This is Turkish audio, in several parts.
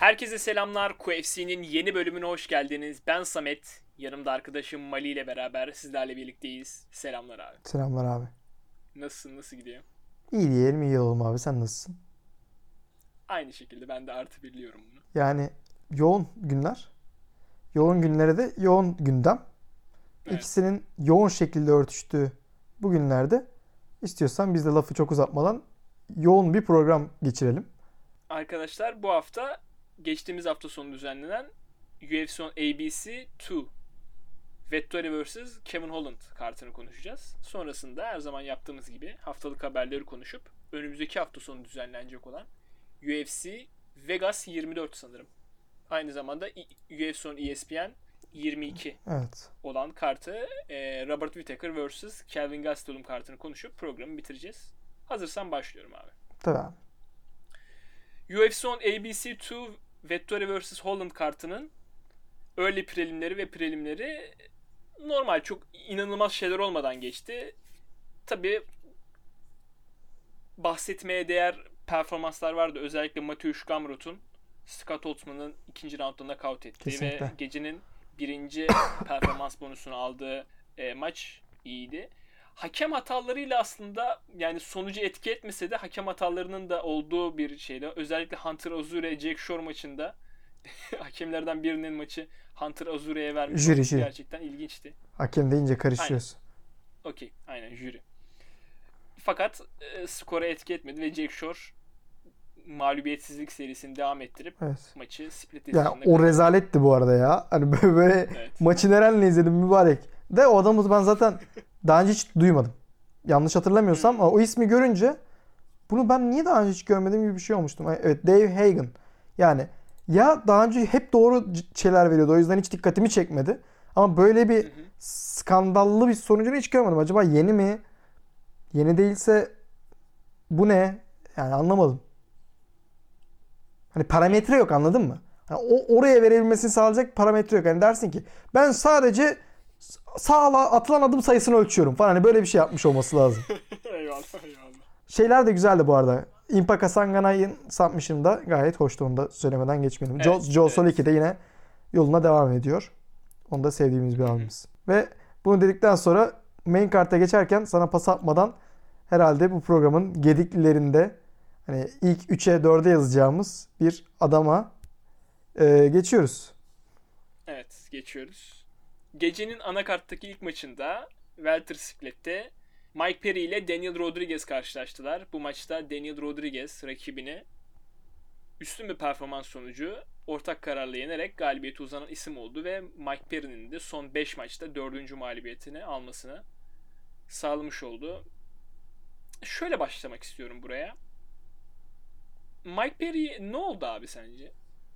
Herkese selamlar. QFC'nin yeni bölümüne hoş geldiniz. Ben Samet. Yanımda arkadaşım Mali ile beraber sizlerle birlikteyiz. Selamlar abi. Selamlar abi. Nasılsın? Nasıl gidiyor? İyi diyelim, iyi olalım abi. Sen nasılsın? Aynı şekilde ben de artı biliyorum bunu. Yani yoğun günler. Yoğun Hı hı. günlere de yoğun gündem. Evet. İkisinin yoğun şekilde örtüştüğü bu günlerde istiyorsan biz de lafı çok uzatmadan yoğun bir program geçirelim. Arkadaşlar bu hafta geçtiğimiz hafta sonu düzenlenen UFC on ABC 2 Vettori vs. Kevin Holland kartını konuşacağız. Sonrasında her zaman yaptığımız gibi haftalık haberleri konuşup önümüzdeki hafta sonu düzenlenecek olan UFC Vegas 24 sanırım. Aynı zamanda UFC on ESPN 22 Evet. olan kartı Robert Whittaker vs. Kelvin Gastelum kartını konuşup programı bitireceğiz. Hazırsan başlıyorum abi. Tabii abi. UFC on ABC 2 Vettori vs. Holland kartının early prelimleri ve prelimleri normal, çok inanılmaz şeyler olmadan geçti. Tabii bahsetmeye değer performanslar vardı. Özellikle Mateusz Gamrot'un Scott Holtzman'ın ikinci roundda knockout ettiği ve Kesinlikle. gecenin birinci performans bonusunu aldığı maç iyiydi. Hakem hatalarıyla aslında, yani sonucu etki etmese de hakem hatalarının da olduğu bir şeydi. Özellikle Hunter Azure Jack Shore maçında hakemlerden birinin maçı Hunter Azure'ye vermiş olması Jüri. gerçekten ilginçti. Hakem deyince Aynen. karışıyoruz. Okey. Aynen, jüri. Fakat skora etki etmedi ve Jack Shore mağlubiyetsizlik serisini devam ettirip Evet. maçı split Yani decision'da o kazandı. rezaletti bu arada ya. Hani böyle Evet. maçı nerenle izledim mübarek. De o adamı ben zaten daha önce hiç duymadım. Yanlış hatırlamıyorsam ama o ismi görünce bunu ben niye daha önce hiç görmedim gibi bir şey olmuştum. Evet, Dave Hagen. Yani ya daha önce hep doğru şeyler veriyordu. O yüzden hiç dikkatimi çekmedi. Ama böyle bir skandallı bir sonucunu hiç görmedim. Acaba yeni mi? Yeni değilse bu ne? Yani anlamadım. Hani parametre yok, anladın mı? Yani oraya verebilmesini sağlayacak parametre yok. Yani dersin ki ben sadece sağa atılan adım sayısını ölçüyorum falan. Hani böyle bir şey yapmış olması lazım. Eyvallah, eyvallah. Şeyler de güzeldi bu arada. Impaka Sanganay'ın submission'ı da gayet hoştu. Onu da söylemeden geçmeyelim. Evet, Joe evet. Solecki de yine yoluna devam ediyor. Onu da sevdiğimiz bir abimiz. Ve bunu dedikten sonra main kart'a geçerken sana pas atmadan herhalde bu programın gediklilerinde hani ilk 3'e 4'e yazacağımız bir adama geçiyoruz. Evet, geçiyoruz. Gecenin anakarttaki ilk maçında Welter Split'te Mike Perry ile Daniel Rodriguez karşılaştılar. Bu maçta Daniel Rodriguez rakibini üstün bir performans sonucu ortak kararla yenerek galibiyete uzanan isim oldu ve Mike Perry'nin de son 5 maçta 4. mağlubiyetini almasını sağlamış oldu. Şöyle başlamak istiyorum buraya. Mike Perry ne oldu abi sence?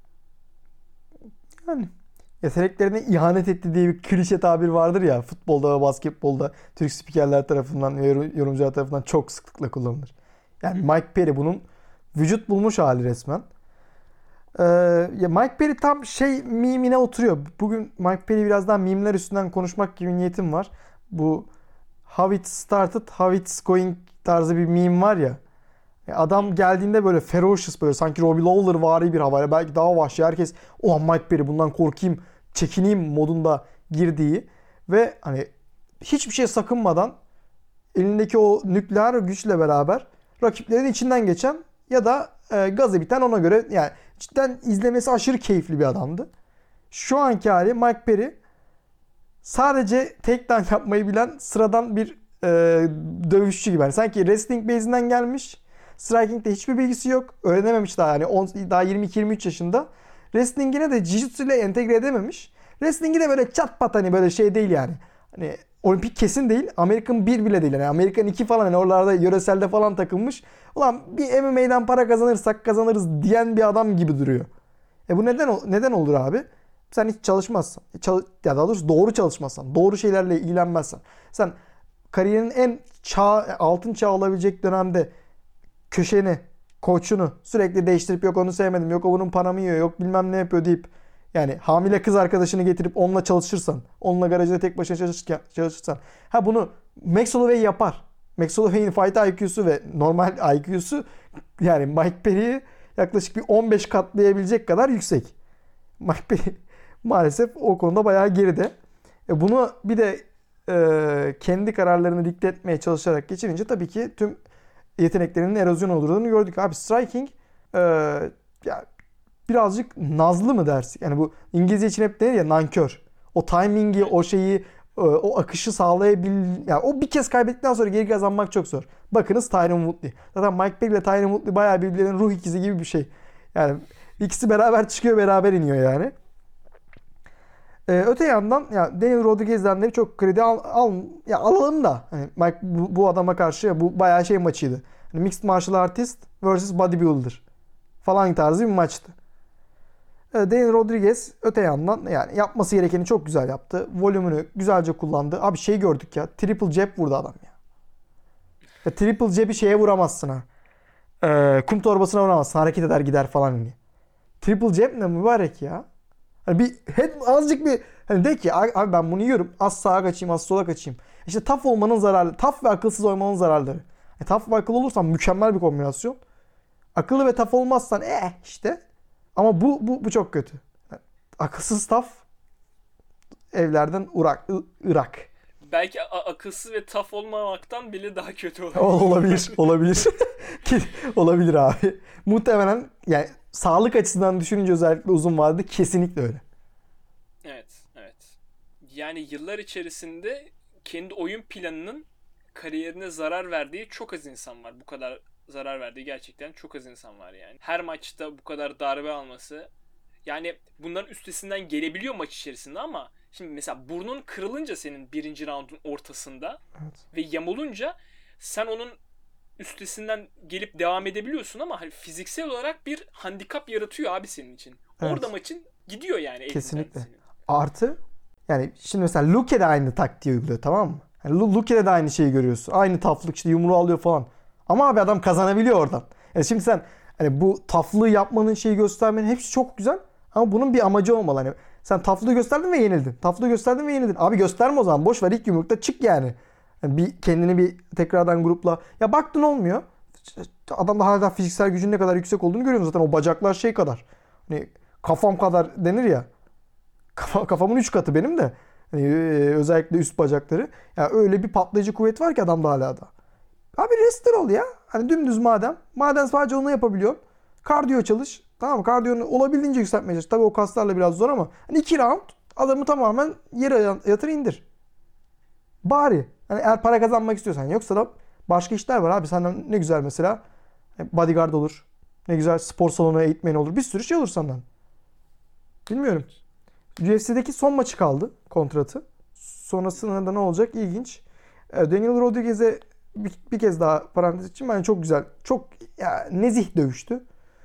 Yani yeteneklerine ihanet etti diye bir klişe tabir vardır ya, futbolda ve basketbolda Türk spikerler tarafından ve yorumcular tarafından çok sıklıkla kullanılır. Yani Mike Perry bunun vücut bulmuş hali resmen. Ya Mike Perry tam şey mimine oturuyor. Bugün Mike Perry biraz daha mimler üstünden konuşmak gibi niyetim var. Bu How It Started, How It's Going tarzı bir meme var ya. Adam geldiğinde böyle ferocious, böyle sanki Robbie Lawler vari bir havayla, belki daha vahşi, herkes o Mike Perry bundan korkayım, çekineyim modunda girdiği ve hani hiçbir şey sakınmadan elindeki o nükleer güçle beraber rakiplerin içinden geçen ya da gazı biten, ona göre yani cidden izlemesi aşırı keyifli bir adamdı. Şu anki hali Mike Perry sadece takedown yapmayı bilen sıradan bir dövüşçü gibi. Yani sanki wrestling base'inden gelmiş. Striking'de hiçbir bilgisi yok. Öğrenememiş daha, yani daha 22-23 yaşında. Wrestling'ine de jiu-jitsu ile entegre edememiş. Wrestling'i de böyle çat pat, hani böyle şey değil yani. Hani olimpik kesin değil. Amerikan 1 bile değil. Yani Amerikan 2 falan, hani oralarda yöreselde falan takılmış. Ulan bir MMA'den para kazanırsak kazanırız diyen bir adam gibi duruyor. Bu neden olur abi? Sen hiç çalışmazsan, ya daha doğrusu doğru çalışmazsan, doğru şeylerle ilgilenmezsen, sen kariyerinin en altın çağı olabilecek dönemde köşeni, koçunu sürekli değiştirip yok onu sevmedim, yok o bunun paramı yiyor, yok bilmem ne yapıyor deyip yani hamile kız arkadaşını getirip onunla çalışırsan, onunla garajda tek başına çalışırsan, bunu Max Holloway yapar. Max Holloway'in fight IQ'su ve normal IQ'su yani Mike Perry'i yaklaşık bir 15 katlayabilecek kadar yüksek. Mike Perry maalesef o konuda bayağı geride. Bunu bir de kendi kararlarını dikte etmeye çalışarak geçirince tabii ki tüm yeteneklerinin erozyon olduğunu gördük. Abi striking ya birazcık nazlı mı dersin? Yani bu İngilizce için hep denir ya, nankör. O timingi, o şeyi, o akışı yani o bir kez kaybettikten sonra geri kazanmak çok zor. Bakınız Tyron Woodley. Zaten Mike Perry ile Tyron Woodley bayağı birbirlerinin ruh ikizi gibi bir şey. Yani ikisi beraber çıkıyor, beraber iniyor yani. Öte yandan ya Daniel Rodriguez'den de çok kredi alalım da hani Mike bu adama karşı bu bayağı şey maçıydı. Hani Mixed Martial Artist vs Bodybuilder falan tarzı bir maçtı. Daniel Rodriguez öte yandan yani yapması gerekeni çok güzel yaptı. Volümünü güzelce kullandı. Abi şey gördük ya. Triple jab vurdu adam ya. Triple jab'i şeye vuramazsın ha. Kum torbasına vuramazsın. Hareket eder gider falan hani. Triple jab ne mübarek ya. Hani bir azıcık bir hani de ki abi ben bunu yiyorum. Az sağa kaçayım, az sola kaçayım. İşte tough olmanın zararları. Tough ve akılsız olmanın zararları. Tough ve akıllı olursan mükemmel bir kombinasyon. Akıllı ve tough olmazsan işte. Ama bu çok kötü. Akılsız tough evlerden Irak. Belki akılsız ve taf olmamaktan bile daha kötü olur. Olabilir. Olabilir abi. Muhtemelen yani sağlık açısından düşününce özellikle uzun vadede kesinlikle öyle. Evet. Yani yıllar içerisinde kendi oyun planının kariyerine zarar verdiği çok az insan var. Bu kadar zarar verdiği gerçekten çok az insan var yani. Her maçta bu kadar darbe alması, yani bunların üstesinden gelebiliyor maç içerisinde ama şimdi mesela burnun kırılınca senin birinci roundun ortasında, Evet. ve yamulunca sen onun üstesinden gelip devam edebiliyorsun ama hani fiziksel olarak bir handikap yaratıyor abi senin için. Evet. Orada maçın gidiyor yani. Kesinlikle. Artı yani şimdi mesela Luke de aynı taktiği uyguluyor, tamam mı? Yani Luke'de de aynı şeyi görüyorsun. Aynı taflık, işte yumruğu alıyor falan. Ama abi adam kazanabiliyor oradan. Yani şimdi sen hani bu taflığı yapmanın, şeyi göstermenin hepsi çok güzel. Ama bunun bir amacı olmalı. Hani sen taflığı gösterdin ve yenildin. Taflığı gösterdin ve yenildin. Abi gösterme o zaman. Boş ver, ilk yumrukta çık yani. Yani bir kendini bir tekrardan grupla. Ya baktın olmuyor. Adamda hala fiziksel gücün ne kadar yüksek olduğunu görüyorsun zaten. O bacaklar şey kadar. Hani kafam kadar denir ya. Kafamın 3 katı benim de. Hani, özellikle üst bacakları. Ya öyle bir patlayıcı kuvvet var ki adamda hala da. Abi wrestler ol ya. Hani dümdüz madem. Madem sadece onu yapabiliyorsun. Kardiyo çalış. Tamam mı? Kardiyonu olabildiğince yükseltmeye çalış. Tabii o kaslarla biraz zor ama. Hani 2 round adamı tamamen yere yatır indir. Bari. Hani eğer para kazanmak istiyorsan. Yoksa da başka işler var abi. Senden ne güzel mesela bodyguard olur. Ne güzel spor salonu eğitmeni olur. Bir sürü şey olur senden. Bilmiyorum. UFC'deki son maçı kaldı, kontratı. Sonrasında da ne olacak? İlginç. Daniel Rodriguez'e bir kez daha parantez için bence çok güzel, çok nezih dövüştü.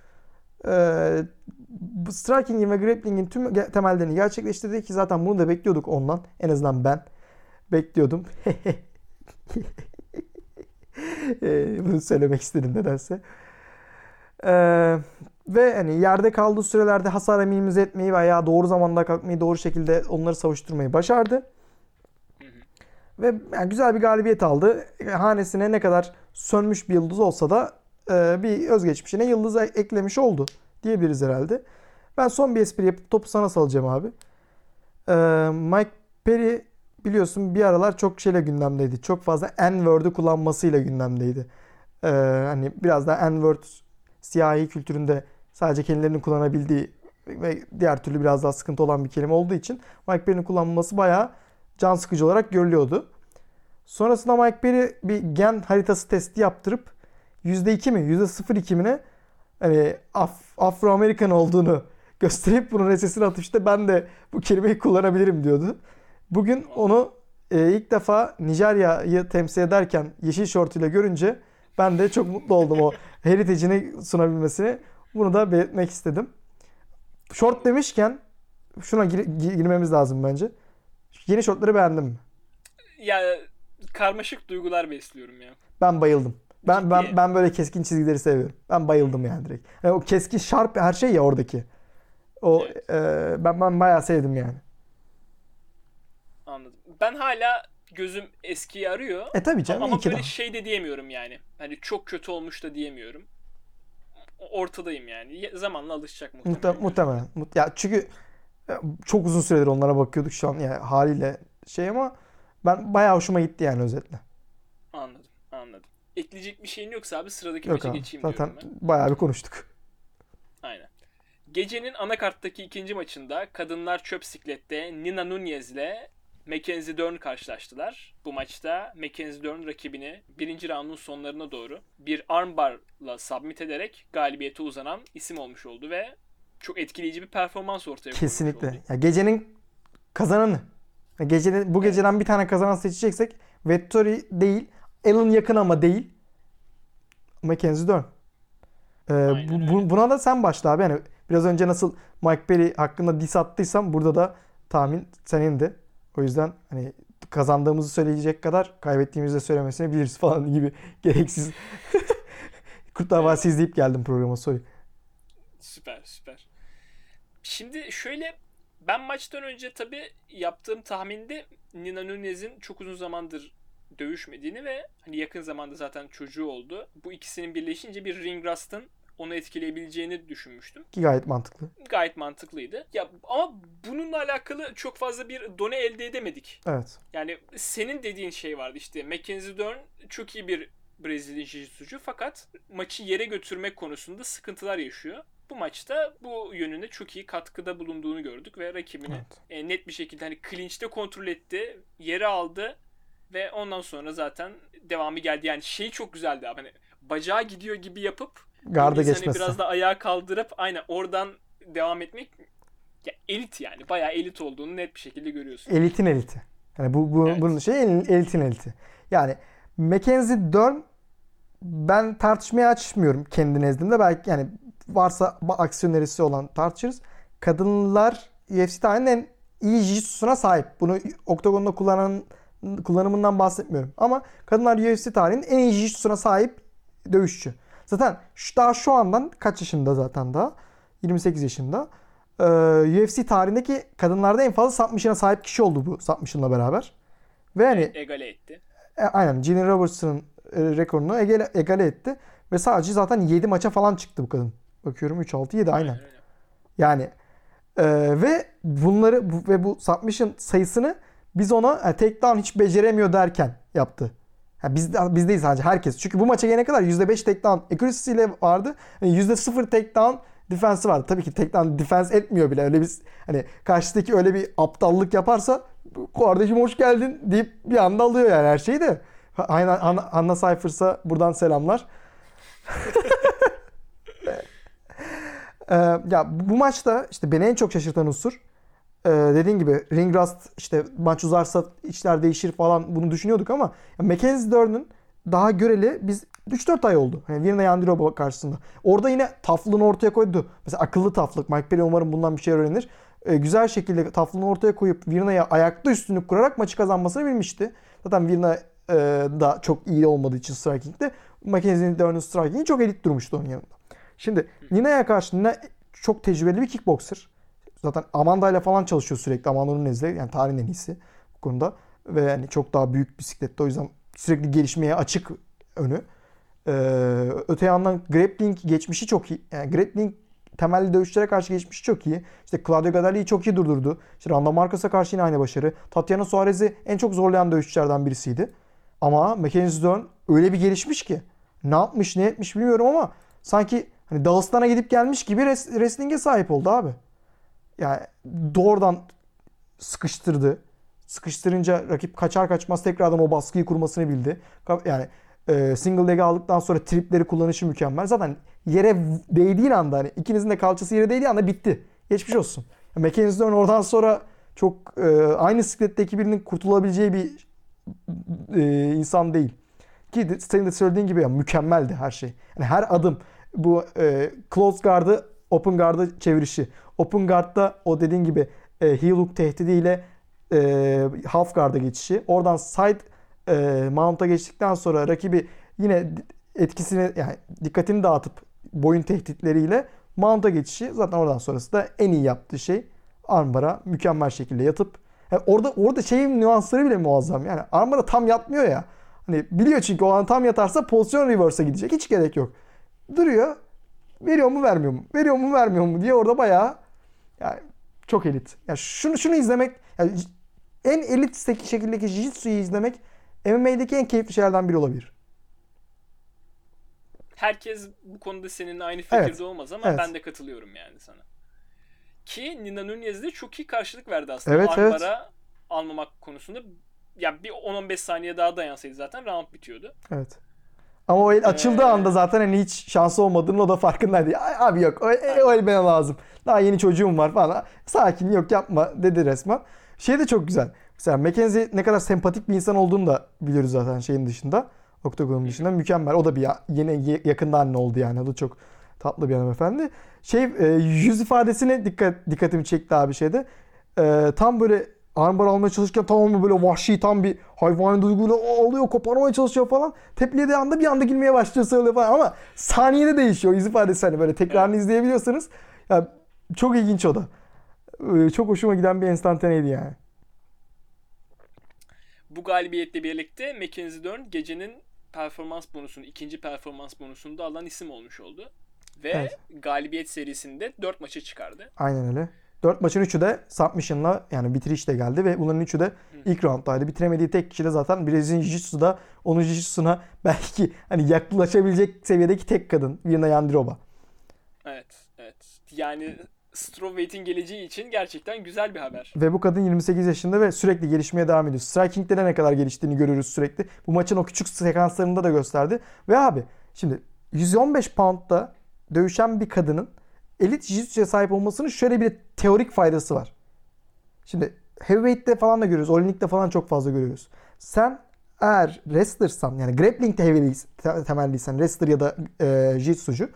Striking'in ve grappling'in tüm temellerini gerçekleştirdi ki zaten bunu da bekliyorduk ondan. En azından ben bekliyordum. Bunu söylemek istedim nedense. Ve hani yerde kaldığı sürelerde hasara minimize etmeyi veya doğru zamanda kalkmayı, doğru şekilde onları savuşturmayı başardı. Ve yani güzel bir galibiyet aldı. Hanesine ne kadar sönmüş bir yıldız olsa da bir özgeçmişine yıldız eklemiş oldu diyebiliriz herhalde. Ben son bir espri yapıp topu sana salacağım abi. Mike Perry biliyorsun bir aralar çok şeyle gündemdeydi. Çok fazla N-word'ü kullanmasıyla gündemdeydi. Hani biraz da N-word siyahi kültüründe sadece kendilerinin kullanabildiği ve diğer türlü biraz daha sıkıntı olan bir kelime olduğu için Mike Perry'nin kullanılması bayağı can sıkıcı olarak görülüyordu. Sonrasında Mike Perry bir gen haritası testi yaptırıp %2 mi %0,2 mi ne hani Afro-Amerikan olduğunu gösterip bunun resesini atıp işte ben de bu kelimeyi kullanabilirim diyordu. Bugün onu ilk defa Nijerya'yı temsil ederken yeşil şortuyla görünce ben de çok mutlu oldum o heritage'ini sunabilmesini. Bunu da belirtmek istedim. Şort demişken şuna girmemiz lazım bence. Yeni şortları beğendin mi? Ya karmaşık duygular besliyorum ya. Ben bayıldım. Ben böyle keskin çizgileri seviyorum. Ben bayıldım yani direkt. Yani o keskin sharp her şey ya oradaki. O Evet. ben bayağı sevdim yani. Anladım. Ben hala gözüm eskiyi arıyor. Tabii canım, Ama iyi ki böyle daha. şey de diyemiyorum yani. Hani çok kötü olmuş da diyemiyorum. ortadayım yani. Zamanla alışacak muhtemelen. Muhtemelen. Ya çünkü çok uzun süredir onlara bakıyorduk şu an yani haliyle ama ben bayağı hoşuma gitti yani özetle. Anladım. Ekleyecek bir şeyin yoksa abi sıradaki Yok maça abi. geçeyim Zaten diyorum ben. bayağı bir konuştuk. Aynen. Gecenin anakarttaki ikinci maçında kadınlar çöp siklette Nina Nunez ile Mackenzie Dern karşılaştılar. Bu maçta Mackenzie Dern rakibini birinci raundun sonlarına doğru bir armbarla submit ederek galibiyete uzanan isim olmuş oldu ve çok etkileyici bir performans ortaya koymuş oldu. Kesinlikle. Ya gecenin kazananı. Bu geceden bir tane kazanan seçeceksek Vettori değil, Allen yakın ama değil. Mackenzie Dern. Buna da sen başla abi. Yani biraz önce nasıl Mike Perry hakkında diss attıysam burada da tahmin senindi. O yüzden hani kazandığımızı söyleyecek kadar kaybettiğimizi de söylemesini biliriz falan gibi gereksiz Kurtlar Vadisi izleyip geldim programa, sorry. Süper. Şimdi şöyle, ben maçtan önce tabii yaptığım tahminde Nina Nunez'in çok uzun zamandır dövüşmediğini ve hani yakın zamanda zaten çocuğu oldu. Bu ikisinin birleşince bir ring rust'ın onu etkileyebileceğini düşünmüştüm. Ki gayet mantıklı. Gayet mantıklıydı. Ya ama bununla alakalı çok fazla bir done elde edemedik. Evet. Yani senin dediğin şey vardı işte. Mackenzie Dern çok iyi bir Brezilya jiu-jitsucu fakat maçı yere götürmek konusunda sıkıntılar yaşıyor. Bu maçta bu yönüne çok iyi katkıda bulunduğunu gördük ve rakibini net bir şekilde hani clinch'te kontrol etti, yere aldı ve ondan sonra zaten devamı geldi. Yani şey çok güzeldi abi. Hani bacağı gidiyor gibi yapıp garda geçmesi. Hani biraz da ayağa kaldırıp aynen oradan devam etmek ya elit yani. Bayağı elit olduğunu net bir şekilde görüyorsun. Elitin eliti. Yani bunun elitin eliti. Yani Mackenzie Dern ben tartışmaya açmıyorum kendi nezdimde. Belki yani varsa aksiyonelisi olan tartışırız. Kadınlar UFC tarihinin en iyi jiu-jitsu'suna sahip. Bunu oktagonda kullanımından bahsetmiyorum. Ama kadınlar UFC tarihinin en iyi jiu-jitsu'na sahip dövüşçü. Zaten daha şu andan kaç yaşında zaten daha? 28 yaşında. UFC tarihindeki kadınlarda en fazla submission'a sahip kişi oldu bu submission'la beraber. Ve hani egale etti. Aynen. Gina Robertson'ın rekorunu egale etti. Ve sadece zaten 7 maça falan çıktı bu kadın. Bakıyorum 3-6-7 aynen. Yani ve bu submission sayısını biz ona takedown hiç beceremiyor derken yaptı. Yani biz değil sadece herkes. Çünkü bu maça gelene kadar %5 takedown accuracy ile vardı. Yani %0 takedown defense'i vardı. Tabii ki takedown defense etmiyor bile. Öyle bir hani karşıdaki öyle bir aptallık yaparsa kardeşim hoş geldin deyip bir anda alıyor yani her şeyi de. Aynen Anna Cyphers'a buradan selamlar. Ya bu maçta işte beni en çok şaşırtan unsur dediğin gibi ring rust, işte maç uzarsa işler değişir falan, bunu düşünüyorduk ama Mackenzie Dern'ın daha göreli biz 3-4 ay oldu. Yani Virna Jandiroba karşısında. Orada yine tough'lığını ortaya koydu. Mesela akıllı tough'lık. Mike Perry umarım bundan bir şey öğrenir. Güzel şekilde tough'lığını ortaya koyup Virna'ya ayakta üstünlük kurarak maçı kazanmasını bilmişti. Zaten Virna da çok iyi olmadığı için striking'de Mackenzie Dern'ın striking'i çok elit durmuştu onun yanında. Şimdi Nina'ya karşı Nina çok tecrübeli bir kickboxer. Zaten Amanda ile falan çalışıyor sürekli. Amanda Nunes'le yani tarihin en iyisi bu konuda. Ve yani çok daha büyük bisiklette. O yüzden sürekli gelişmeye açık önü. Öte yandan grappling geçmişi çok iyi. Yani grappling temelli dövüşlere karşı geçmişi çok iyi. İşte Claudio Gadelli'yi çok iyi durdurdu. İşte Randa Marcos'a karşı yine aynı başarı. Tatiana Suarez'i en çok zorlayan dövüşçülerden birisiydi. Ama Mackenzie Dern öyle bir gelişmiş ki. Ne yapmış ne etmiş bilmiyorum ama sanki hani Dağıstan'a gidip gelmiş gibi wrestling'e sahip oldu abi. Yani doğrudan sıkıştırdı. Sıkıştırınca rakip kaçar kaçmaz tekrardan o baskıyı kurmasını bildi. Yani single leg'i aldıktan sonra tripleri kullanışı mükemmel. Zaten yere değdiğin anda hani ikinizin de kalçası yere değdiği anda bitti. Geçmiş olsun. Mackenzie Dern oradan sonra çok aynı sikletteki birinin kurtulabileceği bir insan değil. Ki senin de söylediğin gibi ya, mükemmeldi her şey. Yani her adım bu close guard'ı open guard'a çevirişi. Open guard'da o dediğin gibi heel hook tehdidiyle half guard'a geçişi. Oradan side mount'a geçtikten sonra rakibi yine etkisini yani dikkatini dağıtıp boyun tehditleriyle mount'a geçişi. Zaten oradan sonrası da en iyi yaptığı şey armbar'a mükemmel şekilde yatıp yani orada şeyin nüansları bile muazzam. Yani armbar'a tam yatmıyor ya. Hani biliyor çünkü o an tam yatarsa pozisyon reverse'a gidecek. Hiç gerek yok. Duruyor. veriyor mu vermiyor mu? Veriyor mu vermiyor mu diye orada bayağı yani çok elit. Ya şunu izlemek yani en elit şekildeki Jiu-Jitsu'yu izlemek MMA'deki en keyifli şeylerden biri olabilir. Herkes bu konuda seninle aynı fikirde Evet. olmaz ama Evet. ben de katılıyorum yani sana. Ki Nina Nunez de çok iyi karşılık verdi aslında. Evet, evet. Armbar'a almamak konusunda. Ya bir 10-15 saniye daha dayansaydı zaten round bitiyordu. Evet. Ama o el açıldığı anda zaten hani hiç şansı olmadığının o da farkındaydı. Ay, abi yok o el bana lazım. Daha yeni çocuğum var falan. Sakin yok yapma dedi resmen. Şey de çok güzel. Mesela Mackenzie ne kadar sempatik bir insan olduğunu da biliyoruz zaten şeyin dışında. Oktagon'un dışında mükemmel. O da bir yeni yakında anne oldu yani. O da çok tatlı bir hanımefendi. Yüz ifadesine dikkatimi çekti abi şeyde. Tam böyle armbar almaya çalışırken tamam böyle vahşi tam bir hayvani duyguyla alıyor koparmaya çalışıyor falan. Teplediği anda bir anda gülmeye başlıyor söylüyor falan ama saniyede değişiyor yüz ifadesi hani böyle tekrarını izleyebiliyorsanız. Ya, çok ilginç o da. Çok hoşuma giden bir enstantaneydi yani. Bu galibiyetle birlikte Mackenzie Dern gecenin performans bonusunu, ikinci performans bonusunu da alan isim olmuş oldu. Ve Evet. galibiyet serisinde 4 maça çıkardı. Aynen öyle. 4 maçın 3'ü de submission'la yani bitirişle geldi ve bunların 3'ü de ilk rounddaydı. Bitiremediği tek kişi de zaten Brezilya Jiu-Jitsu'da onun Jiu-Jitsu'na belki hani yaklaşabilecek seviyedeki tek kadın Virna Jandiroba. Evet. Yani strawweight'in geleceği için gerçekten güzel bir haber. Ve bu kadın 28 yaşında ve sürekli gelişmeye devam ediyor. Striking'de de ne kadar geliştiğini görüyoruz sürekli. Bu maçın o küçük sekanslarında da gösterdi. Ve abi şimdi 115 pound'da dövüşen bir kadının elit jiu-jitsu'ya sahip olmasının şöyle bir teorik faydası var. Şimdi heavyweight'te falan da görüyoruz. Olimpik'te falan çok fazla görüyoruz. Sen eğer wrestler'san yani grappling'de temelliysen wrestler ya da jiu-jitsu'cu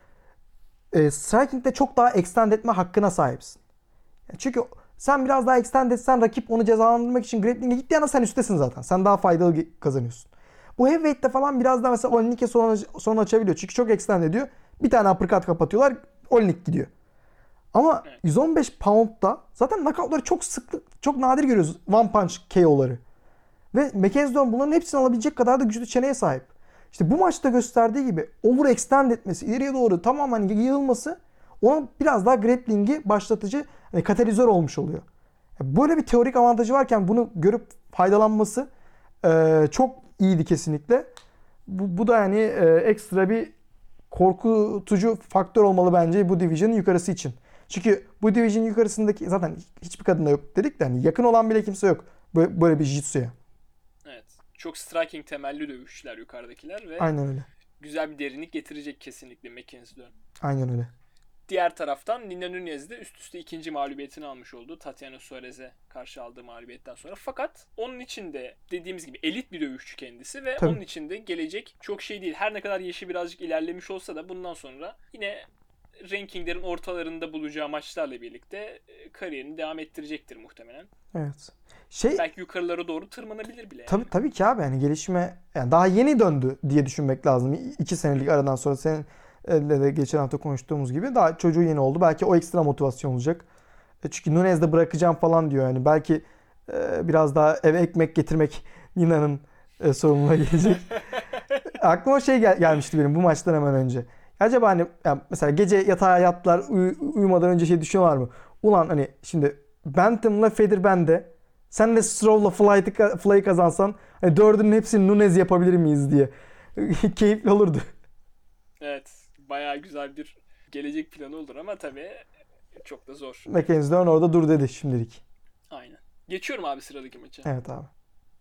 striking'de çok daha extend etme hakkına sahipsin. Çünkü sen biraz daha extend etsen rakip onu cezalandırmak için grappling'e gittiği anda sen üsttesin zaten. Sen daha faydalı kazanıyorsun. Bu heavyweight'te falan biraz daha mesela Olinik'e sorun açabiliyor. Çünkü çok extend ediyor. Bir tane uppercut kapatıyorlar. Olinik gidiyor. Ama 115 pound'da zaten knockout'ları çok nadir görüyoruz. One punch KO'ları. Ve Mackenzie Dern bunların hepsini alabilecek kadar da güçlü çeneye sahip. İşte bu maçta gösterdiği gibi overextend etmesi, ileriye doğru tamamen yığılması ona biraz daha grappling'i başlatıcı katalizör olmuş oluyor. Böyle bir teorik avantajı varken bunu görüp faydalanması çok iyiydi kesinlikle. Bu da yani ekstra bir korkutucu faktör olmalı bence bu division'ın yukarısı için. Çünkü bu division'ın yukarısındaki zaten hiçbir kadında yok dedik de hani yakın olan bile kimse yok böyle bir jiu-jitsu'ya. Evet. Çok striking temelli dövüşçüler yukarıdakiler ve Aynen öyle. güzel bir derinlik getirecek kesinlikle Mackenzie Dern. Aynen öyle. Diğer taraftan Nina Nunez de üst üste ikinci mağlubiyetini almış oldu. Tatiana Suarez'e karşı aldığı mağlubiyetten sonra. Fakat onun için de dediğimiz gibi elit bir dövüşçü kendisi ve Tabii. onun için de gelecek çok şey değil. Her ne kadar yaşı birazcık ilerlemiş olsa da bundan sonra yine rankinglerin ortalarında bulacağı maçlarla birlikte kariyerini devam ettirecektir muhtemelen. Evet. Belki yukarılara doğru tırmanabilir bile. Yani. Tabii ki abi yani gelişme yani daha yeni döndü diye düşünmek lazım. 2 senelik aradan sonra senin de geçen hafta konuştuğumuz gibi daha çocuğu yeni oldu. Belki o ekstra motivasyon olacak. Çünkü Nunez'de bırakacağım falan diyor yani. Belki biraz daha eve ekmek getirmek Nina'nın sorumluluğuna gelecek. Aklıma gelmişti benim bu maçtan hemen önce. Acaba hani yani mesela gece yatağa yattılar uyumadan önce düşünüyorlar mı? Ulan hani şimdi Bantam'la Federer bende. Sen de Strov'la Fly'ı kazansan hani dördünün hepsini Nunez yapabilir miyiz diye. Keyifli olurdu. Evet. Bayağı güzel bir gelecek planı olur ama tabii çok da zor. Mackenzie Dern orada dur dedi şimdilik. Aynen. Geçiyorum abi sıradaki maça. Evet abi.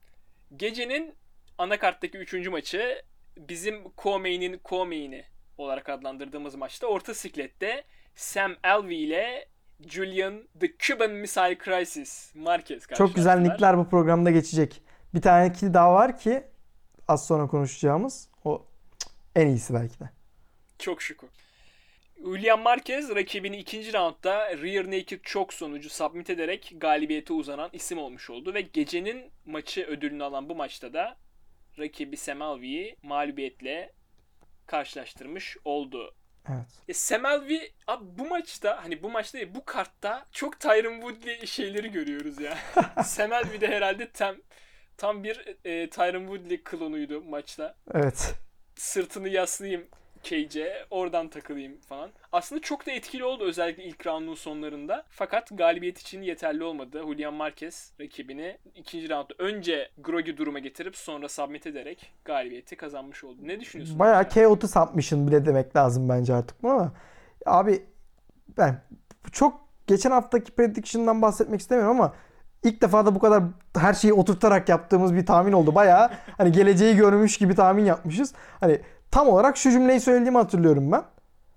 Gecenin anakarttaki 3. maçı bizim co-main'in co-main'i olarak adlandırdığımız maçta orta siklette Sam Alvey ile Julian The Cuban Missile Crisis Marquez karşılaştılar. Çok güzel nickler bu programda geçecek. Bir tane daha var ki az sonra konuşacağımız. O en iyisi belki de. Çok şükür. Julian Marquez rakibini ikinci roundda rear naked choke sonucu submit ederek galibiyete uzanan isim olmuş oldu ve gecenin maçı ödülünü alan bu maçta da rakibi Sam Alvey'i mağlubiyetle karşılaştırmış oldu. Evet. Sam Alvey abi bu maçta hani bu maçta değil bu kartta çok Tyron Woodley şeyleri görüyoruz ya. Sam Alvey de herhalde tam bir Tyron Woodley klonuydu maçta. Evet. Sırtını yaslayayım Cage'e oradan takılayım falan. Aslında çok da etkili oldu özellikle ilk roundun sonlarında. Fakat galibiyet için yeterli olmadı. Julian Marquez rakibini ikinci roundda önce groggy duruma getirip sonra submit ederek galibiyeti kazanmış oldu. Ne düşünüyorsun? Bayağı chaotic submission bile demek lazım bence artık buna ama. Abi ben çok geçen haftaki prediction'dan bahsetmek istemiyorum ama ilk defa da bu kadar her şeyi oturtarak yaptığımız bir tahmin oldu. Bayağı hani geleceği görmüş gibi tahmin yapmışız. Hani tam olarak şu cümleyi söylediğimi hatırlıyorum ben.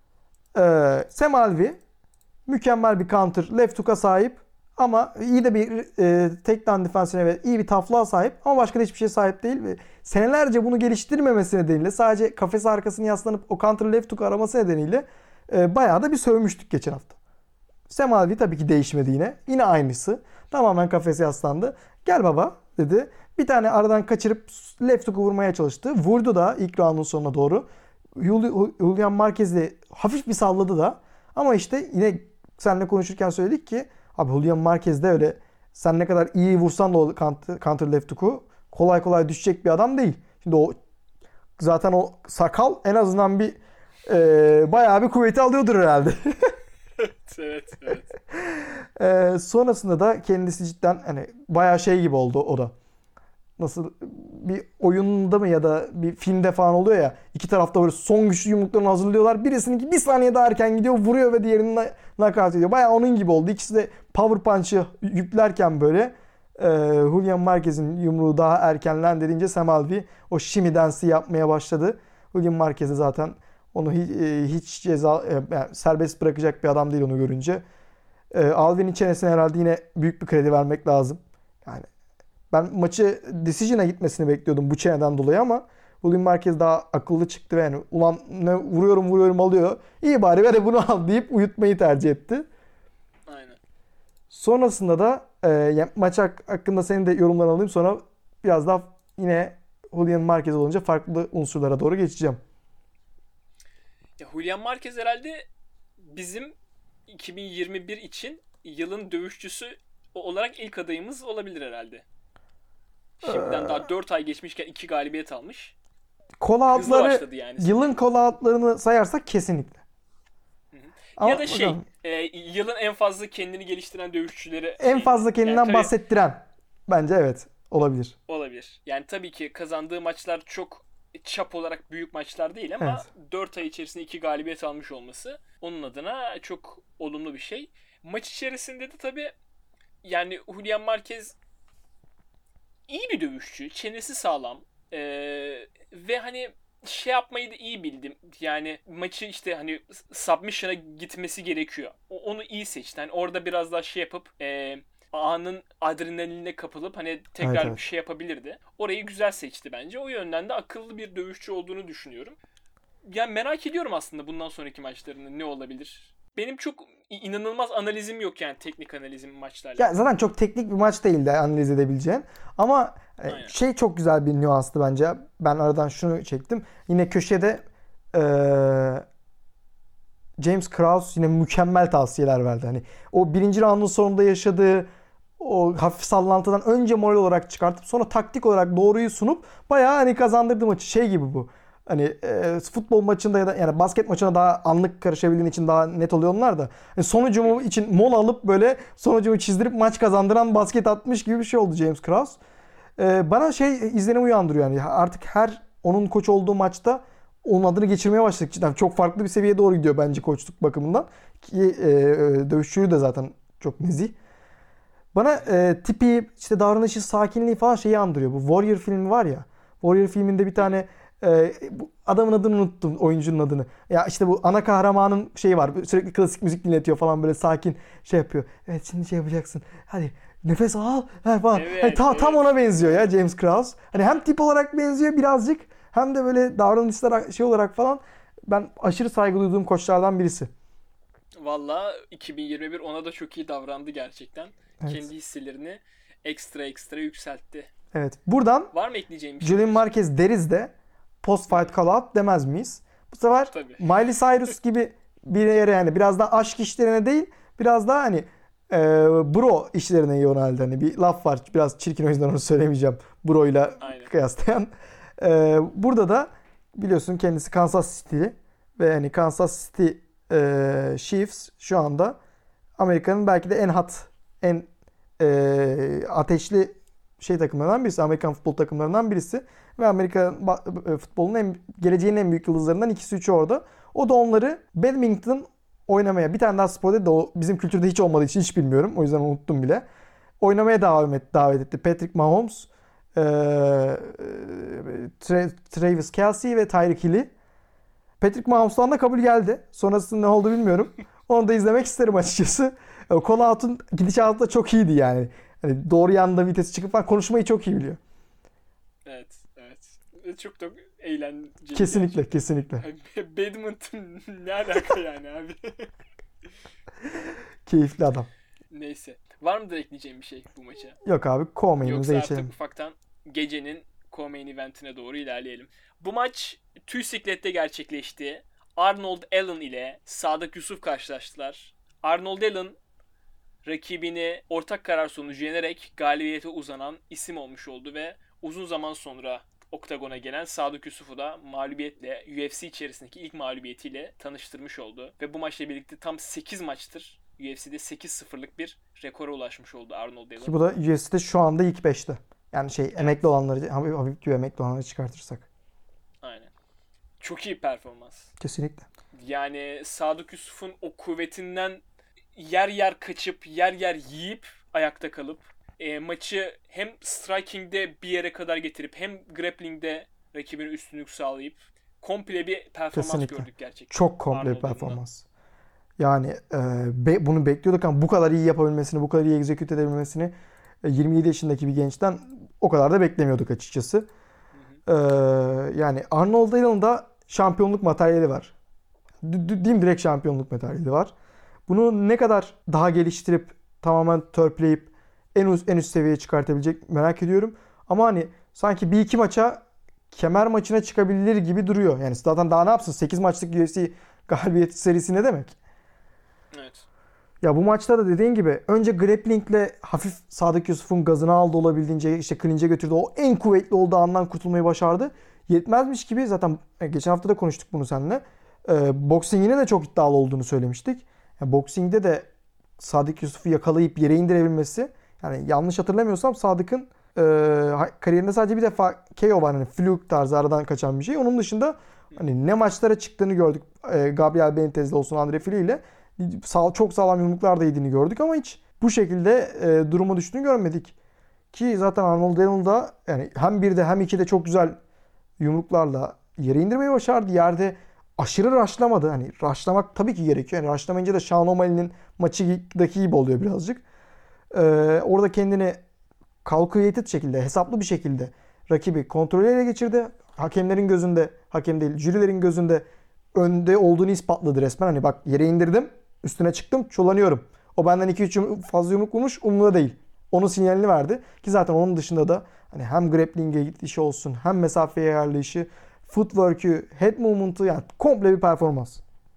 Sam Alvey mükemmel bir counter left hook'a sahip ama iyi de bir takedown defensine ve iyi bir taflığa sahip ama başka da hiçbir şeye sahip değil ve senelerce bunu geliştirmemesi nedeniyle sadece kafesi arkasını yaslanıp o counter left hook araması nedeniyle bayağı da bir sövmüştük geçen hafta. Sam Alvey tabii ki değişmedi yine. Yine aynısı. Tamamen kafese yaslandı. Gel baba dedi. Bir tane aradan kaçırıp left hook'u vurmaya çalıştı. Vurdu da ilk roundun sonuna doğru. Julian Marquez'i hafif bir salladı da. Ama işte yine seninle konuşurken söyledik ki abi Julian Marquez de öyle sen ne kadar iyi vursan da o counter left hook'u kolay kolay düşecek bir adam değil. Şimdi o zaten o sakal en azından bir bayağı bir kuvveti alıyordur herhalde. Evet. Sonrasında da kendisi cidden hani bayağı şey gibi oldu o da. Nasıl bir oyunda mı ya da bir filmde falan oluyor ya. İki tarafta böyle son güçlü yumruklarını hazırlıyorlar. Birisininki bir saniye daha erken gidiyor vuruyor ve diğerini knockout ediyor. Bayağı onun gibi oldu. İkisi de power punch'ı yüklerken böyle Julian Marquez'in yumruğu daha erkenlen dediğince Sam Alvey o shimmy dance'i yapmaya başladı. Julian Marquez'e zaten onu hiç ceza yani serbest bırakacak bir adam değil onu görünce. Alvey'nin çenesine herhalde yine büyük bir kredi vermek lazım. Yani ben maçı decision'a gitmesini bekliyordum bu çeneden dolayı ama Julian Marquez daha akıllı çıktı ve yani ulan ne vuruyorum alıyor. İyi bari ver de bunu al deyip uyutmayı tercih etti. Aynen. Sonrasında da maç hakkında senin de yorumlarını alayım sonra biraz daha yine Julian Marquez olunca farklı unsurlara doğru geçeceğim. Ya Julian Marquez herhalde bizim 2021 için yılın dövüşçüsü olarak ilk adayımız olabilir herhalde. Şimdiden daha 4 ay geçmişken 2 galibiyet almış. Hızlı başladı yani. Yılın call-out'larını sayarsak kesinlikle. Ya da yılın en fazla kendini geliştiren dövüşçüleri. En fazla kendinden yani bahsettiren. Bence evet olabilir. Olabilir. Yani tabii ki kazandığı maçlar çok çap olarak büyük maçlar değil ama evet. 4 ay içerisinde 2 galibiyet almış olması onun adına çok olumlu bir şey. Maç içerisinde de tabii yani Julian Marquez iyi bir dövüşçü. Çenesi sağlam. Ve hani şey yapmayı da iyi bildim. Yani maçı işte hani submission'a gitmesi gerekiyor. Onu iyi seçti. Hani orada biraz daha şey yapıp anın adrenalinine kapılıp hani tekrar evet. Bir şey yapabilirdi. Orayı güzel seçti bence. O yönden de akıllı bir dövüşçü olduğunu düşünüyorum. Yani merak ediyorum aslında bundan sonraki maçlarında ne olabilir. Benim çok inanılmaz analizim yok yani teknik analizim maçlarla. Ya zaten çok teknik bir maç değildi analiz edebileceğin. Ama şey çok güzel bir nüanstı bence. Ben aradan şunu çektim. Yine köşede James Krause yine mükemmel tavsiyeler verdi. Hani o birinci roundun sonunda yaşadığı o hafif sallantıdan önce moral olarak çıkartıp sonra taktik olarak doğruyu sunup bayağı hani kazandırdı maçı. Şey gibi bu. Hani futbol maçında ya da yani basket maçına daha anlık karışabildiğin için daha net oluyor onlar da. Yani sonucumu için mola alıp böyle sonucumu çizdirip maç kazandıran basket atmış gibi bir şey oldu James Krause. Bana izlenim uyandırıyor yani. Artık her onun koç olduğu maçta onun adını geçirmeye başladık. Cidden çok farklı bir seviyeye doğru gidiyor bence koçluk bakımından. Ki dövüşçülüğü de zaten çok nezih. Bana tipi, işte davranışı, sakinliği falan şeyi andırıyor. Bu Warrior filmi var ya. Warrior filminde bir tane adamın adını unuttum, oyuncunun adını. Ya işte bu ana kahramanın şeyi var. Sürekli klasik müzik dinletiyor falan böyle sakin şey yapıyor. Evet şimdi şey yapacaksın. Hadi nefes al falan. Evet, hani tam ona benziyor ya James Krause. Hani hem tip olarak benziyor birazcık hem de böyle davranışlar şey olarak falan ben aşırı saygı duyduğum koçlardan birisi. Valla 2021 ona da çok iyi davrandı gerçekten. Evet. Kendi hisselerini ekstra yükseltti. Evet. Buradan var mı ekleyeceğim bir şey? Julian Marquez deriz de post fight call out demez miyiz? Bu sefer tabii. Miley Cyrus gibi bir yere yani biraz daha aşk işlerine değil biraz daha hani bro işlerine yöneldi. Hani bir laf var biraz çirkin o yüzden onu söylemeyeceğim. Bro'yla kıyaslayan. Burada da biliyorsun kendisi Kansas City'li. Ve hani Kansas City Chiefs şu anda Amerika'nın belki de en hot, en ateşli takımlarından birisi. Amerikan futbol takımlarından birisi. Ve Amerika futbolunun geleceğin en büyük yıldızlarından ikisi üçü orada. O da onları badminton oynamaya, bir tane daha spor dedi de o bizim kültürde hiç olmadığı için hiç bilmiyorum. O yüzden unuttum bile. Oynamaya davet etti. Patrick Mahomes, Travis Kelce ve Tyreek Hill'i. Patrick Mahomes'tan da kabul geldi. Sonrasında ne oldu bilmiyorum. Onu da izlemek isterim açıkçası. Call-out'un gidişatı da çok iyiydi yani. Hani doğru yanda vitesi çıkıp falan konuşmayı çok iyi biliyor. Evet. Çok da eğlenceli. Kesinlikle, kesinlikle. Badminton ne alaka yani abi? Keyifli adam. Neyse. Var mıdır ekleyeceğim bir şey bu maça? Yok abi, co-main'imize Yoksa geçelim. artık ufaktan gecenin co-main eventine doğru ilerleyelim. Bu maç tüy siklette gerçekleşti. Arnold Allen ile Sadık Yusuf karşılaştılar. Arnold Allen rakibini ortak karar sonucu yenerek galibiyete uzanan isim olmuş oldu ve uzun zaman sonra oktagona gelen Sadık Yusuf'u da mağlubiyetle UFC içerisindeki ilk mağlubiyetiyle tanıştırmış oldu. Ve bu maçla birlikte tam 8 maçtır UFC'de 8-0'lık bir rekora ulaşmış oldu Arnold Allen. Ki bu da UFC'de şu anda ilk 5'te. Yani emekli olanları, hafif diyor emekli olanları çıkartırsak. Aynen. Çok iyi performans. Kesinlikle. Yani Sadık Yusuf'un o kuvvetinden yer yer kaçıp, yer yer yiyip ayakta kalıp maçı hem striking'de bir yere kadar getirip hem grappling'de rakibine üstünlük sağlayıp komple bir performans Kesinlikle. gördük gerçekten. Çok komple bir Arnold performans. Yani bunu bekliyorduk ama bu kadar iyi yapabilmesini, bu kadar iyi execute edebilmesini 27 yaşındaki bir gençten o kadar da beklemiyorduk açıkçası. Yani Arnold Allen'ın da şampiyonluk materyali var. Diyeyim, direkt şampiyonluk materyali var. Bunu ne kadar daha geliştirip tamamen törpüleyip en üst seviyeye çıkartabilecek merak ediyorum. Ama hani sanki bir iki maça kemer maçına çıkabilir gibi duruyor. Yani zaten daha ne yapsın? 8 maçlık UFC galibiyet serisi ne demek? Evet. Ya bu maçta da dediğin gibi önce grapplingle hafif Sadık Yusuf'un gazını aldı, olabildiğince clinch'e götürdü. O en kuvvetli olduğu andan kurtulmayı başardı. Yetmezmiş gibi zaten geçen hafta da konuştuk bunu seninle. Boxing'ine de çok iddialı olduğunu söylemiştik. Yani boxing'de de Sadık Yusuf'u yakalayıp yere indirebilmesi, yani yanlış hatırlamıyorsam Sadık'ın kariyerinde sadece bir defa KO var, hani fluke tarzı aradan kaçan bir şey. Onun dışında hani ne maçlara çıktığını gördük. Gabriel Benitez'le olsun, Andre Fili ile çok sağlam yumruklar da yediğini gördük ama hiç bu şekilde duruma düştüğünü görmedik. Ki zaten Arnold Allen da yani hem 1'de hem 2'de çok güzel yumruklarla yere indirmeyi başardı. Yerde aşırı rushlamadı. Hani rushlamak tabii ki gerekiyor. Yani rushlamayınca da Sean O'Malley'nin maçındaki gibi oluyor birazcık. Orada kendini calculated şekilde, hesaplı bir şekilde rakibi kontrolü ele geçirdi. Hakemlerin gözünde, hakem değil, jürilerin gözünde önde olduğunu ispatladı resmen. Hani bak, yere indirdim, üstüne çıktım, çulanıyorum. O benden 2-3 fazla yumruk vurmuş, umurumda değil. Onun sinyalini verdi. Ki zaten onun dışında da hani hem grappling'e gidişi olsun, hem mesafeye ayarlayışı, footwork'ü, head movement'ı, yani komple bir performans.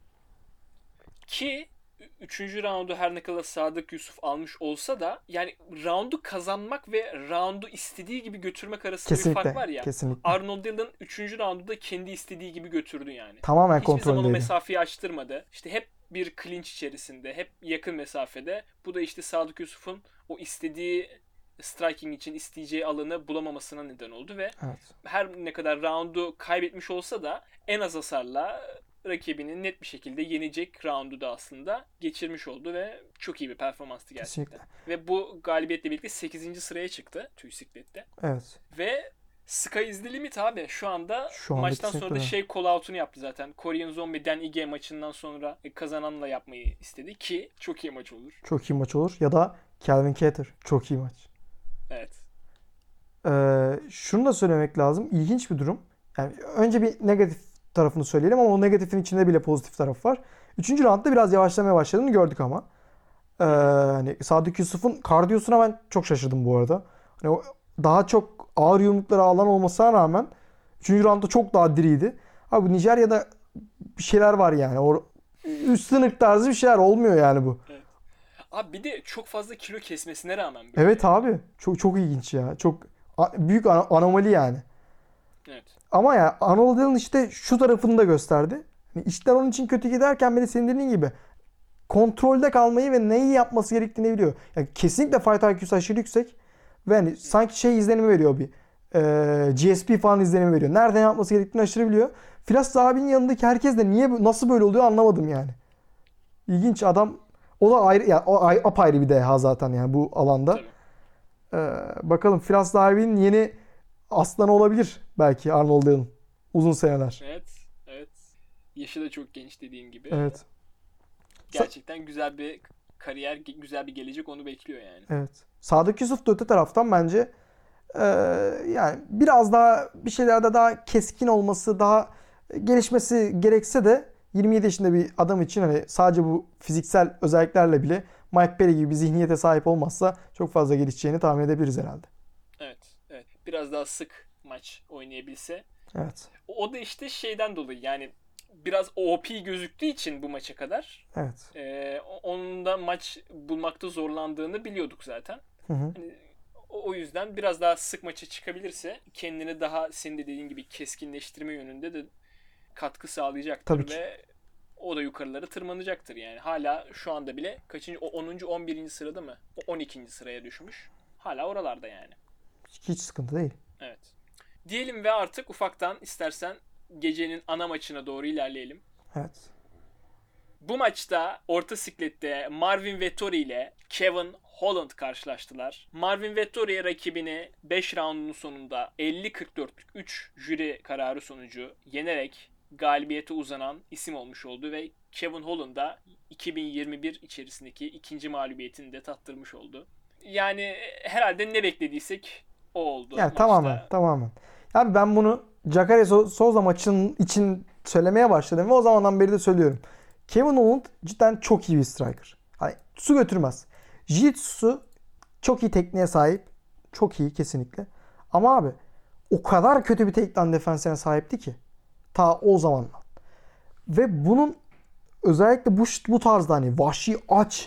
Ki 3. roundu her ne kadar Sadık Yusuf almış olsa da yani roundu kazanmak ve roundu istediği gibi götürmek arasında bir fark var ya. Kesinlikle. Arnold Allen 3. roundu da kendi istediği gibi götürdü yani. Tamamen hiçbir zaman o kontrollüydü. mesafeyi açtırmadı. İşte hep bir clinch içerisinde, hep yakın mesafede. Bu da işte Sadık Yusuf'un o istediği striking için isteyeceği alanı bulamamasına neden oldu ve Evet. her ne kadar roundu kaybetmiş olsa da en az hasarla rakibini net bir şekilde yenecek roundu da aslında geçirmiş oldu ve çok iyi bir performanstı gerçekten. Kesinlikle. Ve bu galibiyetle birlikte 8. sıraya çıktı tüy siklette. Evet. Ve Sky is the limit abi. Şu anda Şu anda maçtan sonra da kesinlikle call out'unu yaptı zaten. Korean Zombie Dan Ige maçından sonra kazananla yapmayı istedi ki çok iyi maç olur. Çok iyi maç olur. Ya da Calvin Kattar. Çok iyi maç. Evet. Şunu da söylemek lazım. İlginç bir durum. Yani önce bir negatif tarafını söyleyelim ama o negatifin içinde bile pozitif taraf var. 3. roundda biraz yavaşlamaya başladığını gördük ama. Hani Sadık Yusuf'un kardiyosuna ben çok şaşırdım bu arada. Hani o daha çok ağır yumruklara alan olmasına rağmen 3. roundda çok daha diriydi. Abi Nijerya'da bir şeyler var yani. O üst sınıf tarzı bir şeyler olmuyor yani bu. Evet. Abi bir de çok fazla kilo kesmesine rağmen. Evet abi. Çok ilginç ya. Çok büyük anomali yani. Evet. Ama ya Arnold Allen işte şu tarafını da gösterdi. Yani işler onun için kötü giderken bile senin dediğin gibi kontrolde kalmayı ve neyi yapması gerektiğini biliyor. Yani kesinlikle fight IQ'su aşırı yüksek. Ve hani sanki şey izlenimi veriyor bir. GSP falan izlenimi veriyor. Nereden yapması gerektiğini aşırı biliyor. Firas abinin yanındaki herkes de nasıl böyle oluyor anlamadım yani. İlginç adam. O da ayrı, yani apayrı bir deha zaten yani bu alanda. Bakalım Firas abinin yeni aslanı olabilir belki Arnold'un uzun seneler. Evet. Evet. Yaşı da çok genç dediğin gibi. Evet. Gerçekten güzel bir kariyer, güzel bir gelecek onu bekliyor yani. Evet. Sadık Yusuf da öte taraftan bence yani biraz daha bir şeylerde daha keskin olması, daha gelişmesi gerekse de 27 yaşında bir adam için hani sadece bu fiziksel özelliklerle bile Mike Perry gibi bir zihniyete sahip olmazsa çok fazla gelişeceğini tahmin edebiliriz herhalde. Evet. Evet. Biraz daha sık maç oynayabilse. Evet. O da işte şeyden dolayı yani biraz OP gözüktüğü için bu maça kadar Evet. onun da maç bulmakta zorlandığını biliyorduk zaten. Hı hı. Hani o yüzden biraz daha sık maça çıkabilirse kendini daha senin de dediğin gibi keskinleştirme yönünde de katkı sağlayacaktır Tabii ki. ve o da yukarılara tırmanacaktır yani. Hala şu anda bile kaçıncı 10. 11. sırada mı? O 12. sıraya düşmüş. Hala oralarda yani. Hiç sıkıntı değil. Evet. Diyelim ve artık ufaktan istersen gecenin ana maçına doğru ilerleyelim. Evet. Bu maçta orta siklette Marvin Vettori ile Kevin Holland karşılaştılar. Marvin Vettori rakibini 5 raundun sonunda 50-44'lük 3 jüri kararı sonucu yenerek galibiyete uzanan isim olmuş oldu ve Kevin Holland'a 2021 içerisindeki ikinci mağlubiyetini de tattırmış oldu. Yani herhalde ne beklediysek o oldu Yani maçta. tamamen. Abi ben bunu Jacare Souza maçının için söylemeye başladım ve o zamandan beri de söylüyorum. Kevin Holland cidden çok iyi bir striker. Hani su götürmez. Jiu-Jitsu'su çok iyi tekniğe sahip. Çok iyi kesinlikle. Ama abi o kadar kötü bir takedown defensine sahipti ki. Ta o zamandan. Ve bunun özellikle bu tarzda hani vahşi, aç,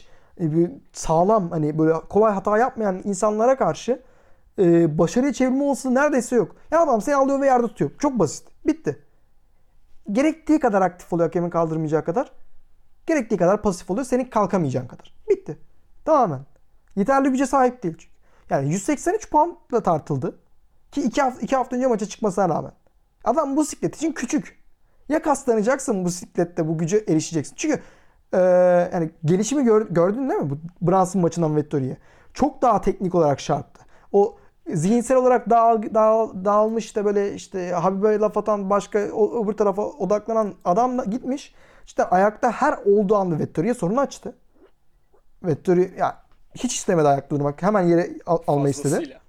sağlam hani böyle kolay hata yapmayan insanlara karşı başarıya çevirme olasılığı neredeyse yok. Ya adam seni alıyor ve yerde tutuyor. Çok basit. Bitti. Gerektiği kadar aktif oluyor hakemin kaldırmayacağı kadar. Gerektiği kadar pasif oluyor. Senin kalkamayacağın kadar. Bitti. Tamamen. Yeterli güce sahip değil çünkü. Yani 183 poundla tartıldı. Ki 2 hafta önce maça çıkmasına rağmen. Adam bu siklet için küçük. Ya kaslanacaksın bu siklette bu güce erişeceksin. Çünkü yani gelişimi gördün değil mi? Bu Brunson maçından Vettori'ye. Çok daha teknik olarak şarttı. O zihinsel olarak dağılmış da böyle işte Habib'e laf atan başka öbür tarafa odaklanan adam da gitmiş. İşte ayakta her olduğu anda Vettori'ye sorun açtı. Vettori ya hiç istemedi ayakta durmak. Hemen yere almayı istedi.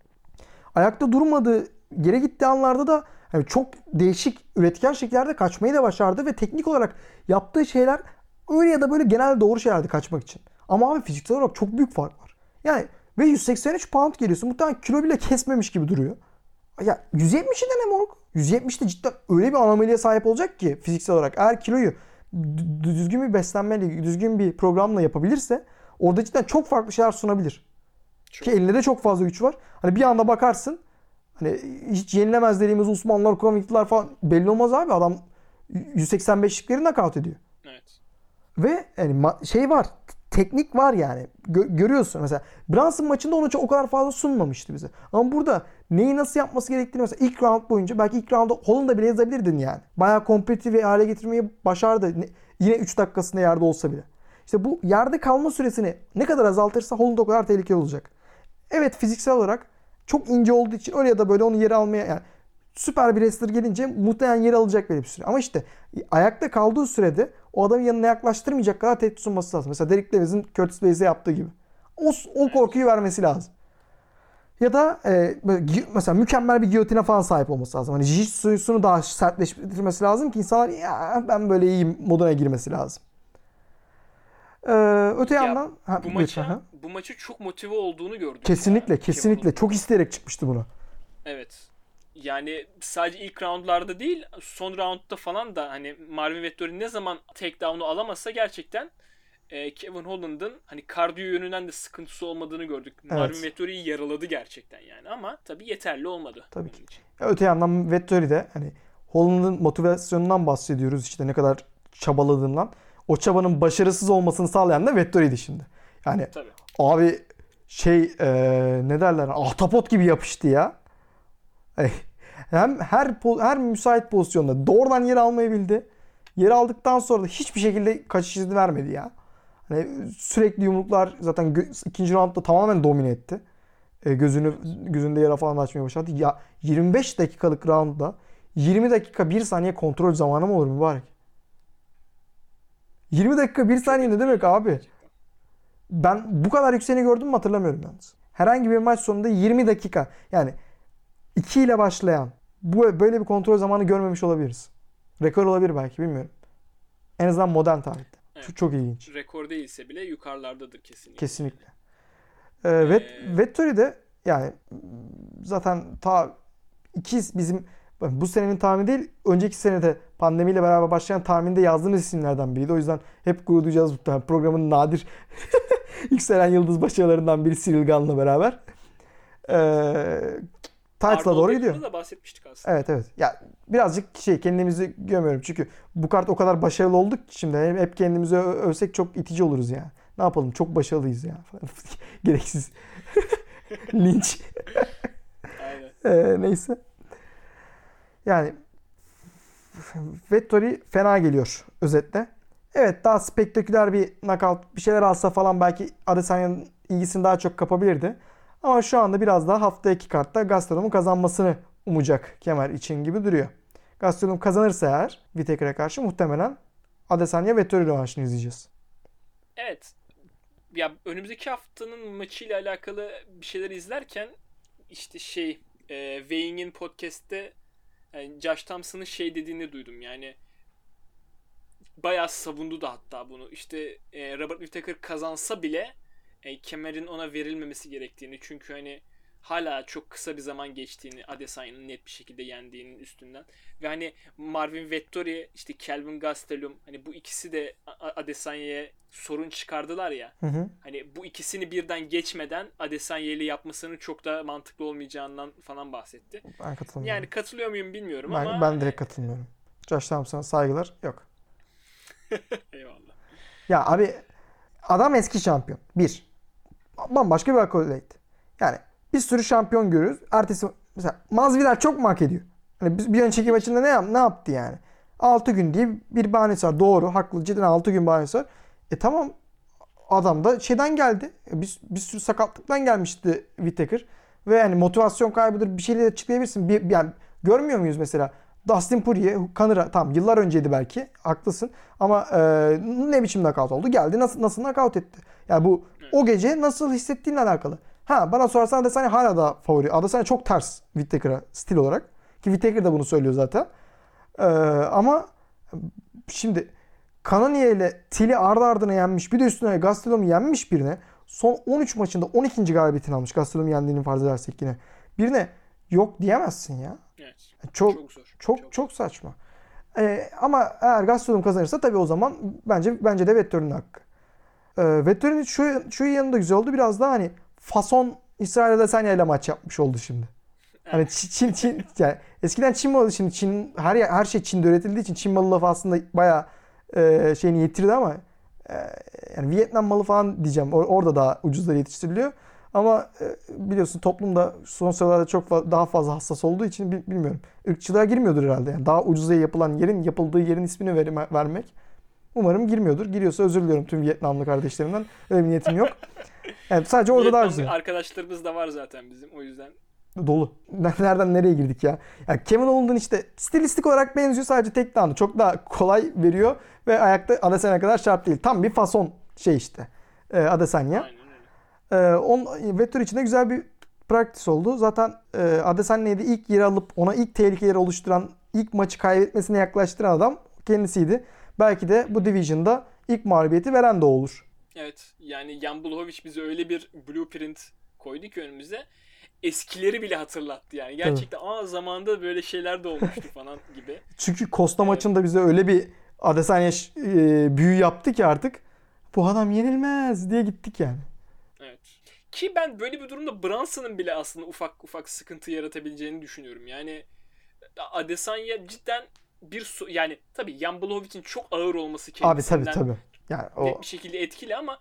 Ayakta durmadı. Geri gittiği anlarda da yani çok değişik üretken şekillerde kaçmayı da başardı ve teknik olarak yaptığı şeyler öyle ya da böyle genelde doğru şeylerdi kaçmak için. Ama abi fiziksel olarak çok büyük fark var. Yani ve 183 pound geliyorsun. Muhtemelen kilo bile kesmemiş gibi duruyor. Ya 170'i de ne moruk? 170'de cidden öyle bir anomaliye sahip olacak ki fiziksel olarak. Eğer kiloyu düzgün bir beslenmeyle, düzgün bir programla yapabilirse orada cidden çok farklı şeyler sunabilir. Ki elinde de çok fazla güç var. Hani bir anda bakarsın hani hiç yenilemez dediğimiz Usmanlar, Kuvamitliler falan belli olmaz abi. Adam 185'likleri nakavt ediyor. Evet. Ve yani şey var. Teknik var yani. Görüyorsun mesela. Brunson maçında onu o kadar fazla sunmamıştı bize. Ama burada neyi nasıl yapması gerektiğini mesela ilk round boyunca belki ilk roundda Holland'a bile yazabilirdin yani. Bayağı kompetitif hale getirmeyi başardı. Yine 3 dakikasında yerde olsa bile. İşte bu yerde kalma süresini ne kadar azaltırsa Holland o kadar tehlikeli olacak. Evet fiziksel olarak çok ince olduğu için öyle ya da böyle onu yere almaya yani süper bir wrestler gelince muhtemelen yer alacak böyle bir süre. Ama işte ayakta kaldığı sürede o adamın yanına yaklaştırmayacak kadar tehdit sunması lazım. Mesela Derek Lewis'in Curtis Blayes'e yaptığı gibi. O korkuyu vermesi lazım. Ya da mesela mükemmel bir giyotine falan sahip olması lazım. Hani jiu-jitsu'sunu daha sertleştirmesi lazım ki insanlar ya ben böyle iyiyim moduna girmesi lazım. Öte yandan bu maçı çok motive olduğunu gördüm. Kesinlikle çok isteyerek çıkmıştı bunu. Evet. Yani sadece ilk roundlarda değil, son roundda falan da hani Marvin Vettori ne zaman takedown'u alamasa gerçekten Kevin Holland'ın hani kardiyo yönünden de sıkıntısı olmadığını gördük. Evet. Marvin Vettori'yi yaraladı gerçekten yani ama tabii yeterli olmadı. Tabii ki. Öte yandan Vettori de hani Holland'ın motivasyonundan bahsediyoruz, işte ne kadar çabaladığından. O çabanın başarısız olmasını sağlayan da Vettori'ydi şimdi. Yani Tabii. abi ne derler, ahtapot gibi yapıştı ya. Hem her müsait pozisyonda doğrudan yer almayı bildi. Yer aldıktan sonra da hiçbir şekilde kaçış izni vermedi ya. Hani sürekli yumruklar, zaten ikinci roundda tamamen domine etti. Gözünde yara falan açmaya başladı. Ya 25 dakikalık roundda 20 dakika 1 saniye kontrol zamanı mı olur mübarek? 20 dakika 1 saniye ne demek abi? Ben bu kadar yükseğini gördüm mü hatırlamıyorum yalnız. Herhangi bir maç sonunda 20 dakika, yani 2 ile başlayan böyle bir kontrol zamanı görmemiş olabiliriz. Rekor olabilir belki, bilmiyorum. En azından modern tarihte. Evet. Çok ilginç. Rekor değilse bile yukarılardadır kesinlikle. Kesinlikle. Vettori de yani zaten bizim bu senenin tahmini değil, önceki senede pandemiyle beraber başlayan tahminde yazdığımız isimlerden biriydi. O yüzden hep gurur duyacağız muhtemelen. Programın nadir yükselen yıldız başarılarından biri Cyril Gane'la beraber. Title'a doğru gidiyor. Da bahsetmiştik aslında. Evet. Ya birazcık kendimizi gömüyorum. Çünkü bu kart o kadar başarılı olduk ki şimdi hep kendimizi övsek çok itici oluruz ya. Ne yapalım? Çok başarılıyız ya. Gereksiz linç. Aynen. Neyse. Yani Vettori fena geliyor özetle. Evet, daha spektaküler bir knockout bir şeyler alsa falan belki Adesanya'nın ilgisini daha çok kapabilirdi. Ama şu anda biraz daha haftaki kartta Gastelum'un kazanmasını umacak kemer için gibi duruyor. Gastelum kazanırsa eğer Whittaker'e karşı muhtemelen Adesanya Vettori rövanşını izleyeceğiz. Evet. Ya önümüzdeki haftanın maçıyla alakalı bir şeyler izlerken işte Weighing'in podcast'te yani Josh Thompson'ın dediğini duydum. Yani bayağı savundu da hatta bunu. İşte Robert Whittaker kazansa bile kemerin ona verilmemesi gerektiğini, çünkü hani hala çok kısa bir zaman geçtiğini, Adesanya'nın net bir şekilde yendiğinin üstünden ve hani Marvin Vettori, işte Kelvin Gastelum, hani bu ikisi de Adesanya'ya sorun çıkardılar ya. Hı. Hani bu ikisini birden geçmeden Adesanya ile yapmasının çok da mantıklı olmayacağından falan bahsetti. Ben katılmıyorum. Yani katılıyor muyum bilmiyorum ama Ben direkt katılmıyorum. Josh Thompson'a saygılar yok. Eyvallah. Ya abi, adam eski şampiyon. Bambaşka bir accolade. Yani bir sürü şampiyon görüyoruz. Ertesi mesela Masvidal çok mu hak ediyor? Hani bir önceki maçında ne yaptı yani? 6 gün diye bir bahanesi var. Doğru, haklı. Cidden 6 gün bahanesi var. Tamam, adam da geldi. Bir sürü sakatlıktan gelmişti Whittaker. Ve yani motivasyon kaybıdır, bir şeyleri açıklayabilirsin. Yani görmüyor muyuz mesela? Dustin Poirier, Connor'a tamam yıllar önceydi belki. Haklısın. Ama ne biçim knockout oldu? Geldi nasıl knockout etti? Yani bu o gece nasıl hissettiğinle alakalı. Bana sorarsan Adesanya hala da favori. Adesanya çok ters Whittaker'a stil olarak. Ki Whittaker da bunu söylüyor zaten. Ama şimdi Cannonier ile Till'i ardı ardına yenmiş. Bir de üstüne Gastelum'u yenmiş birine. Son 13 maçında 12. galibiyetini almış. Gastelum'u yendiğini farz edersek yine. Birine yok diyemezsin ya. Evet. Çok zor. Çok saçma. Ama eğer Gastelum kazanırsa tabii o zaman bence de Vettori'nin hakkı. Vettori'nin şu yanında güzel oldu. Biraz daha hani fason İsrail Adesanya ile maç yapmış oldu şimdi. Hani Çin yani eskiden Çin malı, şimdi Çin her şey Çin'de üretildiği için Çin malı lafı aslında bayağı şeyini yitirdi ama yani Vietnam malı falan diyeceğim. Orada daha ucuzları yetiştiriliyor. Ama biliyorsun toplumda son sıralarda çok daha fazla hassas olduğu için bilmiyorum. Irkçılığa girmiyordur herhalde. Yani daha ucuza yapıldığı yerin ismini vermek. Umarım girmiyordur. Giriyorsa özür diliyorum tüm Vietnamlı kardeşlerimden. Öyle bir niyetim yok. Yani sadece orada daha güzel. Arkadaşlarımız da var zaten bizim, o yüzden. Dolu. Nereden nereye girdik ya? Yani Kevin Owens'ın işte stilistik olarak benziyor, sadece tek down'u çok daha kolay veriyor ve ayakta Adesanya kadar şart değil. Tam bir fason işte. Adesanya. Vettori için de güzel bir practice oldu. Zaten Adesanya'yı da ilk yeri alıp ona ilk tehlikeleri oluşturan, ilk maçı kaybetmesine yaklaştıran adam kendisiydi. Belki de bu division'da ilk mağlubiyeti veren de olur. Evet. Yani Jan Blachowicz bize öyle bir blueprint koydu ki önümüze. Eskileri bile hatırlattı yani. Gerçekten zamanında böyle şeyler de olmuştu falan gibi. Çünkü Costa maçında bize öyle bir Adesanya büyü yaptı ki artık bu adam yenilmez diye gittik yani. Evet. Ki ben böyle bir durumda Brunson'ın bile aslında ufak ufak sıkıntı yaratabileceğini düşünüyorum. Yani Adesanya cidden yani tabii Jan Blachowicz'in çok ağır olması Abi kendisinden tabii. Yani net bir şekilde etkili ama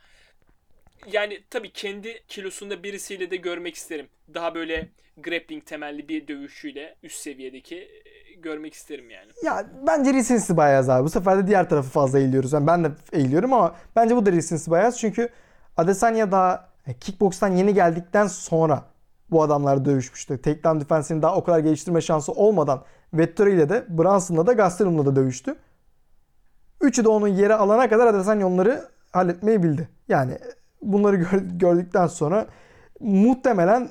yani tabii kendi kilosunda birisiyle de görmek isterim. Daha böyle grappling temelli bir dövüşüyle üst seviyedeki görmek isterim yani. ya bence recency bias abi. Bu sefer de diğer tarafı fazla eğiliyoruz. Yani ben de eğiliyorum ama bence bu da recency bias. Çünkü Adesanya daha kickbox'tan yeni geldikten sonra bu adamlar dövüşmüştü. Takedown defense'ini daha o kadar geliştirme şansı olmadan Vettori ile de Brunson'la da Gastelum'la da dövüştü. Üçü de onun yere alana kadar Adesanya onları halletmeyi bildi. Yani bunları gördükten sonra muhtemelen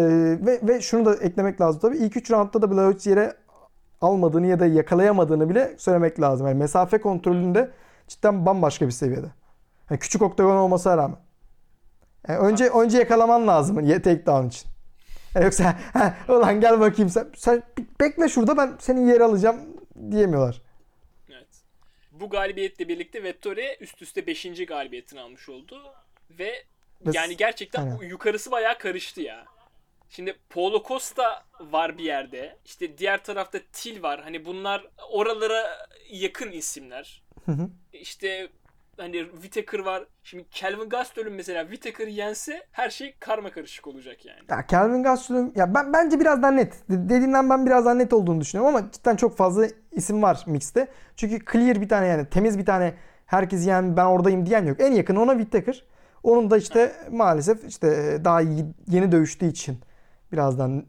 ve şunu da eklemek lazım tabii. İlk 3 roundda da Blachowicz yere almadığını ya da yakalayamadığını bile söylemek lazım. Yani mesafe kontrolünde cidden bambaşka bir seviyede. Yani küçük oktagon olmasına rağmen. Yani önce yakalaman lazım takedown için. Yani yoksa ulan gel bakayım sen bekle şurada ben senin yeri alacağım diyemiyorlar. Evet. Bu galibiyetle birlikte Vettori üst üste 5. galibiyetini almış oldu ve yani gerçekten aynen. yukarısı bayağı karıştı ya. Şimdi Paulo Costa var bir yerde. İşte diğer tarafta Till var. Hani bunlar oralara yakın isimler. İşte hani Whittaker var. Şimdi Kelvin Gastelum mesela Whittaker'ı yense her şey karma karışık olacak yani. Ya Kelvin Gastelum ya bence biraz daha net. Dediğimden ben biraz daha net olduğunu düşünüyorum ama cidden çok fazla isim var mixte. Çünkü clear bir tane yani temiz bir tane herkes yani ben oradayım diyen yok. En yakın ona Whittaker. Onun da işte maalesef işte daha yeni dövüştüğü için birazdan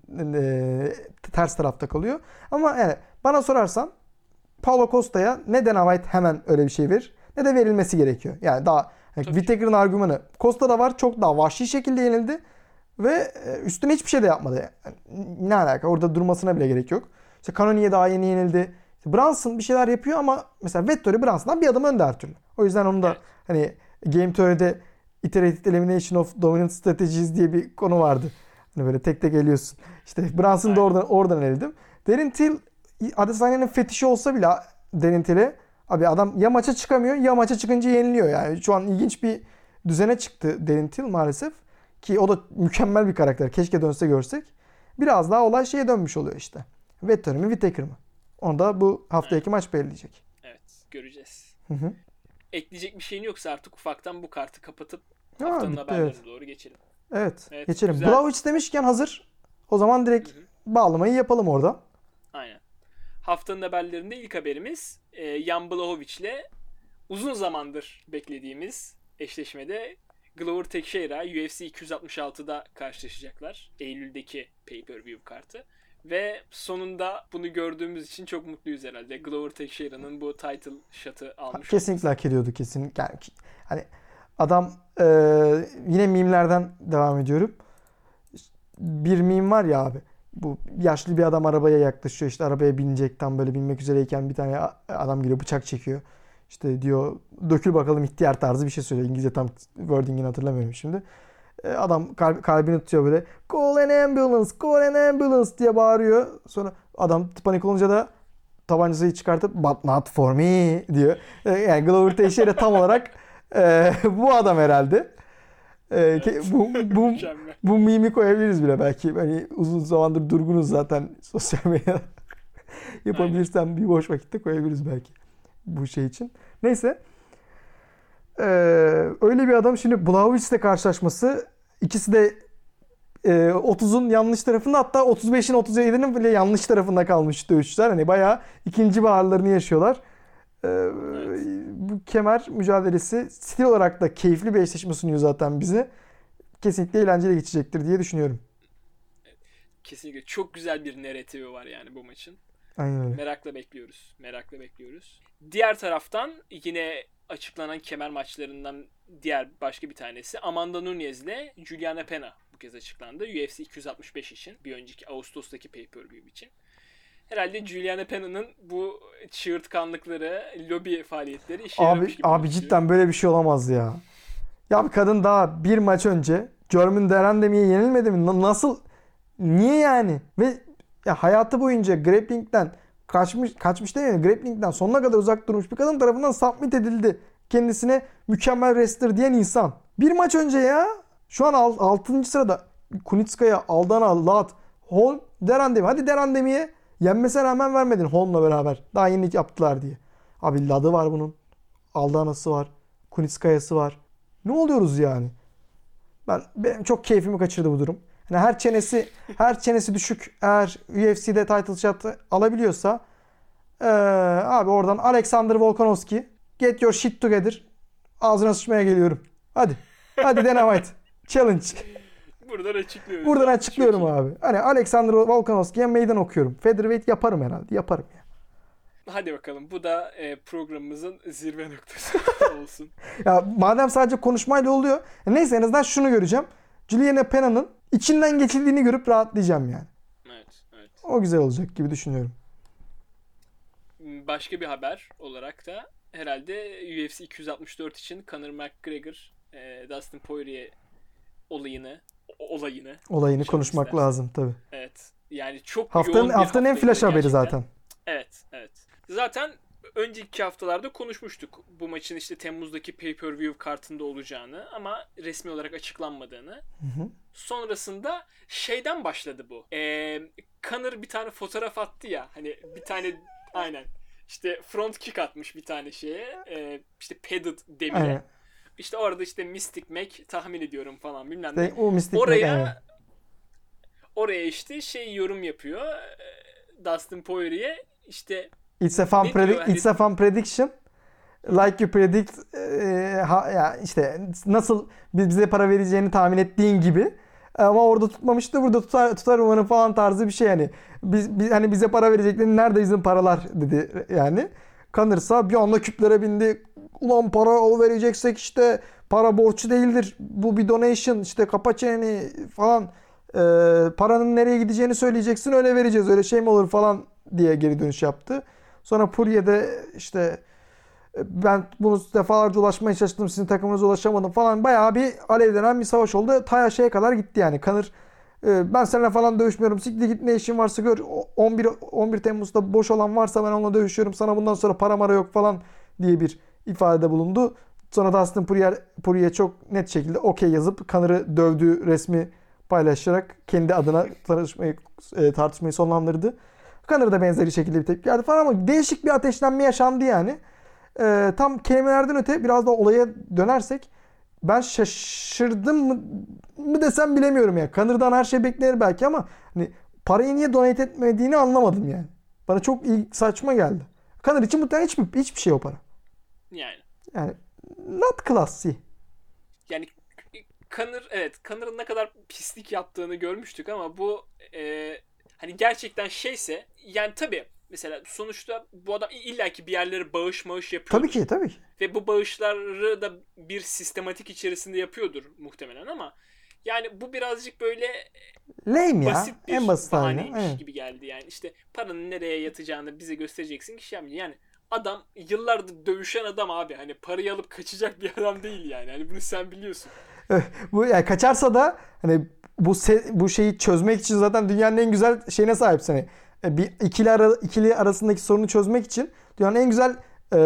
ters tarafta kalıyor. Ama yani bana sorarsan Paulo Costa'ya ne Dana White hemen öyle bir şey verir ne de verilmesi gerekiyor. Yani daha Whittaker'ın argümanı Costa'da var. Çok daha vahşi şekilde yenildi ve üstüne hiçbir şey de yapmadı. Yani ne alaka? Orada durmasına bile gerek yok. İşte Cannonier daha yeni yenildi. İşte Brunson bir şeyler yapıyor ama mesela Vettori Brunson'dan bir adım önde her türlü. O yüzden onu da hani Game Theory'de Iterated Elimination of Dominant Strategies diye bir konu vardı. Hani böyle tek tek eliyorsun. İşte Brunson'ı da oradan eledim. Darren Till Adesanya'nın fetişi olsa bile Darren Till'e abi adam ya maça çıkamıyor ya maça çıkınca yeniliyor. Yani şu an ilginç bir düzene çıktı Darren Till maalesef. Ki o da mükemmel bir karakter. Keşke dönse görsek. Biraz daha olay şeye dönmüş oluyor işte. Vettori mi Whittaker mı? Onu da bu haftaki maç belirleyecek. Evet göreceğiz. Ekleyecek bir şeyin yoksa artık ufaktan bu kartı kapatıp haftanın bitti, haberlerine doğru geçelim. Evet geçelim. Güzel. Blachowicz demişken hazır. O zaman direkt bağlamayı yapalım orada. Aynen. Haftanın haberlerinde ilk haberimiz Jan Blachowicz ile uzun zamandır beklediğimiz eşleşmede Glover Teixeira UFC 266'da karşılaşacaklar. Eylül'deki pay-per-view kartı. Ve sonunda bunu gördüğümüz için çok mutluyuz herhalde. Glover Teixeira'nın bu title shot'ı almış. Kesinlikle hak ediyordu kesin. Yani, hani adam yine mimlerden devam ediyorum. Bir meme var ya abi. Bu yaşlı bir adam arabaya yaklaşıyor. İşte arabaya binecek tam böyle binmek üzereyken bir tane adam geliyor bıçak çekiyor. İşte diyor dökül bakalım ihtiyar tarzı bir şey söylüyor. İngilizce tam wordingini hatırlamıyorum şimdi. Adam kalbini tutuyor böyle. Call an ambulance, call an ambulance diye bağırıyor. Sonra adam panik olunca da tabancayı çıkartıp but not for me diyor. Yani Glover Teixeira tam olarak bu adam herhalde. Bu mimi koyabiliriz bile belki. Hani uzun zamandır durgunuz zaten sosyal medyada. Yapabilirsem bir boş vakitte koyabiliriz belki bu şey için. Neyse. Öyle bir adam şimdi Blachowicz karşılaşması ikisi de 30'un yanlış tarafında hatta 35'in 37'nin bile yanlış tarafında kalmış dövüşçüler. Hani bayağı ikinci baharlarını yaşıyorlar. Bu kemer mücadelesi stil olarak da keyifli bir eşleşme sunuyor zaten bize. Kesinlikle eğlenceli geçecektir diye düşünüyorum. Kesinlikle çok güzel bir narratifi var yani bu maçın. Aynen öyle. Merakla bekliyoruz. Merakla bekliyoruz. Diğer taraftan yine açıklanan kemer maçlarından diğer başka bir tanesi Amanda Nunes ile Juliana Pena bu kez açıklandı. UFC 265 için. Bir önceki Ağustos'taki pay-per-view için. Herhalde Juliana Pena'nın bu çığırtkanlıkları, lobi faaliyetleri işe yaramış gibi. Abi cidden böyle bir şey olamaz ya. Ya bir kadın daha bir maç önce Germaine de Randamie'ye yenilmedi mi? Nasıl? Niye yani? Ve ya hayatı boyunca grappling'den kaçmış değil mi? Grappling'den sonuna kadar uzak durmuş bir kadın tarafından submit edildi. Kendisine mükemmel wrestler diyen insan. Bir maç önce ya. Şu an 6. sırada Kunitskaya, Aldana, Lat, Hol, de Randamie. Hadi de Randamie'ye Yenmesine rağmen vermedin Holm'la beraber. Daha yeni yaptılar diye. Abi Ladı var bunun. Aldana'sı var. Kunitskaya'sı var. Ne oluyoruz yani? Benim çok keyfimi kaçırdı bu durum. Yani her çenesi düşük, eğer UFC'de title shot alabiliyorsa abi oradan Alexander Volkanovski, get your shit together. Ağzına sıçmaya geliyorum. Hadi. Hadi Dana White. Challenge. Buradan açıklıyoruz. Buradan açıklıyorum abi. Hani Alexander Volkanovski'ye meydan okuyorum. Featherweight yaparım herhalde. Yaparım ya. Hadi bakalım. Bu da programımızın zirve noktası olsun. Ya madem sadece konuşmayla oluyor. Neyse en azından şunu göreceğim. Juliana Penna'nın içinden geçildiğini görüp rahatlayacağım yani. Evet, evet. O güzel olacak gibi düşünüyorum. Başka bir haber olarak da herhalde UFC 264 için Conor McGregor, Dustin Poirier olayını konuşmak istersen. lazım tabii. Evet. Yani çok Haftanın yoğun bir en flash haftaydı haberi gerçekten. zaten. Evet, evet. Zaten önceki haftalarda konuşmuştuk bu maçın işte Temmuz'daki pay-per-view kartında olacağını ama resmi olarak açıklanmadığını. Sonrasında şeyden başladı bu. Conor bir tane fotoğraf attı ya. Hani bir tane aynen. İşte front kick atmış bir tane şeye. İşte padded demire. Aynen. İşte orada işte Mystic Mac tahmin ediyorum falan bilmem İşte ne. o Mystic Mac, aynen. Oraya işte yorum yapıyor. Dustin Poirier işte It's a fun prediction. Like you predict ya işte nasıl bize para vereceğini tahmin ettiğin gibi. Ama orada tutmamıştı. Burada tutar umarım falan tarzı bir şey yani. Biz hani bize para vereceklerini nerede bizim paralar dedi yani. Kanırsa bir anda küplere bindi. Ulan para vereceksek işte para borçlu değildir. Bu bir donation, işte kapa çeneni falan. Paranın nereye gideceğini söyleyeceksin, öyle vereceğiz. Öyle şey mi olur falan diye geri dönüş yaptı. Sonra Poirier'de işte ben bunu defalarca ulaşmaya çalıştım, sizin takımınıza ulaşamadım falan. Bayağı bir alevlenen bir savaş oldu. Ta şeye kadar gitti yani. Conor ben seninle falan dövüşmüyorum. Siktir git, ne işin varsa gör. 11 Temmuz'da boş olan varsa ben onunla dövüşüyorum. Sana bundan sonra para mara yok falan diye bir ifadede bulundu. Sonra Dustin Poirier çok net şekilde okey yazıp Conor'ı dövdüğü resmi paylaşarak kendi adına tartışmayı sonlandırdı. Conor da benzeri şekilde bir tepki verdi falan ama değişik bir ateşlenme yaşandı yani. Tam kelimelerden öte biraz da olaya dönersek ben şaşırdım mı desem bilemiyorum ya. Conor'dan her şey beklenir belki ama hani parayı niye donate etmediğini anlamadım yani. Bana çok saçma geldi. Conor için muhtemelen hiçbir şey o para. Yani not classy. Yani Conor'ın ne kadar pislik yaptığını görmüştük ama bu hani gerçekten şeyse yani tabii mesela sonuçta bu adam illaki bir yerlere bağış yapıyordur. Tabii ki. Ve bu bağışları da bir sistematik içerisinde yapıyordur muhtemelen ama yani bu birazcık böyle lame basit ya. En basit bahaneymiş gibi geldi yani. İşte paranın nereye yatacağını bize göstereceksin ki şey yapmayacak. Yani adam yıllardır dövüşen adam abi. Hani parayı alıp kaçacak bir adam değil yani. Hani bunu sen biliyorsun. Bu yani kaçarsa da hani bu şeyi çözmek için zaten dünyanın en güzel şeyine sahipsin. Hani bir ikili arasındaki sorunu çözmek için dünyanın en güzel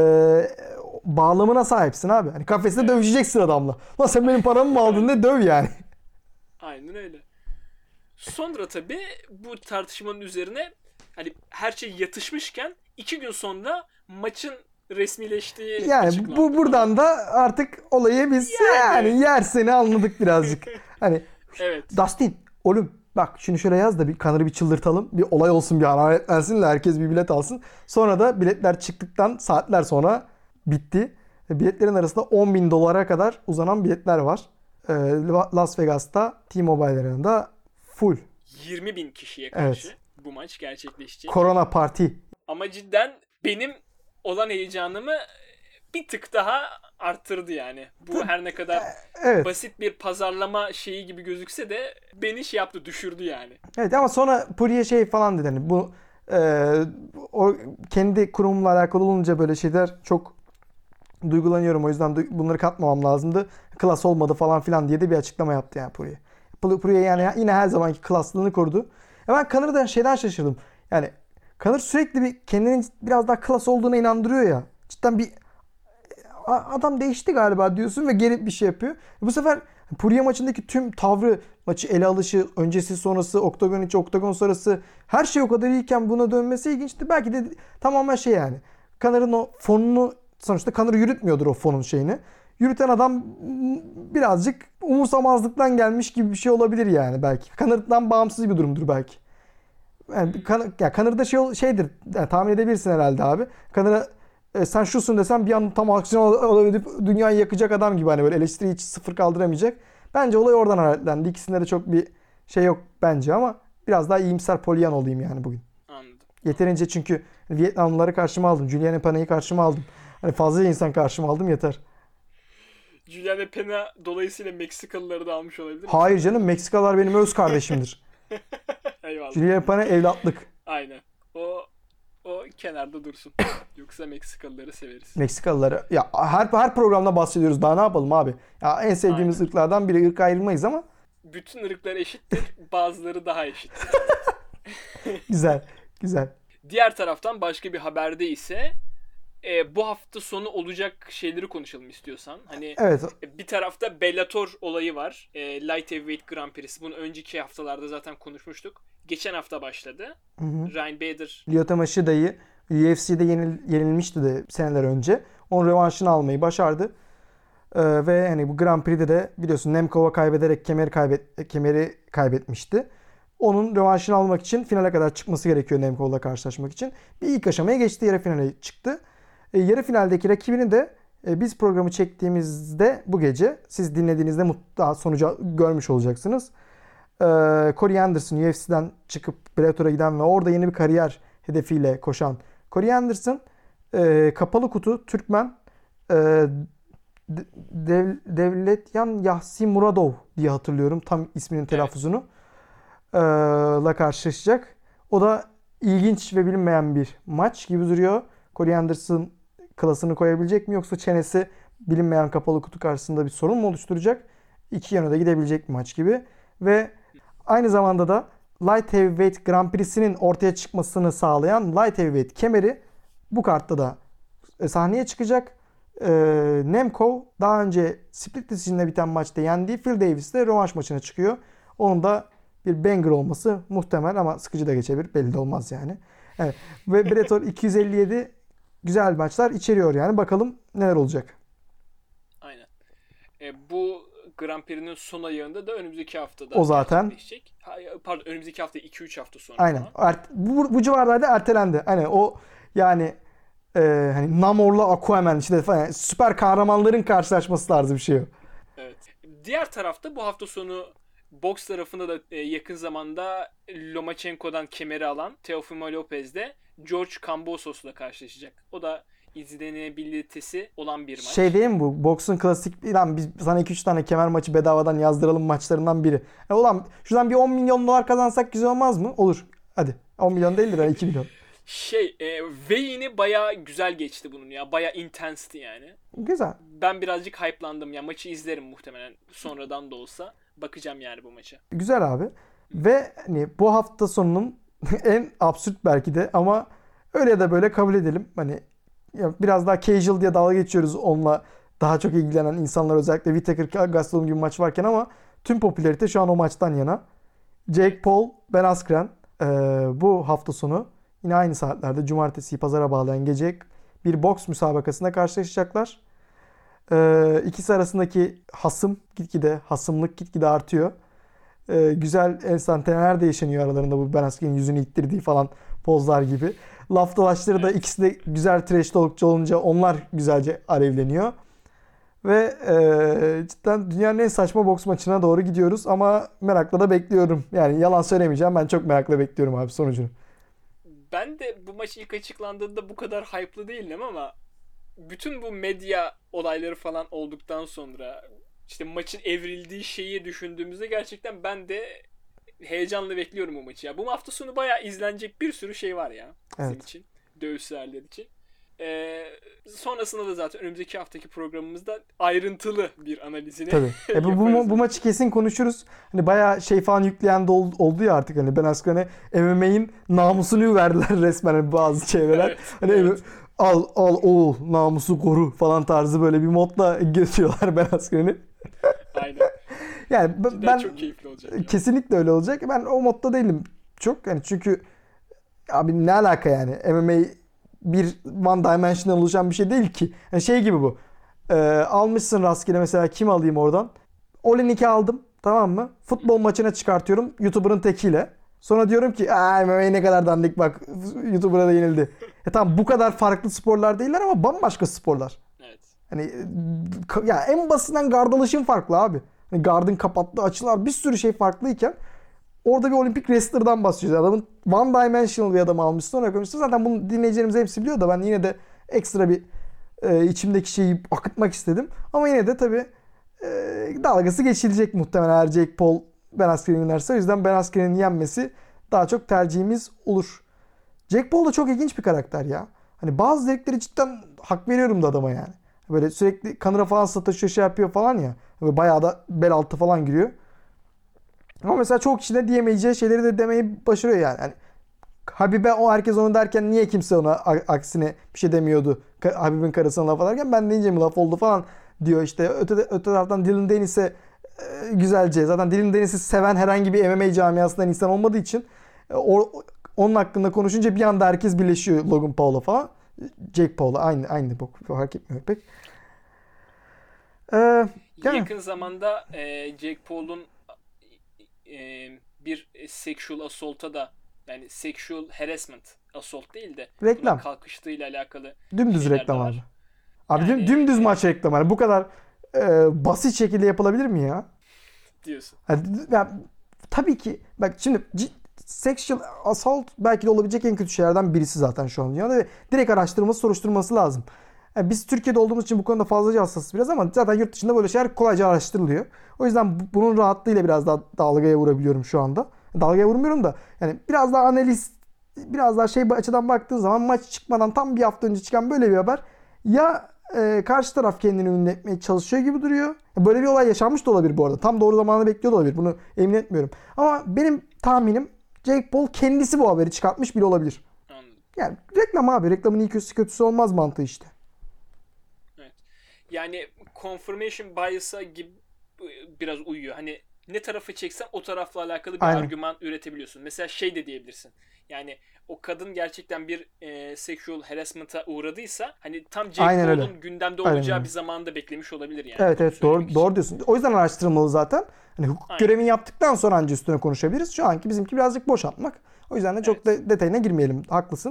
bağlamına sahipsin abi. Hani kafeste dövüşeceksin adamla. Lan sen benim paramı mı aldın de döv yani. Aynen öyle. Sonra tabii bu tartışmanın üzerine hani her şey yatışmışken 2 gün sonra maçın resmileştiği yani buradan da artık olayı biz yani yerseni anladık birazcık. Hani evet. Dustin oğlum bak şunu şöyle yaz da bir Conor'ı bir çıldırtalım. Bir olay olsun, bir hararetlensin de herkes bir bilet alsın. Sonra da biletler çıktıktan saatler sonra bitti. Biletlerin arasında $10.000 kadar uzanan biletler var. Las Vegas'ta T-Mobile Arena'da full. 20.000 kişiye karşı bu maç gerçekleşecek. Korona parti. Ama cidden benim olan heyecanımı bir tık daha arttırdı yani. Bu her ne kadar basit bir pazarlama şeyi gibi gözükse de beni düşürdü yani. Evet ama sonra Poirier şey falan dedi. Hani bu o kendi kurumumla alakalı olunca böyle şeyler çok duygulanıyorum. O yüzden bunları katmamam lazımdı. Klas olmadı falan filan diye de bir açıklama yaptı yani Poirier. Poirier yani yine her zamanki klaslığını korudu. Ben Conor'dan şeyden şaşırdım. Yani Conor sürekli bir kendinin biraz daha klas olduğuna inandırıyor ya. Cidden bir adam değişti galiba diyorsun ve geri bir şey yapıyor. Bu sefer Poirier maçındaki tüm tavrı, maçı ele alışı, öncesi sonrası, oktagon içi, oktagon sonrası her şey o kadar iyiyken buna dönmesi ilginçti. Belki de tamamen şey yani. Connor'ın o fonunu, sonuçta Connor yürütmüyordur o fonun şeyini. Yürüten adam birazcık umursamazlıktan gelmiş gibi bir şey olabilir yani belki. Connor'dan bağımsız bir durumdur belki. Yani, Connor'da şeydir, yani tahmin edebilirsin herhalde abi. Connor'a sen şusun desem bir an tam aksiyon olabilir, dünyayı yakacak adam gibi, hani böyle eleştiriyi hiç sıfır kaldıramayacak. Bence olay oradan hareketlendi. İkisinde de çok bir şey yok bence ama biraz daha iyimser, polyan olayım yani bugün. Anladım. Yeterince, çünkü Vietnamlıları karşıma aldım. Julian Pena'yı karşıma aldım. Hani fazla insan karşıma aldım, yeter. Julian Pena dolayısıyla Meksikalıları da almış olabilir mi? Hayır canım, Meksikalılar benim öz kardeşimdir. Eyvallah. Julian Pena evlatlık. Aynen. O kenarda dursun. Yoksa Meksikalıları severiz. Meksikalıları ya her programda bahsediyoruz, daha ne yapalım abi? Ya en sevdiğimiz ırklardan biri, ırk ayırmayız ama Bütün ırklar eşittir. Bazıları daha eşit. güzel. Güzel. Diğer taraftan başka bir haberde ise bu hafta sonu olacak şeyleri konuşalım istiyorsan. Hani Evet. Bir tarafta Bellator olayı var. Light Heavyweight Grand Prix'si. Bunu önceki haftalarda zaten konuşmuştuk. Geçen hafta başladı. Hı-hı. Ryan Bader. Lyoto Machida'yı UFC'de yenilmişti de seneler önce. Onun rövanşını almayı başardı. Ve hani bu Grand Prix'de de biliyorsun Nemkov'a kaybederek kemeri kaybetmişti. Onun rövanşını almak için finale kadar çıkması gerekiyor, Nemkov'la karşılaşmak için. Bir ilk aşamaya geçti, yarı finale çıktı. Yarı finaldeki rakibini de biz programı çektiğimizde bu gece, siz dinlediğinizde daha sonucu görmüş olacaksınız. Corey Anderson, UFC'den çıkıp Bellator'a giden ve orada yeni bir kariyer hedefiyle koşan Corey Anderson, kapalı kutu Türkmen Devletyan Yahsimuradov diye hatırlıyorum tam isminin telaffuzunu, la karşılaşacak. O da ilginç ve bilinmeyen bir maç gibi duruyor. Corey Anderson klasını koyabilecek mi, yoksa çenesi bilinmeyen kapalı kutu karşısında bir sorun mu oluşturacak? İki yöne de gidebilecek bir maç gibi. Ve aynı zamanda da Light Heavyweight Grand Prix'sinin ortaya çıkmasını sağlayan Light Heavyweight kemeri bu kartta da sahneye çıkacak. Nemkov daha önce split decision'la biten maçta yendiği Phil Davis'le rövanş maçına çıkıyor. Onun da bir banger olması muhtemel ama sıkıcı da geçebilir. Belli de olmaz yani. Evet. Ve Bellator 257 güzel maçlar içeriyor yani. Bakalım neler olacak. Aynen. Bu Grand Prix'nin son ayağında da önümüzdeki haftada o zaten. Pardon, önümüzdeki hafta 2-3 hafta sonra. Aynen. Bu civarlarda ertelendi. Hani o yani hani Namor'la Aquaman işte falan, süper kahramanların karşılaşması tarzı bir şey o. Evet. Diğer tarafta bu hafta sonu boks tarafında da yakın zamanda Lomachenko'dan kemeri alan Teofimo Lopez de George Kambosos karşılaşacak. O da izlenebilitesi olan bir maç. Şey değil mi bu? Boksun klasik, lan biz sana 2-3 tane kemer maçı bedavadan yazdıralım maçlarından biri. Ulan şuradan bir 10 milyon dolar kazansak güzel olmaz mı? Olur. Hadi. 10 milyon değil de 2 milyon. Weight'ini bayağı güzel geçti bunun ya. Bayağı intense'ti yani. Güzel. Ben birazcık hype'landım ya. Maçı izlerim muhtemelen. Sonradan da olsa. Bakacağım yani bu maça. Güzel abi. Ve hani bu hafta sonunun en absürt belki de ama öyle ya da böyle kabul edelim. Hani biraz daha casual diye dalga geçiyoruz onunla daha çok ilgilenen insanlar, özellikle Whittaker Gastelum gibi maç varken, ama tüm popülarite şu an o maçtan yana. Jake Paul, Ben Askren bu hafta sonu yine aynı saatlerde cumartesiyi pazara bağlayan gece bir boks müsabakasında karşılaşacaklar. İkisi arasındaki hasımlık gitgide artıyor. Güzel enstantaneler de yaşanıyor aralarında, bu Ben Askren'in yüzünü ittirdiği falan pozlar gibi. Laf dalaşları da ikisi de güzel trash talkçu olunca onlar güzelce alevleniyor. Ve cidden dünyanın en saçma boks maçına doğru gidiyoruz ama merakla da bekliyorum. Yani yalan söylemeyeceğim, ben çok merakla bekliyorum abi sonucunu. Ben de bu maç ilk açıklandığında bu kadar hype'lı değildim ama bütün bu medya olayları falan olduktan sonra işte maçın evrildiği şeyi düşündüğümüzde gerçekten ben de heyecanla bekliyorum bu maçı ya. Bu hafta sonu bayağı izlenecek bir sürü şey var ya bizim için. Dövüşlerler için. Sonrasında da zaten önümüzdeki haftaki programımızda ayrıntılı bir analizini tabii. Bu maçı kesin konuşuruz. Hani bayağı şey falan yükleyen de oldu ya artık, hani Ben Askren'e MMA'in namusunu verdiler resmen hani bazı çevreler. Evet, hani evet. al oğul namusu koru falan tarzı böyle bir modla götürüyorlar Ben Askren'i. Aynen. Yani ben çok keyifli olacak. Ya. kesinlikle öyle olacak. Ben o modda değilim çok. Yani çünkü abi ne alaka yani? MMA bir one dimensional oluşan bir şey değil ki. Yani şey gibi bu. Almışsın rastgele mesela kim alayım oradan? Olinik'i aldım. Tamam mı? Futbol maçına çıkartıyorum. YouTuber'ın tekiyle. Sonra diyorum ki MMA ne kadar dandik bak. YouTuber'a da yenildi. Tamam bu kadar farklı sporlar değiller ama bambaşka sporlar. Evet. Hani ya en basitinden gard alışın farklı abi. Hani gardın kapattığı açılar bir sürü şey farklıyken orada bir olimpik wrestler'dan bahsediyoruz. Adamın one dimensional bir adam almışsın ona koymuşsun. Zaten bunu dinleyicilerimiz hepsi biliyor da ben yine de ekstra bir içimdeki şeyi akıtmak istedim. Ama yine de tabii dalgası geçilecek muhtemelen eğer Jake Paul Ben Askren'i yenerse. O yüzden Ben Askren'in yenmesi daha çok tercihimiz olur. Jake Paul da çok ilginç bir karakter ya. Hani bazı zevkleri cidden hak veriyorum da adama yani. Böyle sürekli kanıra falan sataşıyor şey yapıyor falan ya. Böyle bayağı da bel altı falan giriyor. Ama mesela çok kişi de diyemeyeceği şeyleri de demeyi başarıyor yani. Yani Habib'e o herkes onu derken niye kimse ona aksine bir şey demiyordu? Habib'in karısına laf atarken ben deyince mi laf oldu falan diyor işte. Öte taraftan Dylan Dennis'e güzelce. Zaten Dylan Dennis'i seven herhangi bir MMA camiasından insan olmadığı için onun hakkında konuşunca bir anda herkes birleşiyor Logan Paul'a falan. Jake Paul'a aynı bok fark etmiyor pek. Yani. Yakın zamanda Jake Paul'un bir sexual assault'a da yani sexual harassment assault değil de Reklam. buna kalkıştığıyla alakalı Dümdüz şeyler reklam de var. abi. Abi Yani, dümdüz maç reklamı. Yani bu kadar basit şekilde yapılabilir mi ya? Diyorsun. Yani, tabii ki bak şimdi sexual assault belki de olabilecek en kötü şeylerden birisi zaten şu an dünyada ve direkt araştırılması, soruşturulması lazım. Yani biz Türkiye'de olduğumuz için bu konuda fazlaca hassasız biraz ama zaten yurt dışında böyle şeyler kolayca araştırılıyor. O yüzden bunun rahatlığıyla biraz daha dalgaya vurabiliyorum şu anda. Dalgaya vurmuyorum da yani biraz daha analiz, biraz daha şey açıdan baktığın zaman maç çıkmadan tam bir hafta önce çıkan böyle bir haber ya karşı taraf kendini ünlü etmeye çalışıyor gibi duruyor. Böyle bir olay yaşanmış da olabilir bu arada. Tam doğru zamanı bekliyor da olabilir. Bunu emin etmiyorum. Ama benim tahminim Jake Paul kendisi bu haberi çıkartmış bile olabilir. Anladım. Yani reklam abi. Reklamın iyi kötüsü olmaz mantığı işte. Evet. Yani confirmation bias'a gibi biraz uyuyor. Hani ne tarafı çeksen o tarafla alakalı bir Aynen. argüman üretebiliyorsun. Mesela şey de diyebilirsin. Yani o kadın gerçekten bir sexual harassment'a uğradıysa hani tam Jake Aynen öyle. Paul'un gündemde Aynen olacağı öyle. bir zamanda beklemiş olabilir yani. Evet Bunu evet söylemek doğru, için. doğru diyorsun. O yüzden araştırılmalı zaten. Hani hukuk Aynen. görevini yaptıktan sonra anca üstüne konuşabiliriz. Şu anki bizimki birazcık boş atmak. O yüzden de çok Evet. detayına girmeyelim. Haklısın.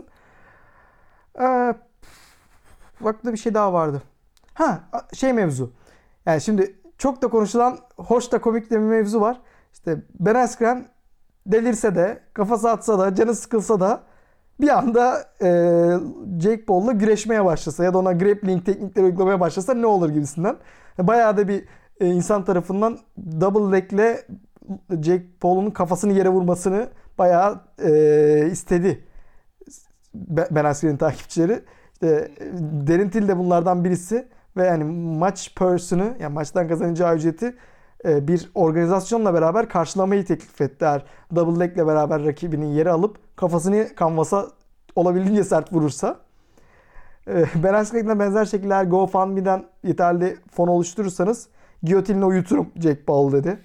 Aklımda bir şey daha vardı. Şey mevzu. Yani şimdi çok da konuşulan, hoş da komik de bir mevzu var. İşte Ben Askren delirse de, kafası atsa da, canı sıkılsa da bir anda Jake Paul'la güreşmeye başlasa ya da ona grappling teknikleri uygulamaya başlasa ne olur gibisinden. Bayağı da bir insan tarafından double leg'le Jake Paul'un kafasını yere vurmasını bayağı istedi. Ben Askren'in takipçileri. İşte Darren Till de bunlardan birisi ve yani maç person'ı yani maçtan kazanacağı ücreti bir organizasyonla beraber karşılamayı teklif etti. Eğer double leg'le beraber rakibinin yere alıp kafasını kanvasa olabildiğince sert vurursa. Ben Askren'le benzer şekilde eğer GoFundMe'den yeterli fon oluşturursanız giyotinle uyuturum Jake Paul dedi.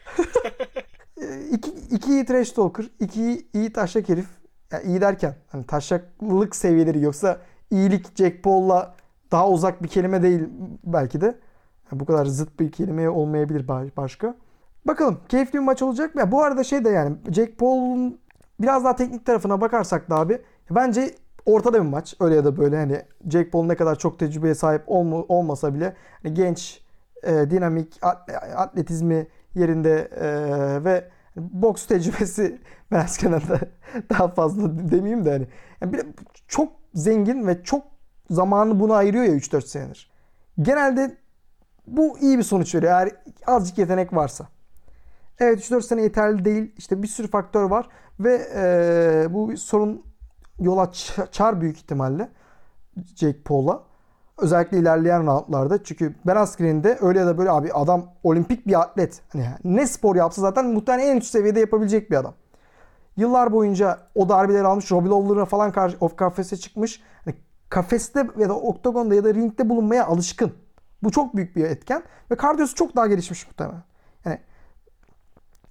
İki iyi trash talker, iki iyi taşak herif. Yani iyi derken hani taşaklık seviyeleri yoksa iyilik Jake Paul'la daha uzak bir kelime değil belki de. Yani bu kadar zıt bir kelime olmayabilir başka. Bakalım keyifli bir maç olacak. Ya bu arada şey de yani Jake Paul'un biraz daha teknik tarafına bakarsak da abi bence ortada bir maç. Öyle ya da böyle hani Jake Paul ne kadar çok tecrübeye sahip olmasa bile hani genç, dinamik, atletizmi yerinde ve boks tecrübesi ben eskiden de daha fazla demeyeyim de hani yani çok zengin ve çok zamanı buna ayırıyor ya 3-4 senedir. Genelde bu iyi bir sonuç veriyor eğer azıcık yetenek varsa. Evet 3-4 sene yeterli değil. İşte bir sürü faktör var ve bu bir sorun yol açar büyük ihtimalle Jake Paul'a. Özellikle ilerleyen roundlarda. Çünkü Ben Askren'de öyle ya da böyle abi adam olimpik bir atlet. Hani ne spor yapsa zaten muhtemelen en üst seviyede yapabilecek bir adam. Yıllar boyunca o darbeleri almış. Robbie Lawler'a falan karşı kafese çıkmış. Hani kafeste ya da oktagonda ya da ringde bulunmaya alışkın. Bu çok büyük bir etken. Ve kardiyosu çok daha gelişmiş muhtemelen. Yani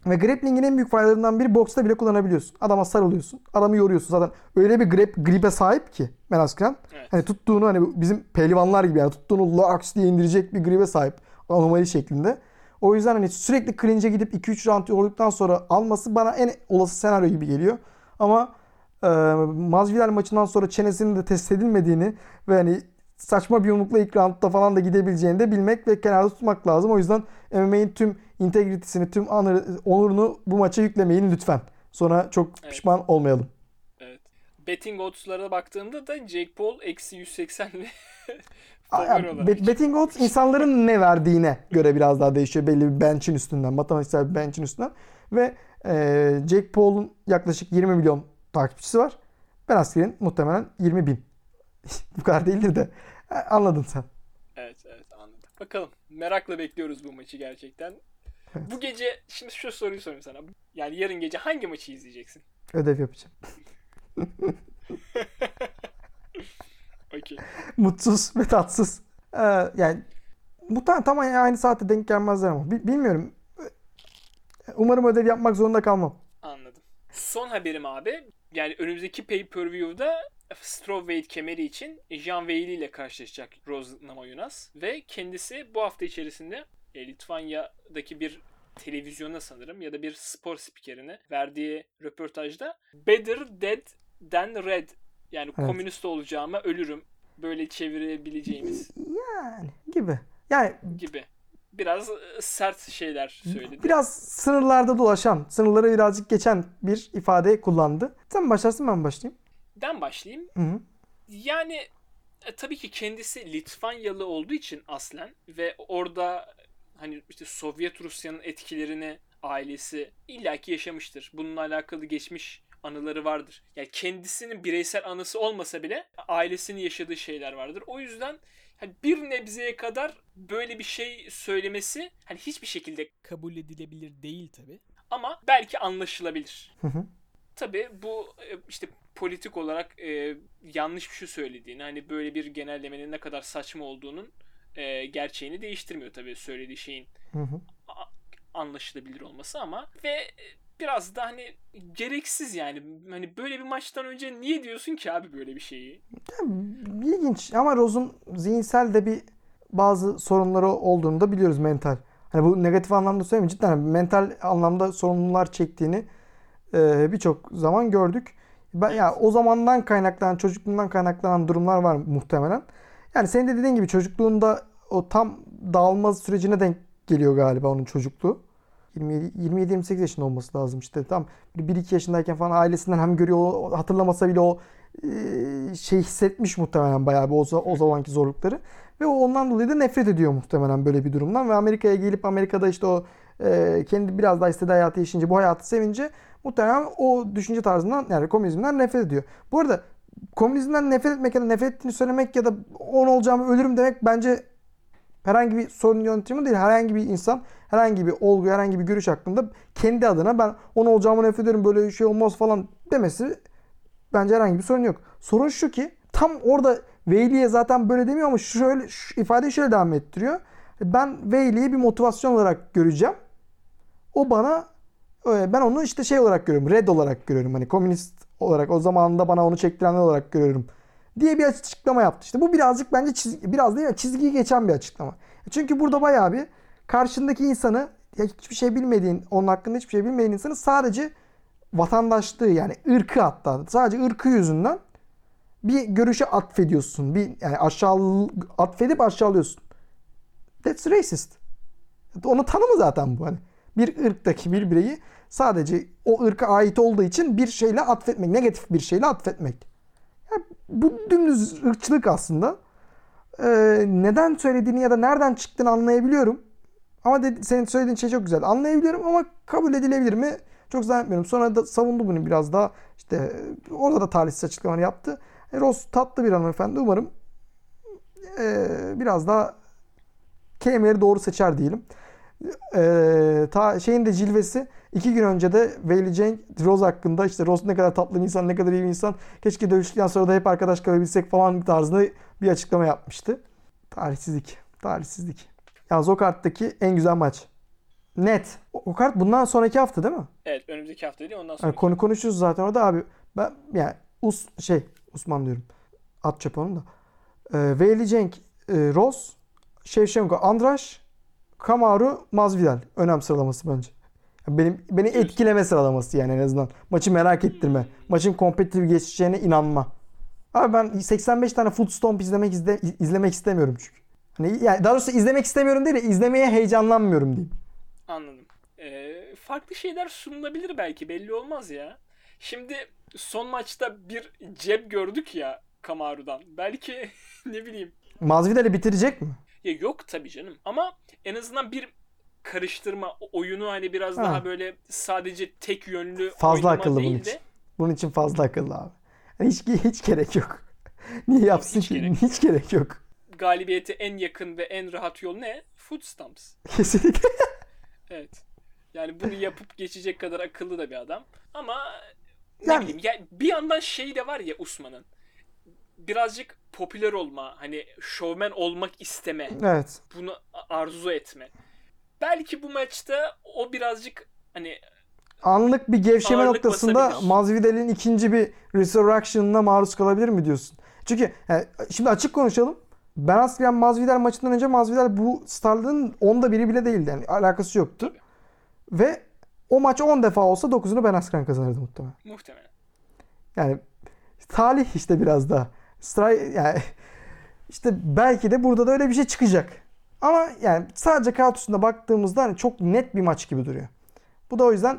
Ve grappling'in en büyük faydalarından biri boksta bile kullanabiliyorsun. Adama sarılıyorsun. Adamı yoruyorsun. Zaten öyle bir gribe sahip ki Menaskren. Evet. Hani tuttuğunu hani bizim pehlivanlar gibi yani tuttuğunu laks diye indirecek bir gribe sahip. Anomali şeklinde. O yüzden hani sürekli clinch'e gidip 2-3 round yorduktan sonra alması bana en olası senaryo gibi geliyor. Ama Masvidal maçından sonra çenesinin de test edilmediğini ve hani saçma bir yumrukla ilk roundda falan da gidebileceğini de bilmek ve kenarda tutmak lazım. O yüzden MMA'in tüm integritesini, tüm onurunu bu maça yüklemeyin lütfen. Sonra çok pişman olmayalım. Evet. Betting odds'lara baktığımda da Jake Paul eksi 180'li favori olarak. Betting odds insanların ne verdiğine göre biraz daha değişiyor. Belli bir bench'in üstünden, matematiksel bir bench'in üstünden. Ve Jake Paul'un yaklaşık 20 milyon takipçisi var. Ben Askren'in muhtemelen 20 bin. Bu kadar değildir de. Anladın sen. Evet anladım. Bakalım. Merakla bekliyoruz bu maçı gerçekten. Evet. Bu gece şimdi şu soruyu sorayım sana. Yani yarın gece hangi maçı izleyeceksin? Ödev yapacağım. Okay. Mutsuz ve tatsız. Yani muhtemelen tam aynı saate denk gelmezler ama. Bilmiyorum. Umarım ödev yapmak zorunda kalmam. Anladım. Son haberim abi. Yani önümüzdeki pay-per-view'da strawweight kemeri için Jean Weili ile karşılaşacak Rose Namajunas ve kendisi bu hafta içerisinde Litvanya'daki bir televizyona sanırım ya da bir spor spikerine verdiği röportajda Better Dead than Red, yani Evet. komünist olacağıma ölürüm, böyle çevirebileceğimiz Yani gibi. Yani gibi biraz sert şeyler söyledi. biraz sınırlarda dolaşan, sınırları birazcık geçen bir ifade kullandı. Sen mi başlarsın ben mi başlayayım? Ben başlayayım. Hı-hı. Yani tabii ki kendisi Litvanyalı olduğu için aslen ve orada hani işte Sovyet Rusya'nın etkilerini ailesi illaki yaşamıştır. Bununla alakalı geçmiş anıları vardır. Yani kendisinin bireysel anısı olmasa bile ailesinin yaşadığı şeyler vardır. O yüzden hani bir nebzeye kadar böyle bir şey söylemesi hani hiçbir şekilde kabul edilebilir değil tabii. Ama belki anlaşılabilir. Hı-hı. Tabii bu işte politik olarak yanlış bir şey söylediğini, hani böyle bir genellemenin ne kadar saçma olduğunun gerçeğini değiştirmiyor tabii söylediği şeyin Hı-hı. anlaşılabilir olması, ama ve biraz da hani gereksiz yani. Hani böyle bir maçtan önce niye diyorsun ki abi böyle bir şeyi? İlginç ama Rose'un zihinsel de bir bazı sorunları olduğunu da biliyoruz, mental. Hani bu negatif anlamda söylemiyorum, cidden hani mental anlamda sorunlar çektiğini birçok zaman gördük. Ya o zamandan kaynaklanan, çocukluğundan kaynaklanan durumlar var muhtemelen. Yani senin de dediğin gibi çocukluğunda o tam dağılma sürecine denk geliyor galiba onun çocukluğu. 27-28 yaşında olması lazım işte. Tam 1-2 yaşındayken falan ailesinden hem görüyor, hatırlamasa bile o şey hissetmiş muhtemelen bayağı bir o zamanki zorlukları. Ve o ondan dolayı da nefret ediyor muhtemelen böyle bir durumdan. Ve Amerika'ya gelip Amerika'da işte o kendi biraz daha istediği hayatı yaşayınca, bu hayatı sevince muhtemelen o düşünce tarzından, yani komünizmden nefret ediyor. Bu arada komünizmden nefret etmek ya da nefret ettiğini söylemek ya da on olacağımı ölürüm demek bence herhangi bir sorun yöntemi değil. Herhangi bir insan herhangi bir olgu, herhangi bir görüş hakkında kendi adına ben onu olacağımı nefret ediyorum, böyle şey olmaz falan demesi bence herhangi bir sorun yok. Sorun şu ki tam orada Weili'ye zaten böyle demiyor ama şu ifadeyi şöyle devam ettiriyor. Ben Weili'yi bir motivasyon olarak göreceğim. O bana, ben onu işte şey olarak görüyorum. Red olarak görüyorum. Hani komünist olarak o zamanında bana onu çektirenler olarak görüyorum diye bir açıklama yaptı. İşte bu birazcık bence biraz değil, çizgiyi geçen bir açıklama. Çünkü burada bayağı bir karşındaki insanı, ya hiçbir şey bilmediğin, onun hakkında hiçbir şey bilmediğin insanı sadece vatandaşlığı, yani ırkı, hatta sadece ırkı yüzünden bir görüşe atfediyorsun. Yani atfedip aşağılıyorsun. That's racist. Onu tanımı zaten bu hani. Bir ırktaki bir bireyi sadece o ırka ait olduğu için bir şeyle atfetmek, negatif bir şeyle atfetmek. Yani bu dümdüz ırkçılık aslında. Neden söylediğini ya da nereden çıktığını anlayabiliyorum. Ama senin söylediğin şey çok güzel. Anlayabiliyorum ama kabul edilebilir mi? Çok zannetmiyorum. Sonra da savundu bunu biraz daha. İşte orada da talihsiz açıklamalar yaptı. Rose tatlı bir hanımefendi. Umarım biraz daha kelimeleri doğru seçer diyelim. Şeyin de cilvesi 2 gün önce de Weili Zhang Rose hakkında, işte Rose ne kadar tatlı bir insan, ne kadar iyi bir insan, keşke dövüştükten sonra da hep arkadaş kalabilsek falan tarzında bir açıklama yapmıştı. Tarihsizlik. Yalnız o karttaki en güzel maç. Net. O kart bundan sonraki hafta değil mi? Evet, önümüzdeki hafta değil, ondan sonra. Yani konu konuşuruz zaten orada abi. Ben yani Usman diyorum. At çöp onun da. Veli Cenk, Ross, Shevchenko, Andraş, Kamaru, Masvidal. Önem sıralaması bence. Beni etkileme sıralaması yani en azından. Maçı merak ettirme. Maçın kompetitif geçeceğine inanma. Abi ben 85 tane foot stomp izlemek istemiyorum çünkü. Hani yani daha doğrusu izlemek istemiyorum değil de izlemeye heyecanlanmıyorum diyeyim. Anladım. Farklı şeyler sunulabilir belki, belli olmaz ya. Şimdi son maçta bir cep gördük ya Kamaru'dan. Belki ne bileyim. Masvidal'i bitirecek mi? Ya yok tabii canım, ama en azından bir karıştırma, oyunu hani biraz Ha. daha böyle sadece tek yönlü Fazla oynama akıllı bunun değil için. de. Bunun için fazla akıllı abi. Yani hiç gerek yok. Niye yapsın Hiç ki? gerek yok. Hiç gerek yok. Galibiyete en yakın ve en rahat yol ne? Foot stomps. Kesinlikle. Evet. Yani bunu yapıp geçecek kadar akıllı da bir adam. Ama ne Yani- bileyim ya, bir yandan şey de var ya Usman'ın. Birazcık popüler olma, hani şovmen olmak isteme, Evet. bunu arzu etme. Belki bu maçta o birazcık hani Anlık bir gevşeme Ağırlık noktasında basabilir. Masvidal'in ikinci bir resurrection'ına maruz kalabilir mi diyorsun? Çünkü yani şimdi açık konuşalım. Ben Askren Masvidal maçından önce Masvidal bu starlığın 10'da biri bile değildi. Yani alakası yoktu. Ve o maç 10 defa olsa 9'unu Ben Askren kazanırdı muhtemelen. muhtemelen. Yani talih işte biraz da. Yani işte belki de burada da öyle bir şey çıkacak. Ama yani sadece kağıt üstünde baktığımızda hani çok net bir maç gibi duruyor. Bu da o yüzden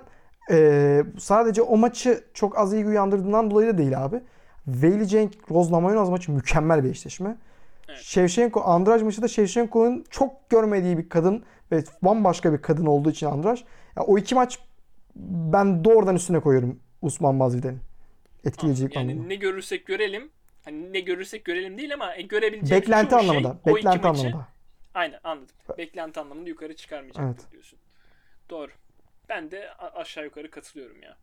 sadece o maçı çok az ilgi uyandırdığından dolayı da değil abi. Veli Cenk, Roz Namajunas maçı mükemmel bir eşleşme. Evet. Shevchenko, Andrade maçı da Shevchenko'nun çok görmediği bir kadın ve bambaşka bir kadın olduğu için Andrade. Yani o iki maç ben doğrudan üstüne koyuyorum Usman Masvidal'in. Etkileyicilik Yani anlamında. ne görürsek görelim. Hani ne görürsek görelim değil ama görebileceğimiz Beklenti çoğu anlamında. şey o iki Beklenti maçı. anlamında. Aynen, anladım. Beklenti anlamında yukarı çıkarmayacaktır Evet. diyorsun. Doğru. Ben de aşağı yukarı katılıyorum ya.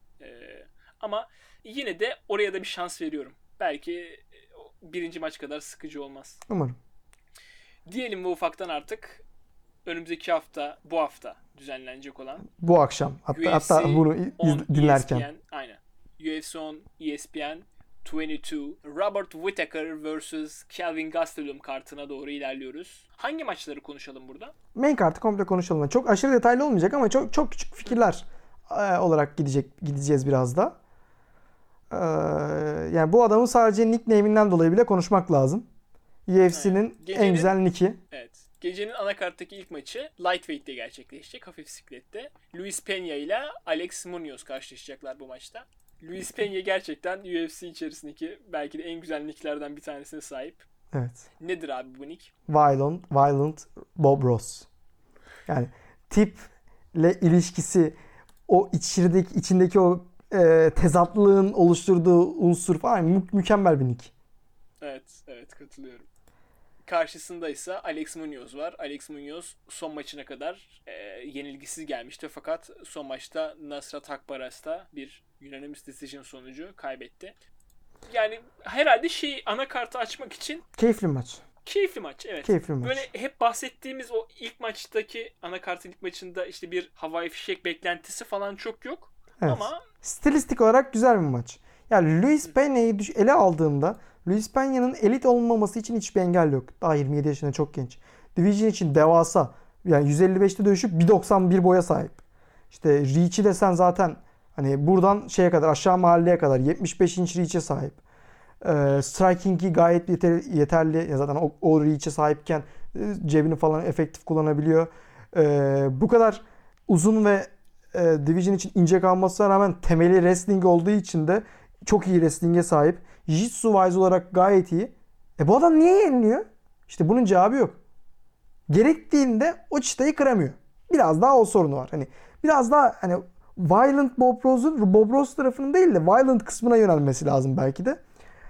Ama yine de oraya da bir şans veriyorum. Belki birinci maç kadar sıkıcı olmaz. Umarım. Diyelim bu ufaktan artık önümüzdeki hafta, bu hafta düzenlenecek olan Bu akşam. Hatta bunu dinlerken. ESPN, aynen. UFC on ESPN 22 Robert Whittaker vs. Kelvin Gastelum kartına doğru ilerliyoruz. Hangi maçları konuşalım burada? Main kartı komple konuşalım. Çok aşırı detaylı olmayacak ama çok küçük fikirler olarak gideceğiz biraz da. Yani bu adamın sadece nickname'inden dolayı bile konuşmak lazım. UFC'nin Evet. en güzel nick'i. Evet. Gecenin anakarttaki ilk maçı Lightweight'te gerçekleşecek. Hafif siklette. Luis Peña ile Alex Munoz karşılaşacaklar bu maçta. Luis Peña gerçekten UFC içerisindeki belki de en güzel nicklerden bir tanesine sahip. Evet. Nedir abi bu nick? Violent Bob Ross. Yani tiple ilişkisi, o içindeki o tezatlığın oluşturduğu unsur falan mükemmel bir nick. Evet katılıyorum. Karşısında ise Alex Munoz var. Alex Munoz son maçına kadar yenilgisiz gelmişti. Fakat son maçta Nasrat Akbaras'ta bir unanimous decision sonucu kaybetti. Yani herhalde anakartı açmak için Keyifli maç. keyifli maç. Evet. Keyifli maç. Böyle hep bahsettiğimiz o ilk maçtaki anakartın ilk maçında işte bir havai fişek beklentisi falan çok yok. Evet. Ama Stilistik olarak güzel bir maç. Yani Luis Peña'yı ele aldığında Luis Peña'nın elit olmaması için hiçbir engel yok. Daha 27 yaşında, çok genç. Division için devasa. Yani 155'te dövüşüp 1.91 boya sahip. İşte reach'i desen zaten hani buradan şeye kadar, aşağı mahalleye kadar 75 inç reach'e sahip. Striking'i gayet yeterli. Ya zaten o reach'e sahipken cebini falan efektif kullanabiliyor. Bu kadar uzun ve Division için ince kalmasına rağmen temeli wrestling olduğu için de çok iyi wrestling'e sahip. Jiu-Jitsu olarak gayet iyi. Bu adam niye yeniliyor? İşte bunun cevabı yok. Gerektiğinde o çıtayı kıramıyor. Biraz daha o sorunu var. Hani biraz daha hani Violent Bob Ross tarafının değil de Violent kısmına yönelmesi lazım belki de.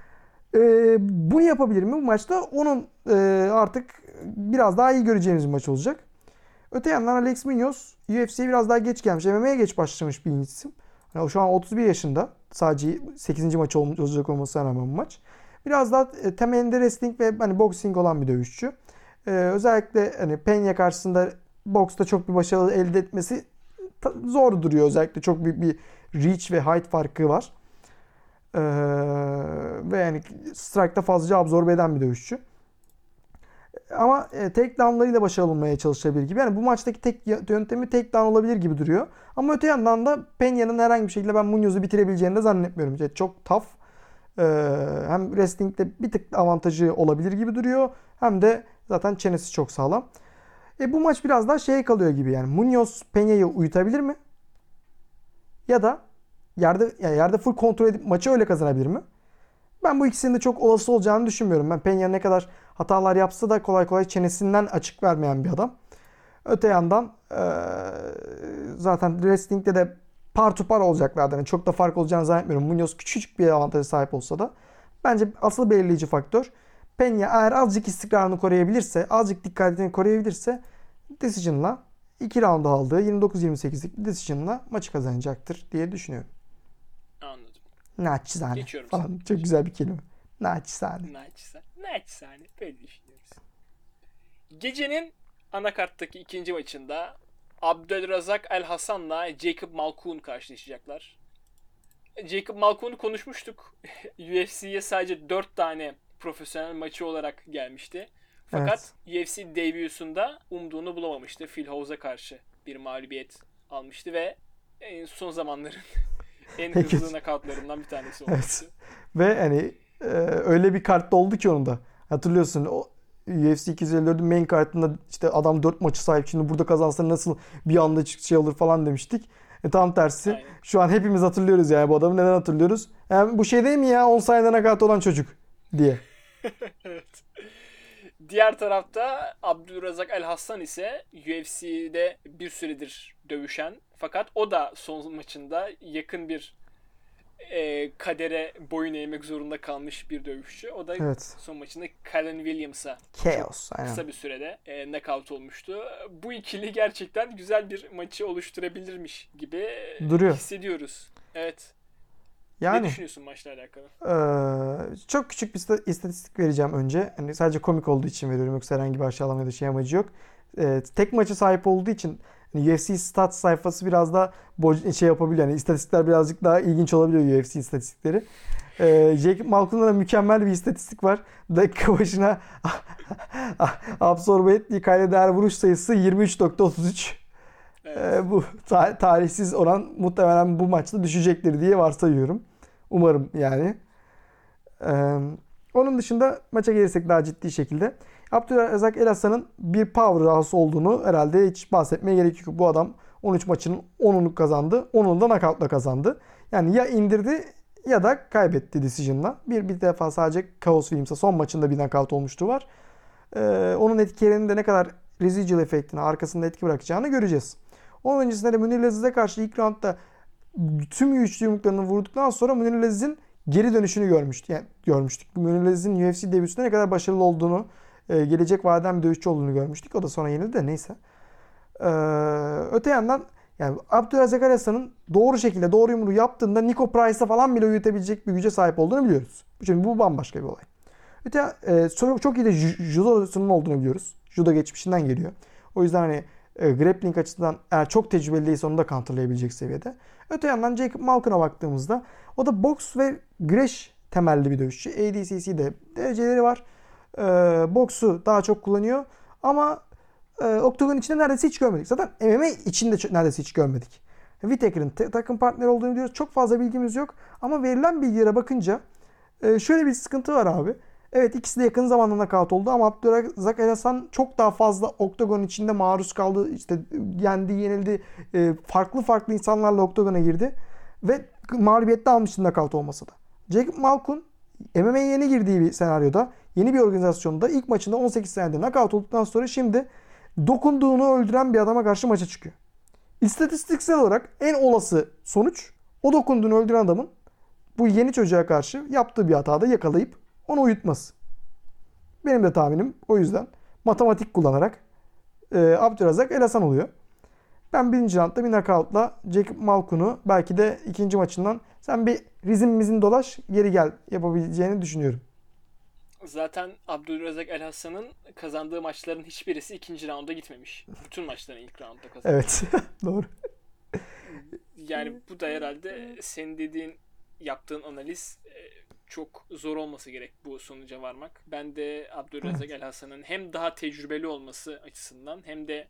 Bunu yapabilir mi bu maçta? Onun artık biraz daha iyi göreceğimiz bir maç olacak. Öte yandan Alex Munoz UFC'ye biraz daha geç gelmiş. MMA'ye geç başlamış bir isim. Yani o şu an 31 yaşında. Sadece 8. maç olacak olmasına rağmen bu maç. Biraz daha temelinde wrestling ve hani boxing olan bir dövüşçü. Özellikle hani Peña karşısında boksta çok bir başarı elde etmesi zor duruyor. Özellikle çok büyük bir reach ve height farkı var. Ve yani strike'da fazlaca absorbe eden bir dövüşçü. Ama takedown'larıyla başarılı olmaya çalışabilir gibi. Yani bu maçtaki tek yöntemi takedown olabilir gibi duruyor. Ama öte yandan da Peña'nın herhangi bir şekilde ben Munoz'u bitirebileceğini de zannetmiyorum. Yani çok tough. Hem wrestling'de bir tık avantajı olabilir gibi duruyor. Hem de zaten çenesi çok sağlam. Bu maç biraz daha şeye kalıyor gibi yani. Munoz Peña'yı uyutabilir mi? Ya da yerde full kontrol edip maçı öyle kazanabilir mi? Ben bu ikisinin de çok olası olacağını düşünmüyorum. Ben Peña ne kadar hatalar yapsa da kolay kolay çenesinden açık vermeyen bir adam. Öte yandan zaten wrestling'de de par to par olacaklardı. Yani çok da fark olacağını zannetmiyorum. Munoz küçücük bir avantaja sahip olsa da. Bence asıl belirleyici faktör Peña eğer azıcık istikrarını koruyabilirse, azıcık dikkatini koruyabilirse decision'la 2 round aldığı 29-28'lik bir decision'la maçı kazanacaktır diye düşünüyorum. Anladım. Naçizane Geçiyorum falan. sana. Çok güzel bir kelime. Naçizane. Naçizane. Böyle düşünüyoruz. Gecenin anakarttaki ikinci maçında Abdülrazak El Hasan'la Jacob Malkoun karşılaşacaklar. Jacob Malkoun'u konuşmuştuk. UFC'ye sadece 4 tane profesyonel maçı olarak gelmişti. Fakat UFC debüsünde umduğunu bulamamıştı. Phil House'a karşı bir mağlubiyet almıştı ve son zamanların en hızlı nakavtlarından bir tanesi olmuştu. Evet. Ve hani öyle bir kartta oldu ki onun da. Hatırlıyorsun o UFC 254'ün main kartında işte adam 4 maçı sahip. Şimdi burada kazansa nasıl bir anda şey olur falan demiştik. Tam tersi. Aynen. Şu an hepimiz hatırlıyoruz yani bu adamı neden hatırlıyoruz? Yani bu şey değil mi ya 10 saniyede nakavt olan çocuk diye. Evet. Diğer tarafta Abdülrazak El Hassan ise UFC'de bir süredir dövüşen fakat o da son maçında yakın bir kadere boyun eğmek zorunda kalmış bir dövüşçü. O da son maçında Callan Williams'a kısa bir sürede knockout olmuştu. Bu ikili gerçekten güzel bir maçı oluşturabilirmiş gibi duruyor. Hissediyoruz. Evet. Yani, ne düşünüyorsun maçla alakalı? Çok küçük bir istatistik vereceğim önce. Hani sadece komik olduğu için veriyorum. Yoksa herhangi bir aşağılama ya da şey amacı yok. Tek maçı sahip olduğu için hani UFC Stats sayfası biraz da şey yapabiliyor. Yani istatistikler birazcık daha ilginç olabiliyor UFC istatistikleri. Jacob Malkoun'da da mükemmel bir istatistik var. Dakika başına absorbe ettiği kayda değer vuruş sayısı 23.33. Evet. Bu tarihsiz oran muhtemelen bu maçta düşecektir diye varsayıyorum. Umarım yani. Onun dışında maça gelirsek daha ciddi şekilde. Abdülrazak El Hasan'ın bir powerhouse olduğunu herhalde hiç bahsetmeye gerek yok. Bu adam 13 maçının 10'unu kazandı. 10'unu da knockout'la kazandı. Yani ya indirdi ya da kaybetti decision'la. Bir defa sadece Chaos Williams'a son maçında bir knockout olmuştu var. Onun etkilerinin de ne kadar residual efektini arkasında etki bırakacağını göreceğiz. Onun öncesinde de Münir Laziz'e karşı ilk roundda tüm güçlü yumruklarını vurduktan sonra Münir Laziz'in geri dönüşünü görmüştük. Münir Laziz'in UFC debüsünde ne kadar başarılı olduğunu, gelecek vadeden bir dövüşçü olduğunu görmüştük. O da sonra yenildi de neyse. Öte yandan yani Abdülrazak El Hasan'ın doğru şekilde doğru yumruğu yaptığında Nico Price'a falan bile uyutabilecek bir güce sahip olduğunu biliyoruz. Çünkü bu bambaşka bir olay. Çok iyi de judosunun olduğunu biliyoruz. Judo geçmişinden geliyor. O yüzden hani grappling açısından eğer çok tecrübeli değilse onu da counterlayabilecek seviyede. Öte yandan Jacob Malkoun'a baktığımızda o da boks ve güreş temelli bir dövüşçü. ADCC'de dereceleri var. Boksu daha çok kullanıyor. Ama Oktagon içinde neredeyse hiç görmedik. Zaten MMA içinde neredeyse hiç görmedik. Whittaker'ın takım partneri olduğunu biliyoruz. Çok fazla bilgimiz yok. Ama verilen bilgilere bakınca şöyle bir sıkıntı var abi. Evet ikisi de yakın zamanda knockout oldu ama Abdülrazak El Hasan çok daha fazla oktagon içinde maruz kaldı. İşte yendi, yenildi. Farklı insanlarla oktagona girdi. Ve mağlubiyette almıştı knockout olmasa da. Jacob Malkoun MMA'ye yeni girdiği bir senaryoda, yeni bir organizasyonda ilk maçında 18 senede knockout olduktan sonra şimdi dokunduğunu öldüren bir adama karşı maça çıkıyor. İstatistiksel olarak en olası sonuç o dokunduğunu öldüren adamın bu yeni çocuğa karşı yaptığı bir hatada yakalayıp onu uyutması. Benim de tahminim o yüzden matematik kullanarak Abdülrazak El Hasan oluyor. Ben birinci roundda bir knockout'la Jacob Malkoun'u belki de ikinci maçından sen bir rizmimizin dolaş geri gel yapabileceğini düşünüyorum. Zaten Abdülrazak El Hasan'ın kazandığı maçların hiçbirisi ikinci rounda gitmemiş. Bütün maçların ilk roundda kazanmış. Evet. Doğru. Yani bu da herhalde senin dediğin, yaptığın analiz çok zor olması gerek bu sonuca varmak. Ben de Abdülrezzak Elhasan'ın hem daha tecrübeli olması açısından hem de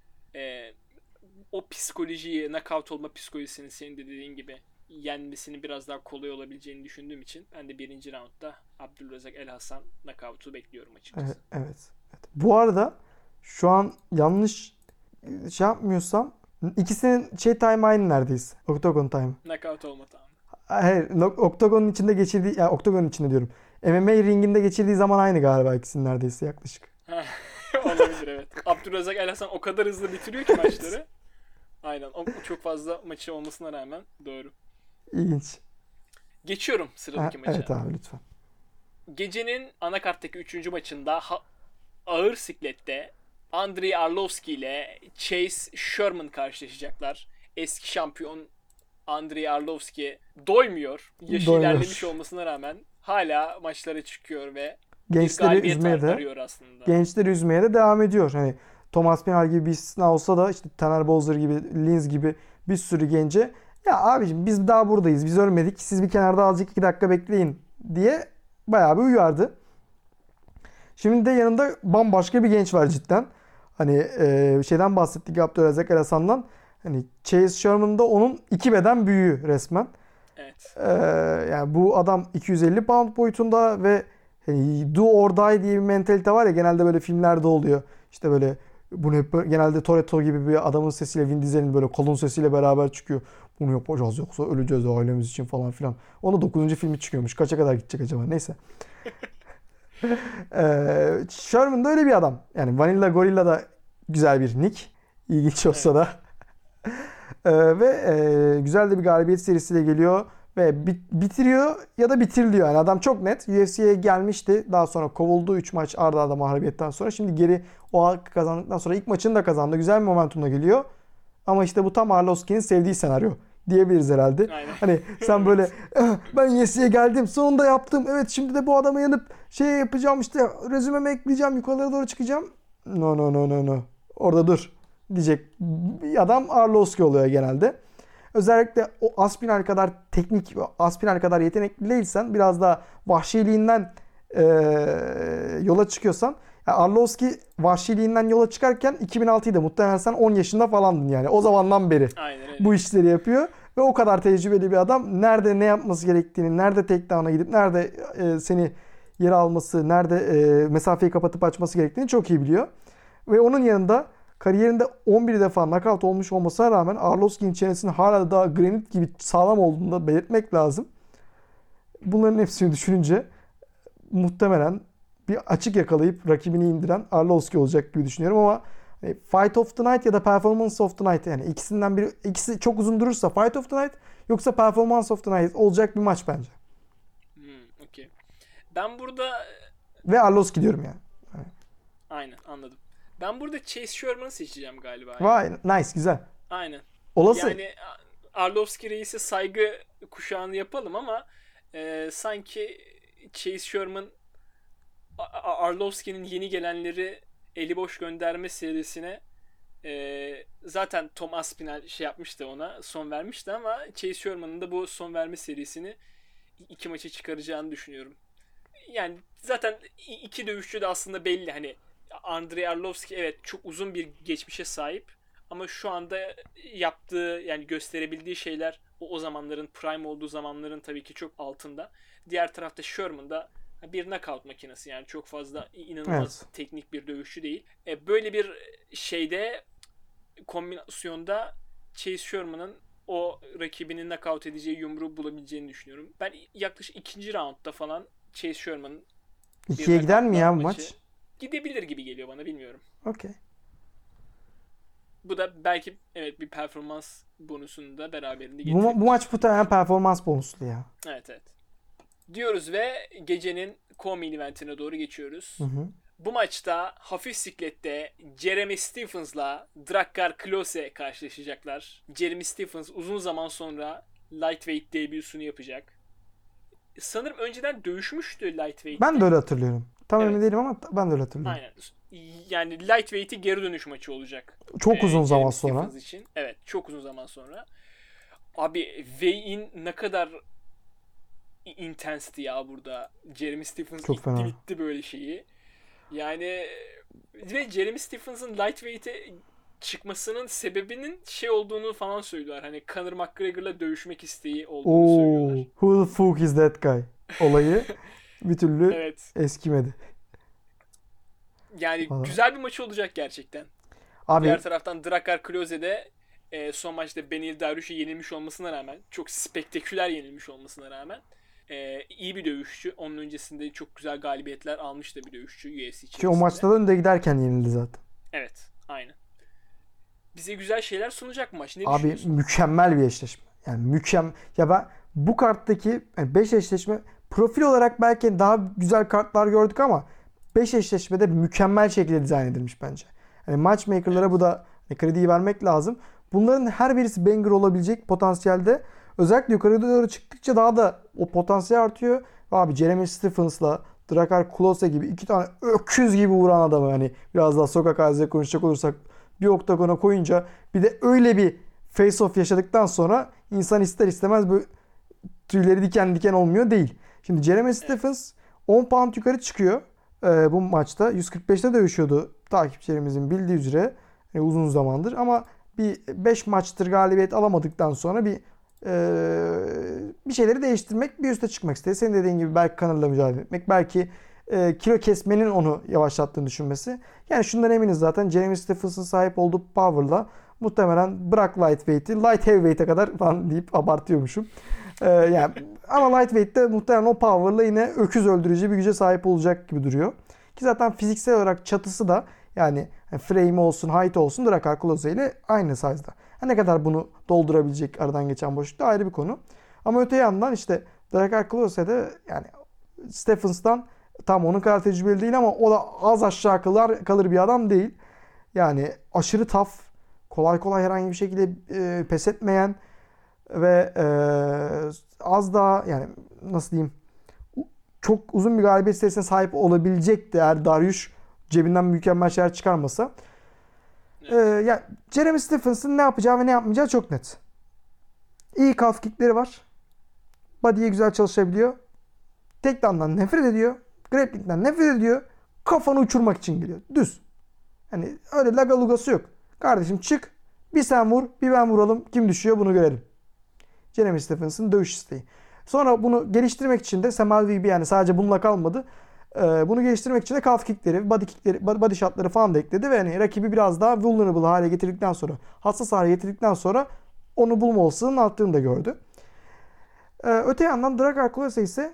o psikolojiyi, knockout olma psikolojisini senin de dediğin gibi yenmesini biraz daha kolay olabileceğini düşündüğüm için ben de birinci roundda Abdülrezzak Elhasan knockout'u bekliyorum açıkçası. Evet. Bu arada şu an yanlış şey yapmıyorsam ikisinin time aynı neredeyse. Octagon time. Knockout olma tamam. Hayır, Octagon'un içinde geçirdiği, yani Octagon'un içinde diyorum. MMA ringinde geçirdiği zaman aynı galiba ikisinin neredeyse yaklaşık. Olabilir evet. Abdülrezzak Elhasan o kadar hızlı bitiriyor ki maçları. Aynen. O çok fazla maçı olmasına rağmen doğru. İlginç. Geçiyorum sıradaki maça. Evet abi lütfen. Gecenin anakarttaki 3. maçında ağır siklette Andrei Arlovski ile Chase Sherman karşılaşacaklar. Eski şampiyon Andrei Arlovski doymuyor. Yaşı ilerlemiş olmasına rağmen hala maçlara çıkıyor ve gençleri üzmeye de arıyor aslında. Gençleri üzmeye de devam ediyor. Hani Thomas Pinal gibi bir istisna olsa da işte Tanner Bozer gibi, Linz gibi bir sürü gence ya abicim biz daha buradayız. Biz ölmedik. Siz bir kenarda azıcık 2 dakika bekleyin diye bayağı bir uyardı. Şimdi de yanında bambaşka bir genç var cidden. Hani şeyden bahsettik Abdülrezzak Elhasan'dan. Hani Chase Sherman da onun 2 beden büyüğü resmen. Evet. Yani bu adam 250 pound boyutunda ve do or die diye bir mentalite var ya genelde böyle filmlerde oluyor. İşte böyle bunu hep genelde Toretto gibi bir adamın sesiyle Vin Diesel'in böyle kalın sesiyle beraber çıkıyor. Bunu yapacağız yoksa öleceğiz ailemiz için falan filan. Onun 9. filmi çıkıyormuş. Kaça kadar gidecek acaba? Neyse. Sherman da öyle bir adam. Yani Vanilla Gorilla da güzel bir nick. İlginç olsa da. Ve güzel de bir galibiyet serisiyle geliyor. Ve bitiriyor ya da bitiriliyor. Yani adam çok net. UFC'ye gelmişti. Daha sonra kovuldu 3 maç arda arda mağlubiyetten sonra. Şimdi geri o hakkı kazandıktan sonra ilk maçını da kazandı. Güzel bir momentumla geliyor. Ama işte bu tam Arlovski'nin sevdiği senaryo diyebiliriz herhalde. Aynen. Hani sen böyle ben UFC'ye geldim sonunda yaptım. Evet şimdi de bu adama yanıp şey yapacağım işte rezümeme ekleyeceğim yukarılara doğru çıkacağım. No. Orada dur diyecek bir adam Arlovski oluyor genelde. Özellikle o Aspinall kadar teknik, Aspinall kadar yetenekli değilsen biraz daha vahşiliğinden yola çıkıyorsan yani Arlovski vahşiliğinden yola çıkarken 2006'ydı muhtemelen sen 10 yaşında falandın yani. O zamandan beri bu işleri yapıyor ve o kadar tecrübeli bir adam nerede ne yapması gerektiğini, nerede takedown'a gidip nerede seni yere alması, nerede mesafeyi kapatıp açması gerektiğini çok iyi biliyor. Ve onun yanında kariyerinde 11 defa knockout olmuş olmasına rağmen Arlovski'nin çenesinin hala daha granit gibi sağlam olduğunu da belirtmek lazım. Bunların hepsini düşününce muhtemelen bir açık yakalayıp rakibini indiren Arlovski olacak gibi düşünüyorum ama Fight of the Night ya da Performance of the Night yani ikisinden biri, ikisi çok uzun durursa Fight of the Night yoksa Performance of the Night olacak bir maç bence. Okay. Ben burada ve Arlovski diyorum yani. Aynen anladım. Ben burada Chase Sherman'ı seçeceğim galiba. Vay nice güzel. Aynen. Olası. Yani Arlovski reise saygı kuşağını yapalım ama sanki Chase Sherman Arlovski'nin yeni gelenleri eli boş gönderme serisine zaten Tom Aspinall şey yapmıştı ona son vermişti ama Chase Sherman'ın da bu son verme serisini 2 maça çıkaracağını düşünüyorum. Yani zaten iki dövüşçü de aslında belli hani Andrei Arlovski evet çok uzun bir geçmişe sahip ama şu anda yaptığı yani gösterebildiği şeyler o zamanların prime olduğu zamanların tabii ki çok altında. Diğer tarafta Sherman da bir knockout makinesi yani çok fazla inanılmaz teknik bir dövüşçü değil. Böyle bir şeyde kombinasyonda Chase Sherman'ın o rakibinin knockout edeceği yumruğu bulabileceğini düşünüyorum. Ben yaklaşık 2. roundda falan Chase Sherman'ın 2'ye gider mi ya bu maç? Gidebilir gibi geliyor bana bilmiyorum. Okey. Bu da belki evet bir performans bonusunu da beraberinde getirir. Bu maç muhtemelen performans bonuslu ya. Evet. Diyoruz ve gecenin co-main eventine doğru geçiyoruz. Hı. Bu maçta hafif siklette Jeremy Stephens'la Drakkar Klose karşılaşacaklar. Jeremy Stephens uzun zaman sonra lightweight debüsünü yapacak. Sanırım önceden dövüşmüştü lightweight'te. Ben de öyle hatırlıyorum. Tam emin değilim ama ben de öyle hatırlıyorum. Aynen. Yani lightweight'i geri dönüş maçı olacak. Çok uzun zaman sonra. Için. Evet, çok uzun zaman sonra. Abi weigh-in ne kadar intensti ya burada. Jeremy Stephens Çok itti fena. bitti böyle şeyi. Yani ve Jeremy Stephens'ın lightweight'e çıkmasının sebebinin şey olduğunu falan söylüyorlar. Hani Conor McGregor'la dövüşmek isteği olduğunu söylüyorlar. Who the fuck is that guy? Olayı bir türlü Evet. eskimedi. Yani Valla. güzel bir maç olacak gerçekten. Abi Diğer taraftan Drakkar Klose de son maçta Beneil Dariush'a yenilmiş olmasına rağmen, çok spektaküler yenilmiş olmasına rağmen iyi bir dövüşçü. Onun öncesinde çok güzel galibiyetler almış da bir dövüşçü UFC içerisinde. ki o maçta da önde giderken yenildi zaten. Evet, aynen. Bize güzel şeyler sunacak maç. Ne Abi düşünüyorsun? mükemmel bir eşleşme. Yani ya ben bu karttaki 5 eşleşme profil olarak belki daha güzel kartlar gördük ama 5 eşleşmede mükemmel şekilde dizayn edilmiş bence. Hani matchmaker'lara bu da krediyi vermek lazım. Bunların her birisi banger olabilecek potansiyelde. Özellikle yukarı doğru çıktıkça daha da o potansiyel artıyor. Abi Jeremy Stephens'la Drakkar Klose gibi iki tane öküz gibi vuran adamı, hani biraz daha sokak ağzıyla konuşacak olursak, bir oktagona koyunca bir de öyle bir face-off yaşadıktan sonra insan ister istemez böyle tüyleri diken diken olmuyor değil. Şimdi Jeremy Stephens 10 pound yukarı çıkıyor bu maçta. 145'te dövüşüyordu takipçilerimizin bildiği üzere uzun zamandır, ama bir 5 maçtır galibiyet alamadıktan sonra bir şeyleri değiştirmek, bir üste çıkmak istedi. Senin dediğin gibi belki Connor'la mücadele etmek, belki kilo kesmenin onu yavaşlattığını düşünmesi. Yani şundan eminiz zaten, Jeremy Stephens'ın sahip olduğu power'la muhtemelen bırak lightweight'i, light heavyweight'e kadar falan deyip abartıyormuşum. Yani ama lightweight'te muhtemelen o power'la yine öküz öldürücü bir güce sahip olacak gibi duruyor. Ki zaten fiziksel olarak çatısı da, yani frame olsun, height olsun, Drakkar Klose ile aynı size'da. Ne kadar bunu doldurabilecek aradan geçen boşlukta ayrı bir konu. Ama öte yandan işte Drakkar Klose de yani Stephens'tan tam onun kadar tecrübeli değil ama o da az aşağı kalır bir adam değil. Yani aşırı tough, kolay kolay herhangi bir şekilde pes etmeyen ve az daha, yani nasıl diyeyim, çok uzun bir galibiyet serisine sahip olabilecekti eğer Dariush cebinden mükemmel şeyler çıkarmasa. Yani Jeremy Stephens'ın ne yapacağı ve ne yapmayacağı çok net. İyi calf kickleri var. Body'ye güzel çalışabiliyor. Takedown'dan nefret ediyor. Grappling'den nefret ediyor. Kafanı uçurmak için geliyor. Düz. Hani öyle lagalugası yok. Kardeşim çık. Bir sen vur, bir ben vuralım. Kim düşüyor bunu görelim. Jeremy Stephens'ın dövüş isteği. Sonra bunu geliştirmek için de Semal Vig, yani sadece bununla kalmadı. Bunu geliştirmek için de calf kickleri, body kickleri, body shotları falan da ekledi ve hani rakibi biraz daha vulnerable hale getirdikten sonra, hassas hale getirdikten sonra onu bulma olasılığının arttığını da gördü. Öte yandan Drakkar Klose ise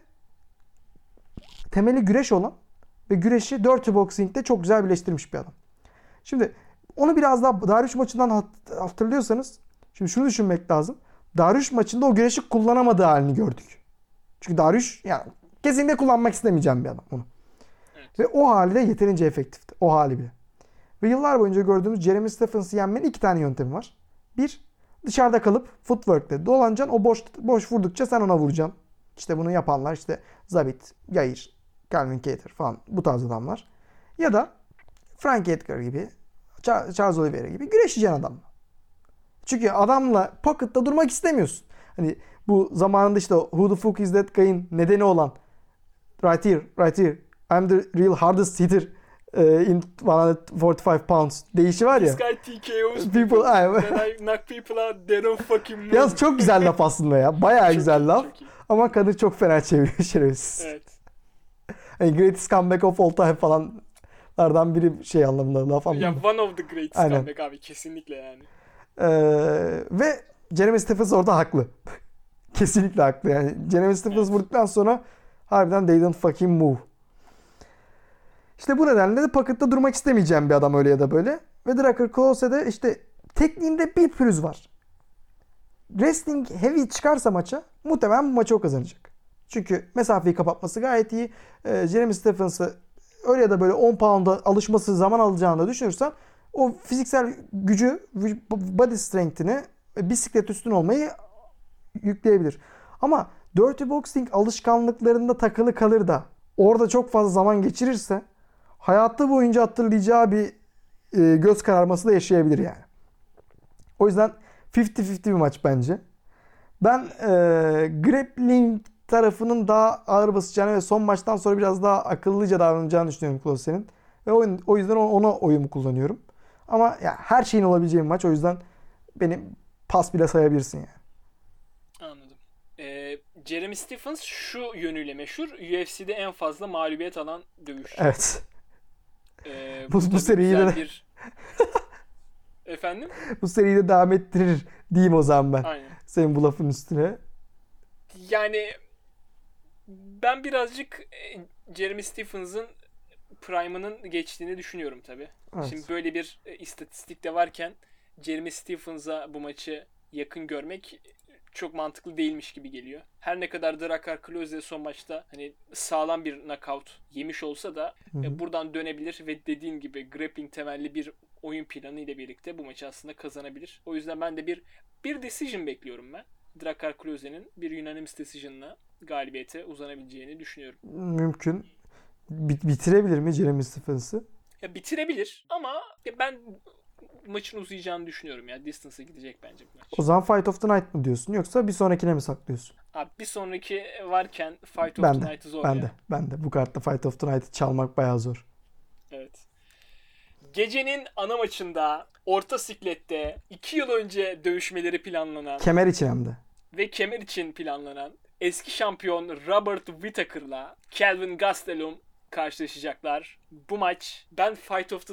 temeli güreş olan ve güreşi dirty boxing'de çok güzel birleştirmiş bir adam. Şimdi onu biraz daha Dariush maçından hatırlıyorsanız, şimdi şunu düşünmek lazım. Dariush maçında o güreşi kullanamadığı halini gördük. Çünkü Dariush yani kesinlikle kullanmak istemeyeceğim bir adam onu. Evet. Ve o hali de yeterince efektifti. O hali bile. Ve yıllar boyunca gördüğümüz Jeremy Stephens'ı yenmenin 2 tane yöntemi var. Bir, dışarıda kalıp footwork'te dolanacaksın. O boş vurdukça sen ona vuracaksın. İşte bunu yapanlar işte Zabit, Yair, Calvin Kattar falan, bu tarz adamlar. Ya da Frank Edgar gibi, Charles Oliveira gibi güreşeceksin adamla. Çünkü adamla pocket'ta durmak istemiyorsun. Hani bu zamanında işte Who the fuck is that guy'in nedeni olan right here, right here, I'm the real hardest hitter in 145 pounds deyişi var ya. This guy TKO's People, people. When I knock people out, they don't fucking move. Yalnız çok güzel laf aslında ya. Bayağı Çok güzel iyi, laf. çok iyi. Ama kadın çok fena çeviriyor şerefsiz. Evet. Hani greatest comeback of all time falanlardan biri şey anlamında, laf Ya anlamında. one of the greatest Aynen. comeback abi, kesinlikle yani. Ve Jeremy Stephens orada haklı. Kesinlikle haklı yani. Jeremy Stephens vurduktan sonra harbiden they don't fucking move. İşte bu nedenle de pocket'ta durmak istemeyeceğim bir adam öyle ya da böyle. Ve Drakkar Klose'de işte tekniğinde bir pürüz var. Wrestling heavy çıkarsa maça muhtemelen bu maçı o kazanacak. Çünkü mesafeyi kapatması gayet iyi. Jeremy Stephens'ı öyle ya da böyle 10 pound'a alışması zaman alacağını da düşünürsen o fiziksel gücü, body strength'ini, bisiklet üstün olmayı yükleyebilir. Ama dirty boxing alışkanlıklarında takılı kalır da orada çok fazla zaman geçirirse hayatı boyunca hatırlayacağı bir göz kararması da yaşayabilir yani. O yüzden 50-50 bir maç bence. Ben grappling tarafının daha ağır basacağını ve son maçtan sonra biraz daha akıllıca davranacağını düşünüyorum Klose'nin. Ve o yüzden ona oyumu kullanıyorum. Ama ya her şeyin olabileceği bir maç. O yüzden benim pas bile sayabilirsin yani. Anladım. Jeremy Stephens şu yönüyle meşhur. UFC'de en fazla mağlubiyet alan dövüşçü. Evet. Bu Bu seriyi de Efendim? bu seriyi de devam ettirir diyeyim o zaman ben. Aynen. Senin bu lafın üstüne. Yani ben birazcık Jeremy Stephens'ın prime'ının geçtiğini düşünüyorum tabii. Evet. Şimdi böyle bir istatistik de varken Jeremy Stephens'a bu maçı yakın görmek çok mantıklı değilmiş gibi geliyor. Her ne kadar Drakkar Klose son maçta hani sağlam bir knockout yemiş olsa da buradan dönebilir ve dediğin gibi grappling temelli bir oyun planı ile birlikte bu maçı aslında kazanabilir. O yüzden ben de bir decision bekliyorum ben. Drakkar Klose'nin bir unanimous decision'la galibiyete uzanabileceğini düşünüyorum. Mümkün. Bitirebilir mi Jeremy Stephens'ı? Ya bitirebilir ama ben maçın uzayacağını düşünüyorum ya. Distance'a gidecek bence bu maç. O zaman Fight of the Night mı diyorsun yoksa bir sonrakine mi saklıyorsun? Abi bir sonraki varken Fight of Ben the de. Night'ı zor Ben ya. de. Ben de. Bu kartta Fight of the Night'ı çalmak bayağı zor. Evet. Gecenin ana maçında orta siklette 2 yıl önce dövüşmeleri planlanan Kemer için hem de. ve kemer için planlanan eski şampiyon Robert Whittaker'la Kelvin Gastelum karşılaşacaklar. Bu maç ben Fight of the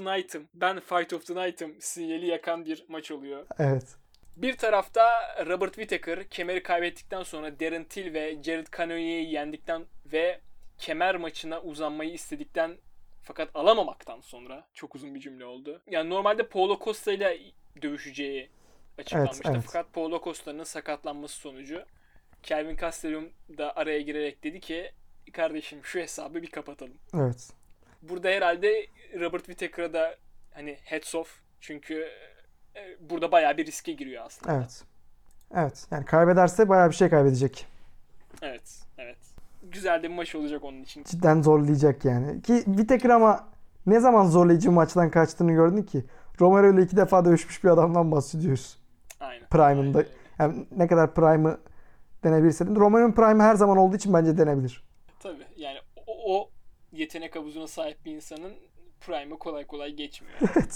Night'ım sinyali yakan bir maç oluyor. Evet. Bir tarafta Robert Whittaker kemeri kaybettikten sonra Darren Till ve Jared Cannonier'i yendikten ve kemer maçına uzanmayı istedikten fakat alamamaktan sonra çok uzun bir cümle oldu. Yani normalde Paulo Costa ile dövüşeceği açıklanmıştı. Evet. Fakat Paulo Costa'nın sakatlanması sonucu Kelvin Gastelum da araya girerek dedi ki kardeşim şu hesabı bir kapatalım. Evet. Burada herhalde Robert Whittaker'a da hani heads off çünkü burada bayağı bir riske giriyor aslında. Evet. Evet. Yani kaybederse bayağı bir şey kaybedecek. Evet. Güzel de bir maç olacak onun için. Cidden zorlayacak yani. Ki Whittaker ama ne zaman zorlayıcı maçtan kaçtığını gördün ki. Romero ile 2 defa dövüşmüş bir adamdan bahsediyoruz. Aynen. Prime'ında. Aynen. Yani ne kadar prime'ı denebilirse de. Romero'nun prime'ı her zaman olduğu için bence denebilir. Tabii yani o yetenek havuzuna sahip bir insanın prime'ı kolay kolay geçmiyor. Evet.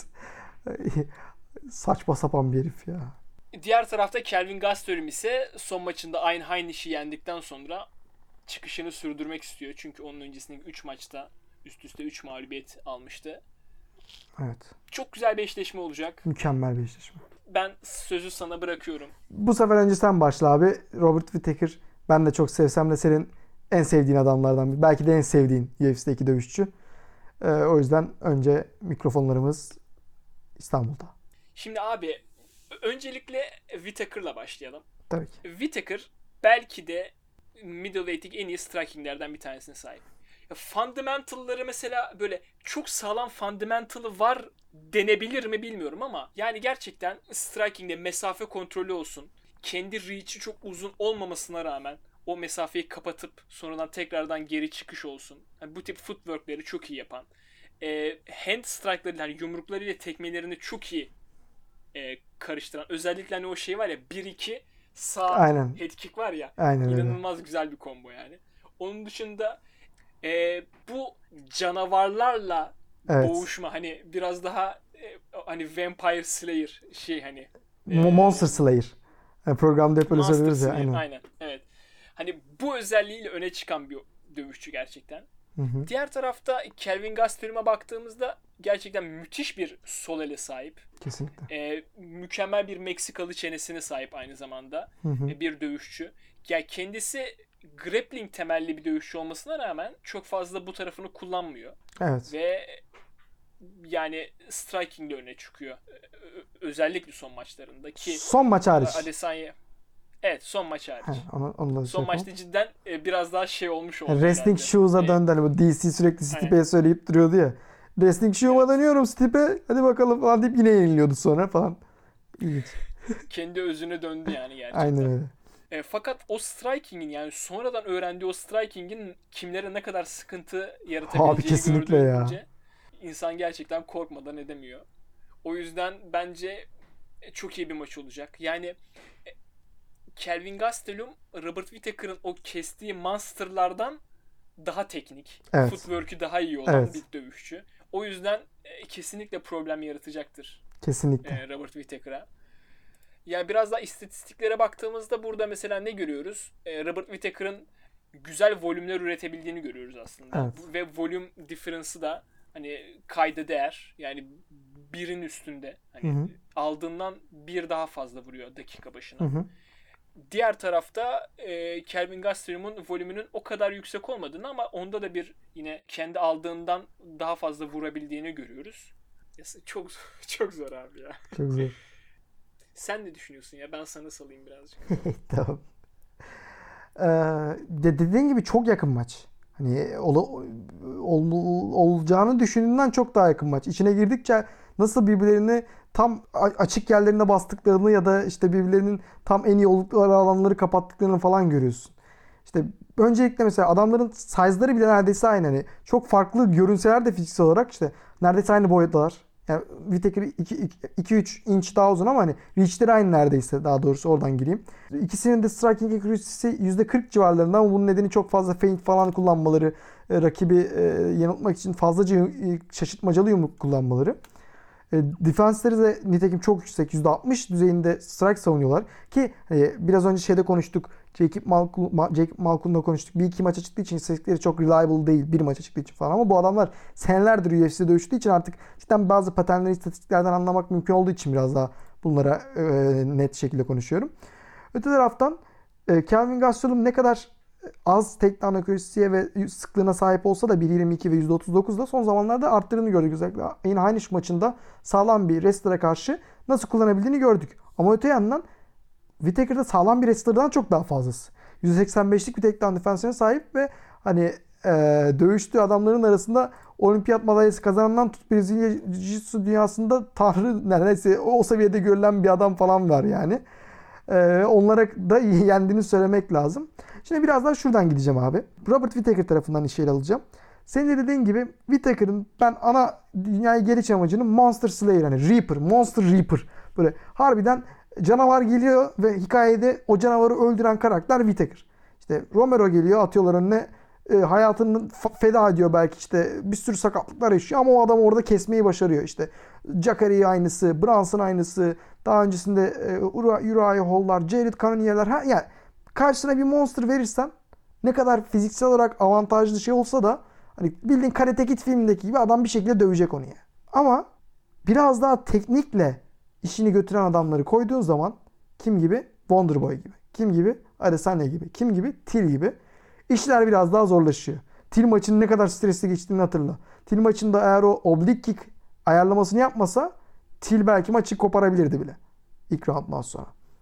Saçma sapan bir herif ya. Diğer tarafta Kelvin Gastelum ise son maçında Heinrich'i yendikten sonra çıkışını sürdürmek istiyor. Çünkü onun öncesindeki 3 maçta üst üste 3 mağlubiyet almıştı. Evet. Çok güzel bir eşleşme olacak. Mükemmel bir eşleşme. Ben sözü sana bırakıyorum. Bu sefer önce sen başla abi. Robert Whittaker ben de çok sevsem de senin en sevdiğin adamlardan biri. Belki de en sevdiğin UFC'deki dövüşçü. O yüzden önce mikrofonlarımız İstanbul'da. Şimdi abi öncelikle Whittaker'la başlayalım. Tabii ki. Whittaker belki de middleweight'teki en iyi strikinglerden bir tanesine sahip. Ya fundamental'ları mesela böyle çok sağlam fundamental'ı var denebilir mi bilmiyorum ama yani gerçekten striking'de mesafe kontrolü olsun. Kendi reach'i çok uzun olmamasına rağmen o mesafeyi kapatıp sonradan tekrardan geri çıkış olsun. Yani bu tip footwork'leri çok iyi yapan. Hand strike'ları yani yumruklarıyla tekmelerini çok iyi karıştıran. Özellikle hani o şey var ya 1-2 sağ Aynen. head kick var ya. Aynen öyle. İnanılmaz güzel bir combo yani. Onun dışında bu canavarlarla Evet. boğuşma hani biraz daha hani Vampire Slayer şey hani Monster Slayer. Yani programda hep öyle Monster söylüyoruz ya. Slayer, Aynen. aynen. Evet. Hani bu özelliğiyle öne çıkan bir dövüşçü gerçekten. Hı. Diğer tarafta Kelvin Gastelum'a baktığımızda gerçekten müthiş bir sol ele sahip. Kesinlikle. Mükemmel bir Meksikalı çenesine sahip aynı zamanda bir dövüşçü. Yani kendisi grappling temelli bir dövüşçü olmasına rağmen çok fazla bu tarafını kullanmıyor. Evet. Ve yani striking de öne çıkıyor. Özellikle son maçlarında ki Son maç hariç. Adesanya evet son maç hariç. Onu da Son maçta cidden biraz daha şey olmuş oldu. Wrestling Shoes'a döndü. Hani bu DC sürekli Stipe'ye söyleyip duruyordu ya. Wrestling Shoes'a dönüyorum Stipe. Hadi bakalım falan deyip yine yeniliyordu sonra falan. İlginç. Kendi özüne döndü yani gerçekten. Aynen öyle. Fakat o striking'in yani sonradan öğrendiği o striking'in kimlere ne kadar sıkıntı yaratabileceğini gördüğünce insan gerçekten korkmadan edemiyor. O yüzden bence çok iyi bir maç olacak. Yani Kelvin Gastelum Robert Whittaker'ın o kestiği monsterlardan daha teknik. Evet. Footwork'ü daha iyi olan bir dövüşçü. O yüzden kesinlikle problem yaratacaktır. Kesinlikle. Robert Whittaker'a. Yani biraz daha istatistiklere baktığımızda burada mesela ne görüyoruz? Robert Whittaker'ın güzel volümler üretebildiğini görüyoruz aslında. Evet. Ve volüm difference'ı da hani kayda değer. Yani birin üstünde. Hani aldığından bir daha fazla vuruyor dakika başına. Diğer tarafta Kelvin Gastelum'un volümünün o kadar yüksek olmadığını ama onda da bir yine kendi aldığından daha fazla vurabildiğini görüyoruz. Çok çok zor abi ya. Çok zor. Sen ne düşünüyorsun ya? Ben sana salayım birazcık. Tamam. Dediğin gibi çok yakın maç. Hani olacağını düşündüğünden çok daha yakın maç. İçine girdikçe nasıl birbirlerini tam açık yerlerine bastıklarını ya da işte birbirlerinin tam en iyi oldukları alanları kapattıklarını falan görüyorsun. İşte öncelikle mesela adamların size'ları bile neredeyse aynı. Hani çok farklı görünseler de fiziksel olarak işte neredeyse aynı boyutalar. Yani Whittaker 2-3 inç daha uzun ama hani reach'leri aynı neredeyse, daha doğrusu oradan gireyim. İkisinin de striking accuracy'si %40 civarlarında ama bunun nedeni çok fazla feint falan kullanmaları, rakibi yanıltmak için fazlaca şaşırtmacalı yumruk kullanmaları. Defensleri de nitekim çok yüksek. %60 düzeyinde strike savunuyorlar. Ki biraz önce şeyde konuştuk. Jacob Malkoun'la konuştuk. Bir iki maça çıktığı için istatistikleri çok reliable değil. Bir maça çıktığı için falan. Ama bu adamlar senelerdir UFC'de dövüştüğü için artık cidden bazı paternleri istatistiklerden anlamak mümkün olduğu için biraz daha bunlara net şekilde konuşuyorum. Öte taraftan Kelvin Gastelum ne kadar az takedown accuracy'ye ve sıklığına sahip olsa da 1.22 ve %39'da son zamanlarda arttırdığını gördük. Özellikle yine Heinisch maçında sağlam bir wrestler'a karşı nasıl kullanabildiğini gördük. Ama öte yandan Whittaker'da sağlam bir wrestler'dan çok daha fazlası. %85'lik bir takedown defensine sahip ve hani dövüştüğü adamların arasında olimpiyat madalyası kazanandan tut Brezilya Jiu-Jitsu dünyasında tanrı neredeyse o seviyede görülen bir adam falan var yani. Onlara da yendiğini söylemek lazım. Şimdi biraz daha şuradan gideceğim abi. Robert Whittaker tarafından işe alacağım. Senin de dediğin gibi Whittaker'ın ben ana dünyayı geliş amacını Monster Slayer, hani Reaper, Monster Reaper. Böyle harbiden canavar geliyor ve hikayede o canavarı öldüren karakter Whittaker. İşte Romero geliyor, atıyorlar önüne, hayatını feda ediyor belki, işte bir sürü sakatlıklar yaşıyor ama o adam orada kesmeyi başarıyor. İşte Jacare aynısı, Brunson aynısı, daha öncesinde Uriah Hall'lar, Jared Cannonier'ler, yani karşısına bir monster verirsen ne kadar fiziksel olarak avantajlı şey olsa da hani bildiğin Karate Kid filmindeki gibi adam bir şekilde dövecek onu ya. Ama biraz daha teknikle işini götüren adamları koyduğun zaman kim gibi? Wonderboy gibi. Kim gibi? Adesanya gibi. Kim gibi? Till gibi. İşler biraz daha zorlaşıyor. Till maçının ne kadar stresli geçtiğini hatırla. Till maçında eğer o oblique kick ayarlamasını yapmasa Till belki maçı koparabilirdi bile. İlk rounddan sonra.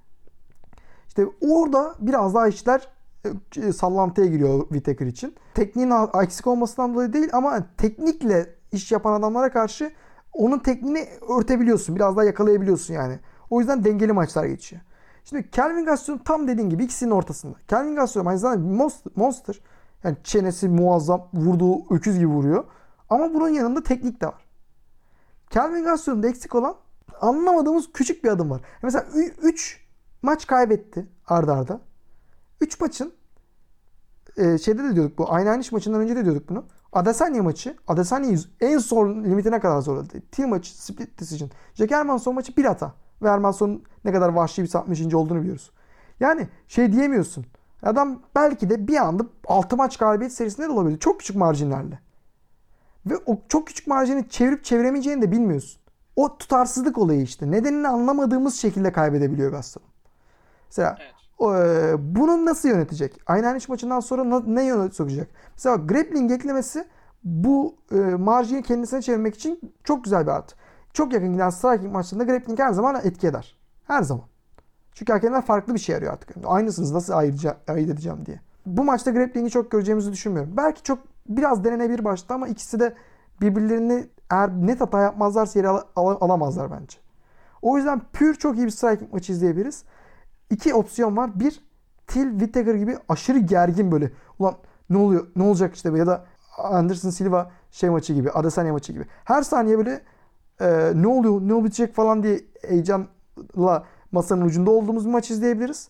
İşte orada biraz daha işler sallantıya giriyor Whittaker için. Tekniğin eksik olmasından dolayı değil ama teknikle iş yapan adamlara karşı onun tekniğini örtebiliyorsun. Biraz daha yakalayabiliyorsun yani. O yüzden dengeli maçlar geçiyor. Şimdi Kelvin Gastelum tam dediğin gibi ikisinin ortasında. Kelvin Gastelum aynı zamanda bir monster. Yani çenesi muazzam, vurduğu öküz gibi vuruyor. Ama bunun yanında teknik de var. Kelvin Gastelum'da eksik olan anlamadığımız küçük bir adım var. Mesela 3 maç kaybetti arda arda. 3 maçın şeyde de diyorduk bu. Aynı maçından önce de diyorduk bunu. Adesanya maçı. Adesanya'yı en son limitine kadar zorladı. Till maçı, split decision. Jack Hermansson maçı bir hata. Ve Hermansson'un ne kadar vahşi bir sapmışıncı olduğunu biliyoruz. Yani şey diyemiyorsun. Adam belki de bir anda 6 maç galibiyet serisinde de olabilir. Çok küçük marjinlerle. Ve o çok küçük marjini çevirip çeviremeyeceğini de bilmiyorsun. O tutarsızlık olayı işte. Nedenini anlamadığımız şekilde kaybedebiliyor Gastelum. Mesela bunu nasıl yönetecek? Aynı maçından sonra ne yöne sokacak? Mesela grappling eklemesi bu marjini kendisine çevirmek için çok güzel bir artı. Çok yakın giden striking maçlarında grappling her zaman etki eder. Her zaman. Çünkü hakemler farklı bir şey arıyor artık. Aynısınız, nasıl ayırt edeceğim diye. Bu maçta grappling'i çok göreceğimizi düşünmüyorum. Belki çok biraz denenebilir başta ama ikisi de birbirlerini eğer net hata yapmazlarsa yeri alamazlar bence. O yüzden çok iyi bir striking maçı izleyebiliriz. 2 opsiyon var. Bir, Till Whittaker gibi aşırı gergin böyle. Ulan ne oluyor? Ne olacak işte? Ya da Anderson Silva maçı gibi. Adesanya maçı gibi. Her saniye böyle ne oluyor? Ne bitecek falan diye heyecanla masanın ucunda olduğumuz bir maç izleyebiliriz.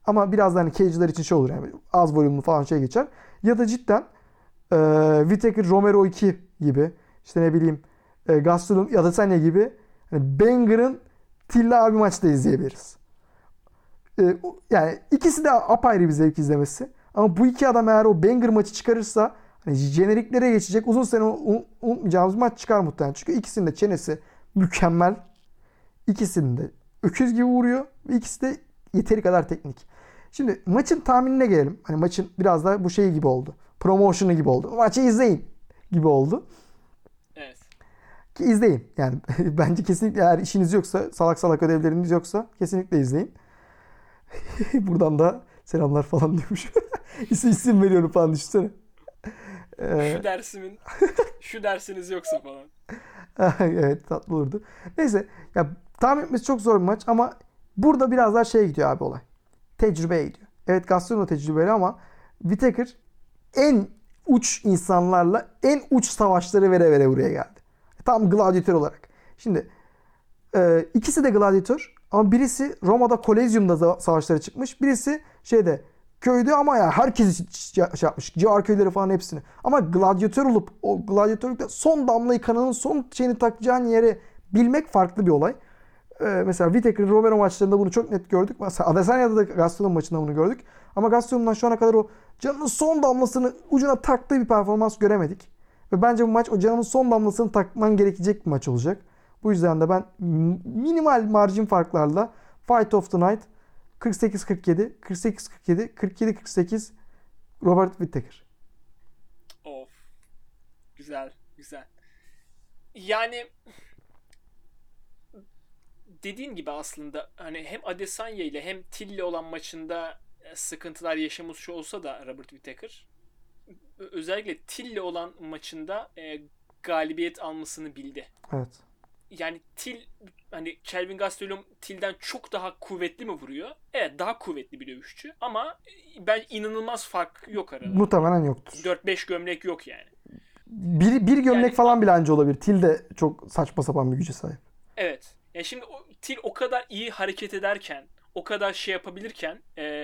Ama biraz da hani cage'ler için şey olur yani az volümlü falan şey geçer. Ya da cidden Whittaker Romero 2 gibi işte ne bileyim Gastelum ya da Sanya gibi hani Banger'ın Tilla abi maçta izleyebiliriz. Yani ikisi de apayrı bir zevk izlemesi. Ama bu iki adam eğer o Banger maçı çıkarırsa hani jeneriklere geçecek uzun sene unutmayacağımız maç çıkar muhtemelen. Çünkü ikisinin de çenesi mükemmel. İkisinin de öküz gibi vuruyor ve ikisi de yeteri kadar teknik. Şimdi maçın tahminine gelelim. Hani maçın biraz da bu şey gibi oldu. Promotion'ı gibi oldu. Maçı izleyin gibi oldu. Evet. Ki izleyin. Yani bence kesinlikle eğer işiniz yoksa, salak salak ödevleriniz yoksa kesinlikle izleyin. Buradan da selamlar falan diyormuş. İsim veriyorum falan düşünsene. Şu dersiniz yoksa falan. Evet tatlı olurdu. Neyse ya tahmin etmesi çok zor bir maç ama burada biraz daha şeye gidiyor abi olay. Tecrübeye gidiyor. Evet Gaston da tecrübeli ama Whittaker en uç insanlarla en uç savaşları vere vere buraya geldi. Tam gladyatör olarak. Şimdi ikisi de gladyatör ama birisi Roma'da Kolezyum'da savaşlara çıkmış. Birisi şeyde köyde ama ya herkes şey yapmış. Civar köyleri falan hepsini. Ama gladyatör olup o gladyatörlükte son damlayı kanının son şeyini takacağın yere bilmek farklı bir olay. Mesela Whittaker'ın Romero maçlarında bunu çok net gördük. Mesela Adesanya'da da Gastelum maçında bunu gördük. Ama Gastelum'dan şu ana kadar o canının son damlasını ucuna taktığı bir performans göremedik. Ve bence bu maç o canının son damlasını takman gerekecek bir maç olacak. Bu yüzden de ben minimal marjin farklarla Fight of the Night 48-47, 48-47, 47-48 Robert Whittaker. Of. Güzel, güzel. Yani dediğin gibi aslında hani hem Adesanya ile hem Till'le olan maçında sıkıntılar yaşamış olsa da Robert Whittaker özellikle Till'le olan maçında galibiyet almasını bildi. Evet. Yani Till hani Kelvin Gastelum Till'den çok daha kuvvetli mi vuruyor? Evet daha kuvvetli bir dövüşçü ama ben inanılmaz fark yok arada. Muhtemelen yoktur. 4-5 gömlek yok yani. Bir gömlek Yani, falan bile anca olabilir. Till de çok saçma sapan bir güce sahip. Evet. Yani şimdi Till o kadar iyi hareket ederken, o kadar şey yapabilirken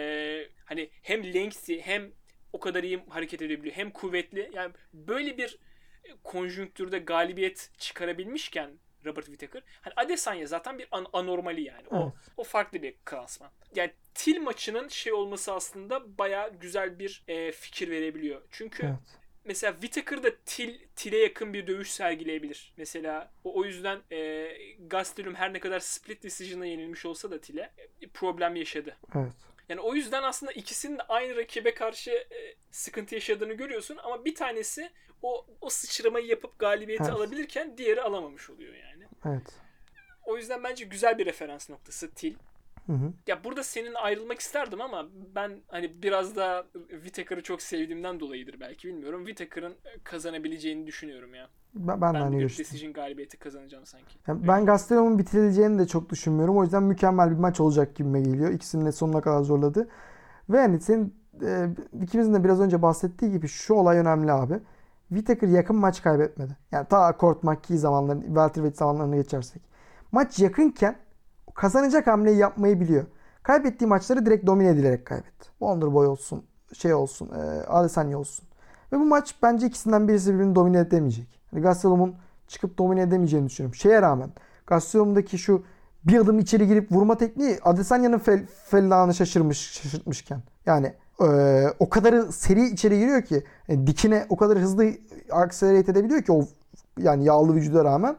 hani hem lengthy hem o kadar iyi hareket edebiliyor hem kuvvetli. Yani böyle bir konjonktürde galibiyet çıkarabilmişken Robert Whittaker. Hani Adesanya zaten bir anormali yani. Evet. O farklı bir klasman. Yani Till maçının şey olması aslında baya güzel bir fikir verebiliyor. Çünkü Evet. mesela Whittaker da Till'e yakın bir dövüş sergileyebilir. Mesela o yüzden Gastelum her ne kadar split decision'a yenilmiş olsa da Till'e problem yaşadı. Evet. Yani o yüzden aslında ikisinin de aynı rakibe karşı sıkıntı yaşadığını görüyorsun ama bir tanesi o sıçramayı yapıp galibiyeti alabilirken diğeri alamamış oluyor yani. Evet. O yüzden bence güzel bir referans noktası Till. Hı hı. Ya burada seninle ayrılmak isterdim ama ben hani biraz da Whittaker'ı çok sevdiğimden dolayıdır belki bilmiyorum. Whittaker'ın kazanabileceğini düşünüyorum ya. Ben de Ben aynı bir görüşteyim. decision galibiyeti kazanacağım sanki. Yani ben Gastelum'un bitirileceğini de çok düşünmüyorum. O yüzden mükemmel bir maç olacak gibime geliyor. İkisinin de sonuna kadar zorladı. Ve yani senin ikimizin de biraz önce bahsettiği gibi şu olay önemli abi. Whittaker yakın maç kaybetmedi. Yani ta Court McKee zamanlarını, welterweight zamanlarını geçersek. Maç yakınken kazanacak hamleyi yapmayı biliyor. Kaybettiği maçları direkt domine edilerek kaybetti. Wonderboy olsun, şey olsun, Adesanya olsun. Ve bu maç bence ikisinden birisi birbirini domine edemeyecek. Yani Gastelum'un çıkıp domine edemeyeceğini düşünüyorum. Şeye rağmen Gastelum'daki şu bir adım içeri girip vurma tekniği Adesanya'nın fellahını şaşırtmışken. Yani o kadar seri içeri giriyor ki dikine o kadar hızlı akselerate edebiliyor ki o yani yağlı vücuda rağmen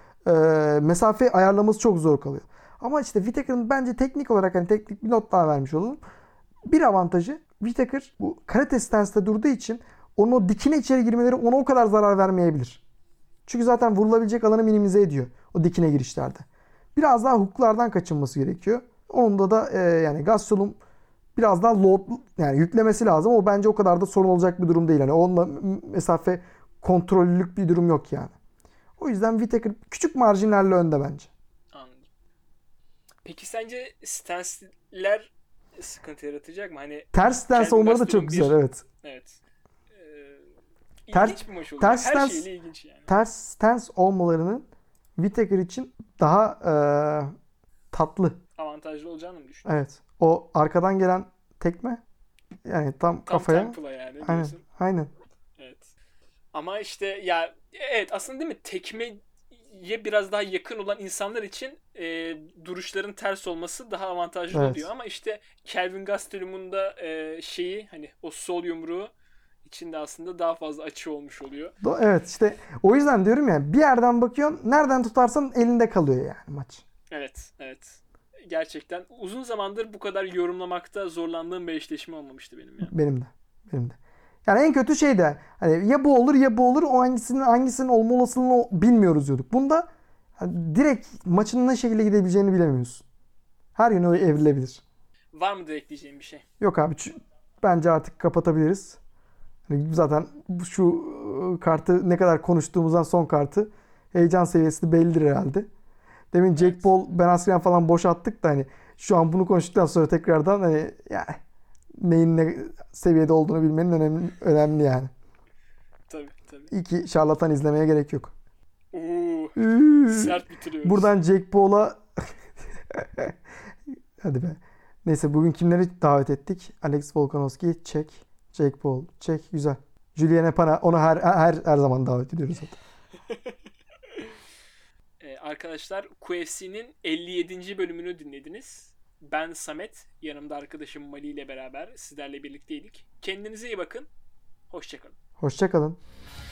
mesafe ayarlaması çok zor kalıyor. Ama işte Whittaker'ın bence teknik olarak hani teknik bir not daha vermiş olalım. Bir avantajı Whittaker bu karate stance'da durduğu için onun o dikine içeri girmeleri ona o kadar zarar vermeyebilir. Çünkü zaten vurulabilecek alanı minimize ediyor o dikine girişlerde. Biraz daha hooklardan kaçınması gerekiyor. Onda da yani Gastelum biraz daha load yani yüklemesi lazım. O bence o kadar da sorun olacak bir durum değil. Yani onunla mesafe kontrollülük bir durum yok yani. O yüzden Whittaker küçük marjinlerle önde bence. Anladım. Peki sence stance'ler sıkıntı yaratacak mı? Hani ters stance olmaları da çok güzel, evet. Evet. Ters, İlginç bir maç olacak. ters Her stance, şeyle ilginç yani. Ters stance olmalarının Whittaker için daha tatlı. Avantajlı olacağını mı düşünüyorsun? Evet. O arkadan gelen tekme. Yani tam Tam kafaya. Temple'a yani Aynen. diyorsun. Aynen. Evet. Ama işte ya evet aslında değil mi tekmeye biraz daha yakın olan insanlar için duruşların ters olması daha avantajlı Evet. oluyor. Ama işte Kelvin Gastelum'un da şeyi hani o sol yumruğu içinde aslında daha fazla açı olmuş oluyor. Evet işte o yüzden diyorum ya bir yerden bakıyorsun nereden tutarsan elinde kalıyor yani maç. Evet, evet. Gerçekten uzun zamandır bu kadar yorumlamakta zorlandığım bir eşleşme olmamıştı benim ya. Benim de. Benim de. Yani en kötü şey de hani ya bu olur ya bu olur o hangisinin olma olasılığını bilmiyoruz diyorduk. Bunda direkt maçın ne şekilde gidebileceğini bilemiyorsun. Her yöne evrilebilir. Var mı direkt diyeceğim bir şey? Yok abi bence artık kapatabiliriz. Hani zaten şu kartı ne kadar konuştuğumuzdan son kartı heyecan seviyesi de bellidir herhalde. Demin Jake Evet. Paul, Ben Askren falan boş attık da hani şu an bunu konuştuktan sonra tekrardan hani ya neyin ne seviyede olduğunu bilmenin önemli yani. Tabii, tabii. İyi ki şarlatan izlemeye gerek yok. Sert bitiriyoruz. Buradan Jake Paul'a hadi be. Neyse bugün kimleri davet ettik? Alex Volkanovski, çek. Jake Paul, çek. Güzel. Julian Epana onu her zaman davet ediyoruz zaten. Arkadaşlar QFC'nin 57. bölümünü dinlediniz. Ben Samet, yanımda arkadaşım Mali ile beraber sizlerle birlikteydik. Kendinize iyi bakın. Hoşçakalın. Hoşça kalın.